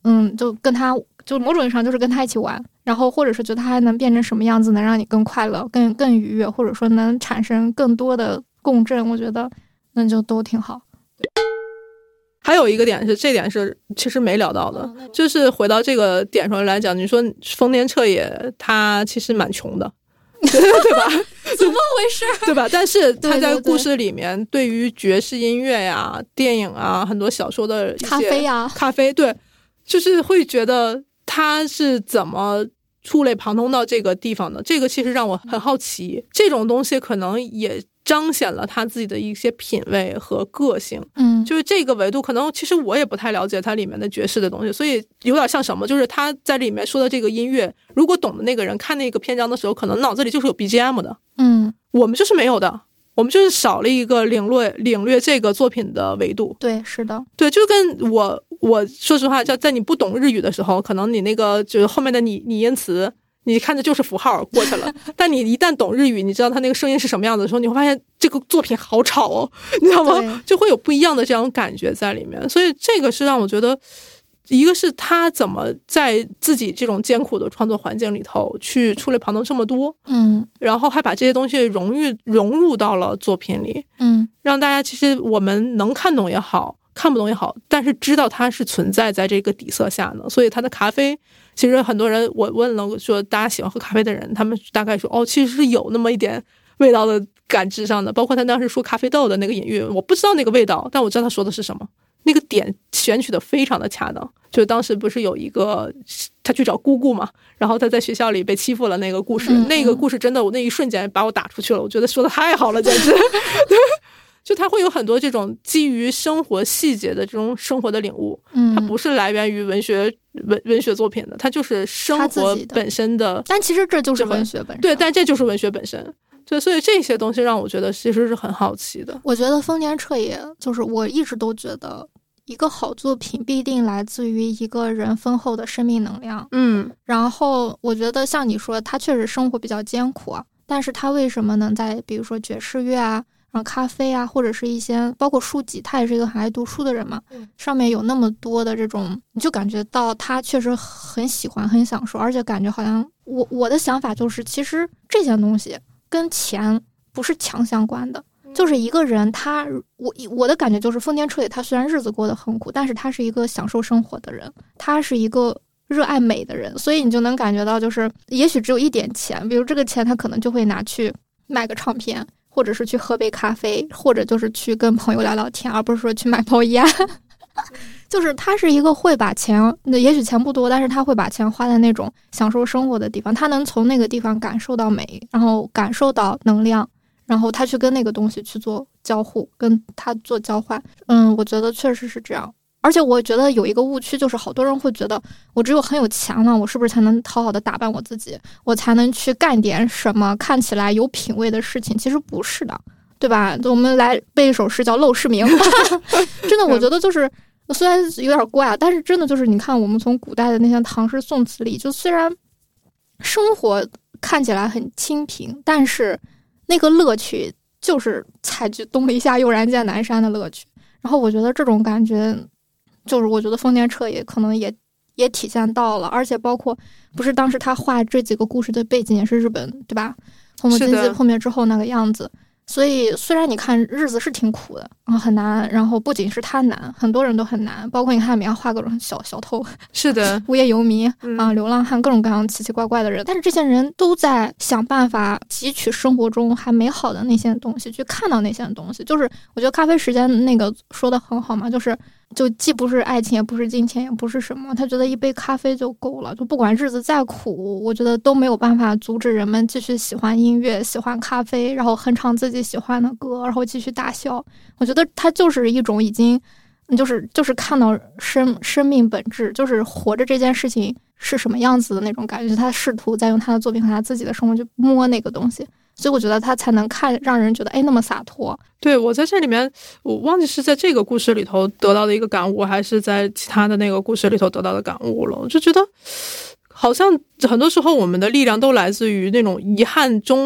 嗯，就跟他就某种意义上就是跟他一起玩，然后或者是觉得他还能变成什么样子，能让你更快乐、更更愉悦，或者说能产生更多的共振，我觉得那就都挺好。 还有一个点是，这点是其实没聊到的，嗯、就是回到这个点上来讲，你说丰田彻也他其实蛮穷的，对吧？ 怎么回事？ 对吧？但是他在故事里面对于爵士音乐呀、电影啊、很多小说的一些咖啡呀、 咖啡，对，就是会觉得他是怎么触类旁通到这个地方的。这个其实让我很好奇，这种东西可能也彰显了他自己的一些品味和个性。 嗯， 就是这个维度可能其实我也不太了解它里面的爵士的东西，所以有点像什么，就是他在里面说的这个音乐，如果懂的那个人看那个篇章的时候，可能脑子里就是有 B G M 的。 嗯， 我们就是没有的，我们就是少了一个领略领略这个作品的维度。 对，是的， 对，就跟我我说实话，在你不懂日语的时候，可能你那个就是后面的拟拟音词，你看着就是符号过去了，但你一旦懂日语，你知道它那个声音是什么样子的时候，你会发现这个作品好吵哦，你知道吗？就会有不一样的这种感觉在里面。所以这个是让我觉得，一个是他怎么在自己这种艰苦的创作环境里头去触类旁通这么多， 嗯， 然后还把这些东西融入融入到了作品里， 嗯， 让大家其实我们能看懂也好，看不懂也好，但是知道它是存在在这个底色下的。所以它的咖啡，其实很多人我问了说大家喜欢喝咖啡的人，他们大概说哦，其实是有那么一点味道的感知上的。包括他当时说咖啡豆的那个隐喻，我不知道那个味道，但我知道他说的是什么，那个点选取的非常的恰当。就当时不是有一个他去找姑姑嘛，然后他在学校里被欺负了那个故事，嗯嗯那个故事真的我那一瞬间把我打出去了，我觉得说的太好了，简直就他会有很多这种基于生活细节的这种生活的领悟，嗯，它不是来源于文学文文学作品的，它就是生活本身的， 的但其实这就是文学本身， 对，但这就是文学本身。对，所以这些东西让我觉得其实是很好奇的。 我觉得丰田彻也就是我一直都觉得一个好作品必定来自于一个人丰厚的生命能量。 嗯， 然后我觉得像你说他确实生活比较艰苦啊，但是他为什么能在比如说爵士乐啊，然后咖啡啊，或者是一些包括书籍，他也是一个很爱读书的人嘛，嗯，上面有那么多的这种，你就感觉到他确实很喜欢很享受，而且感觉好像我我的想法就是其实这些东西跟钱不是强相关的，就是一个人他我我的感觉就是丰田彻也他虽然日子过得很苦，但是他是一个享受生活的人，他是一个热爱美的人，所以你就能感觉到就是也许只有一点钱，比如这个钱他可能就会拿去买个唱片，或者是去喝杯咖啡，或者就是去跟朋友聊聊天，而不是说去买包烟就是他是一个会把钱，也许钱不多，但是他会把钱花在那种享受生活的地方，他能从那个地方感受到美，然后感受到能量，然后他去跟那个东西去做交互，跟他做交换。嗯，我觉得确实是这样。而且我觉得有一个误区，就是好多人会觉得我只有很有钱了，我是不是才能好好的打扮我自己，我才能去干点什么看起来有品位的事情。其实不是的，对吧？我们来背一首诗叫《陋室铭》真的我觉得就是虽然有点怪啊，但是真的就是你看我们从古代的那些唐诗宋词里，就虽然生活看起来很清贫，但是那个乐趣就是采菊东篱下，悠然见南山的乐趣。然后我觉得这种感觉就是我觉得丰田彻也可能也也体现到了，而且包括不是当时他画这几个故事的背景也是日本，对吧？泡沫经济破灭之后那个样子。所以虽然你看日子是挺苦的，然后很难，然后不仅是他难，很多人都很难，包括你看里面画各种小小偷， 是的， 无业游民、 嗯、 啊，流浪汉，各种各样奇奇怪怪的人，但是这些人都在想办法汲取生活中还美好的那些东西，去看到那些东西。就是我觉得咖啡时间那个说的很好嘛，就是就既不是爱情，也不是金钱，也不是什么，他觉得一杯咖啡就够了，就不管日子再苦，我觉得都没有办法阻止人们继续喜欢音乐，喜欢咖啡，然后哼唱自己喜欢的歌，然后继续大笑。我觉得他就是一种已经就是就是看到生生命本质，就是活着这件事情是什么样子的那种感觉，他试图在用他的作品和他自己的生活去摸那个东西，所以我觉得他才能看让人觉得哎那么洒脱。 对，我在这里面我忘记是在这个故事里头得到的一个感悟，还是在其他的那个故事里头得到的感悟了。我就觉得好像很多时候我们的力量都来自于那种遗憾中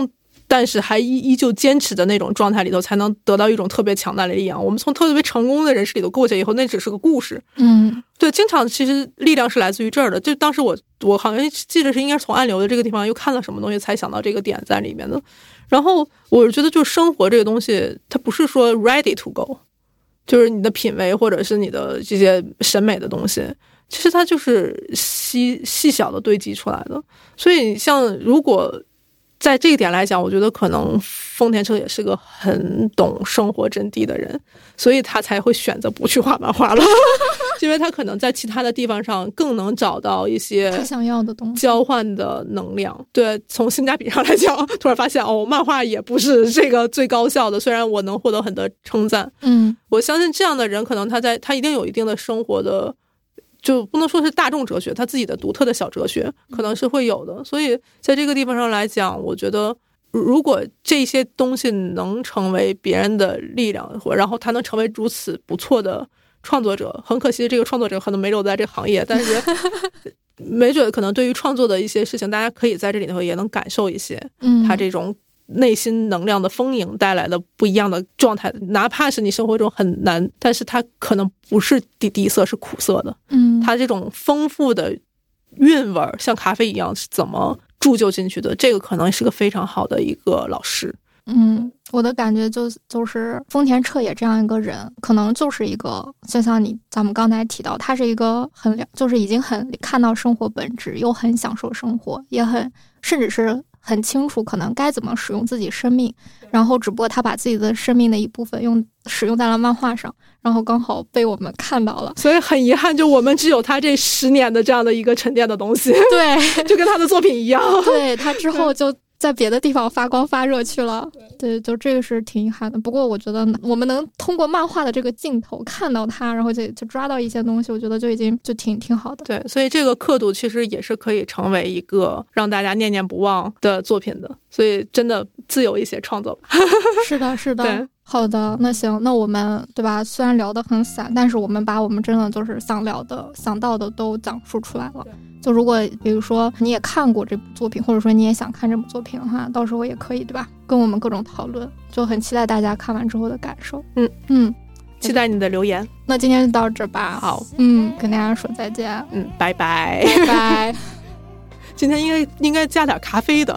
但是还依依旧坚持的那种状态里头，才能得到一种特别强大的力量。我们从特别成功的人士里头过去以后，那只是个故事。 嗯， 对，经常其实力量是来自于这儿的。就当时我我好像记得是应该是从暗流的这个地方又看了什么东西，才想到这个点在里面的。然后我觉得就是生活这个东西，它不是说 ready to go， 就是你的品味或者是你的这些审美的东西，其实它就是细细小的堆积出来的。所以像如果在这一点来讲，我觉得可能丰田彻也是个很懂生活真谛的人，所以他才会选择不去画漫画了。因为他可能在其他的地方上更能找到一些他想要的东西， 交换的能量。对，从性价比上来讲，突然发现哦，漫画也不是这个最高效的，虽然我能获得很多称赞。 嗯， 我相信这样的人，可能他在他一定有一定的生活的，就不能说是大众哲学，他自己的独特的小哲学可能是会有的。所以在这个地方上来讲，我觉得如果这些东西能成为别人的力量，然后他能成为如此不错的创作者，很可惜这个创作者可能没留在这个行业，但是没准可能对于创作的一些事情，大家可以在这里头也能感受一些他这种内心能量的丰盈带来的不一样的状态，哪怕是你生活中很难，但是它可能不是底底色，是苦涩的。 嗯， 它这种丰富的韵味像咖啡一样是怎么铸就进去的，这个可能是个非常好的一个老师。 嗯，我的感觉就就是丰田彻也这样一个人，可能就是一个就像你咱们刚才提到，他是一个很就是已经很看到生活本质，又很享受生活，也很甚至是很清楚可能该怎么使用自己生命，然后只不过他把自己的生命的一部分用使用在了漫画上，然后刚好被我们看到了。 所以很遗憾，就我们只有他这十年的这样的一个沉淀的东西。 对， 就跟他的作品一样。 对，他之后就在别的地方发光发热去了。对，就这个是挺遗憾的。不过我觉得我们能通过漫画的这个镜头看到他，然后就就抓到一些东西，我觉得就已经就挺挺好的。 对，所以这个刻度其实也是可以成为一个让大家念念不忘的作品的。所以真的自由一些创作吧。 是的，是的。 对， 好的，那行，那我们对吧？虽然聊得很散，但是我们把我们真的就是想聊的、想到的都讲述出来了。就如果比如说你也看过这部作品，或者说你也想看这部作品的话，到时候也可以对吧？跟我们各种讨论，就很期待大家看完之后的感受。 嗯嗯， 期待你的留言。 那今天就到这吧。 好， 嗯，跟大家说再见。 嗯，拜拜， 拜拜。 今天应该应该加点咖啡的。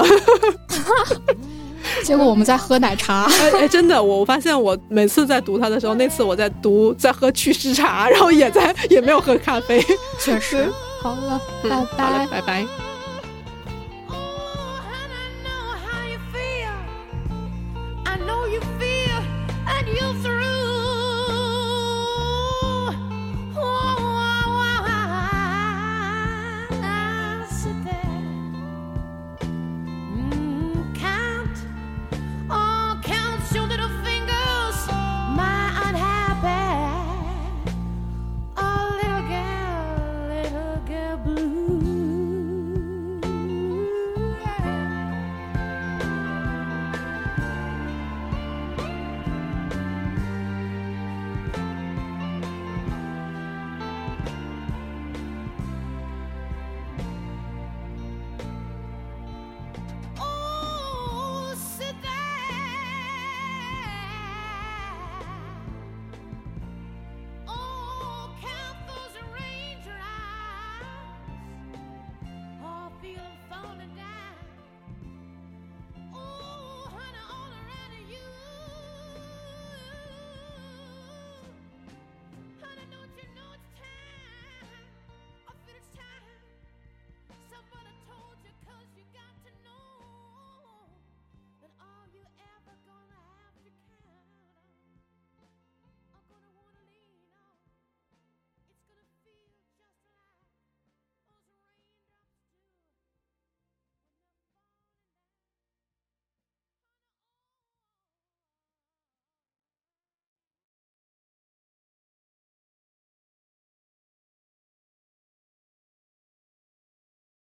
结果我们在喝奶茶。 哎哎，真的，我发现我每次在读它的时候，那次我在读在喝祛湿茶，然后也在也没有喝咖啡。 确实。好了，拜拜。 嗯，好了，拜拜。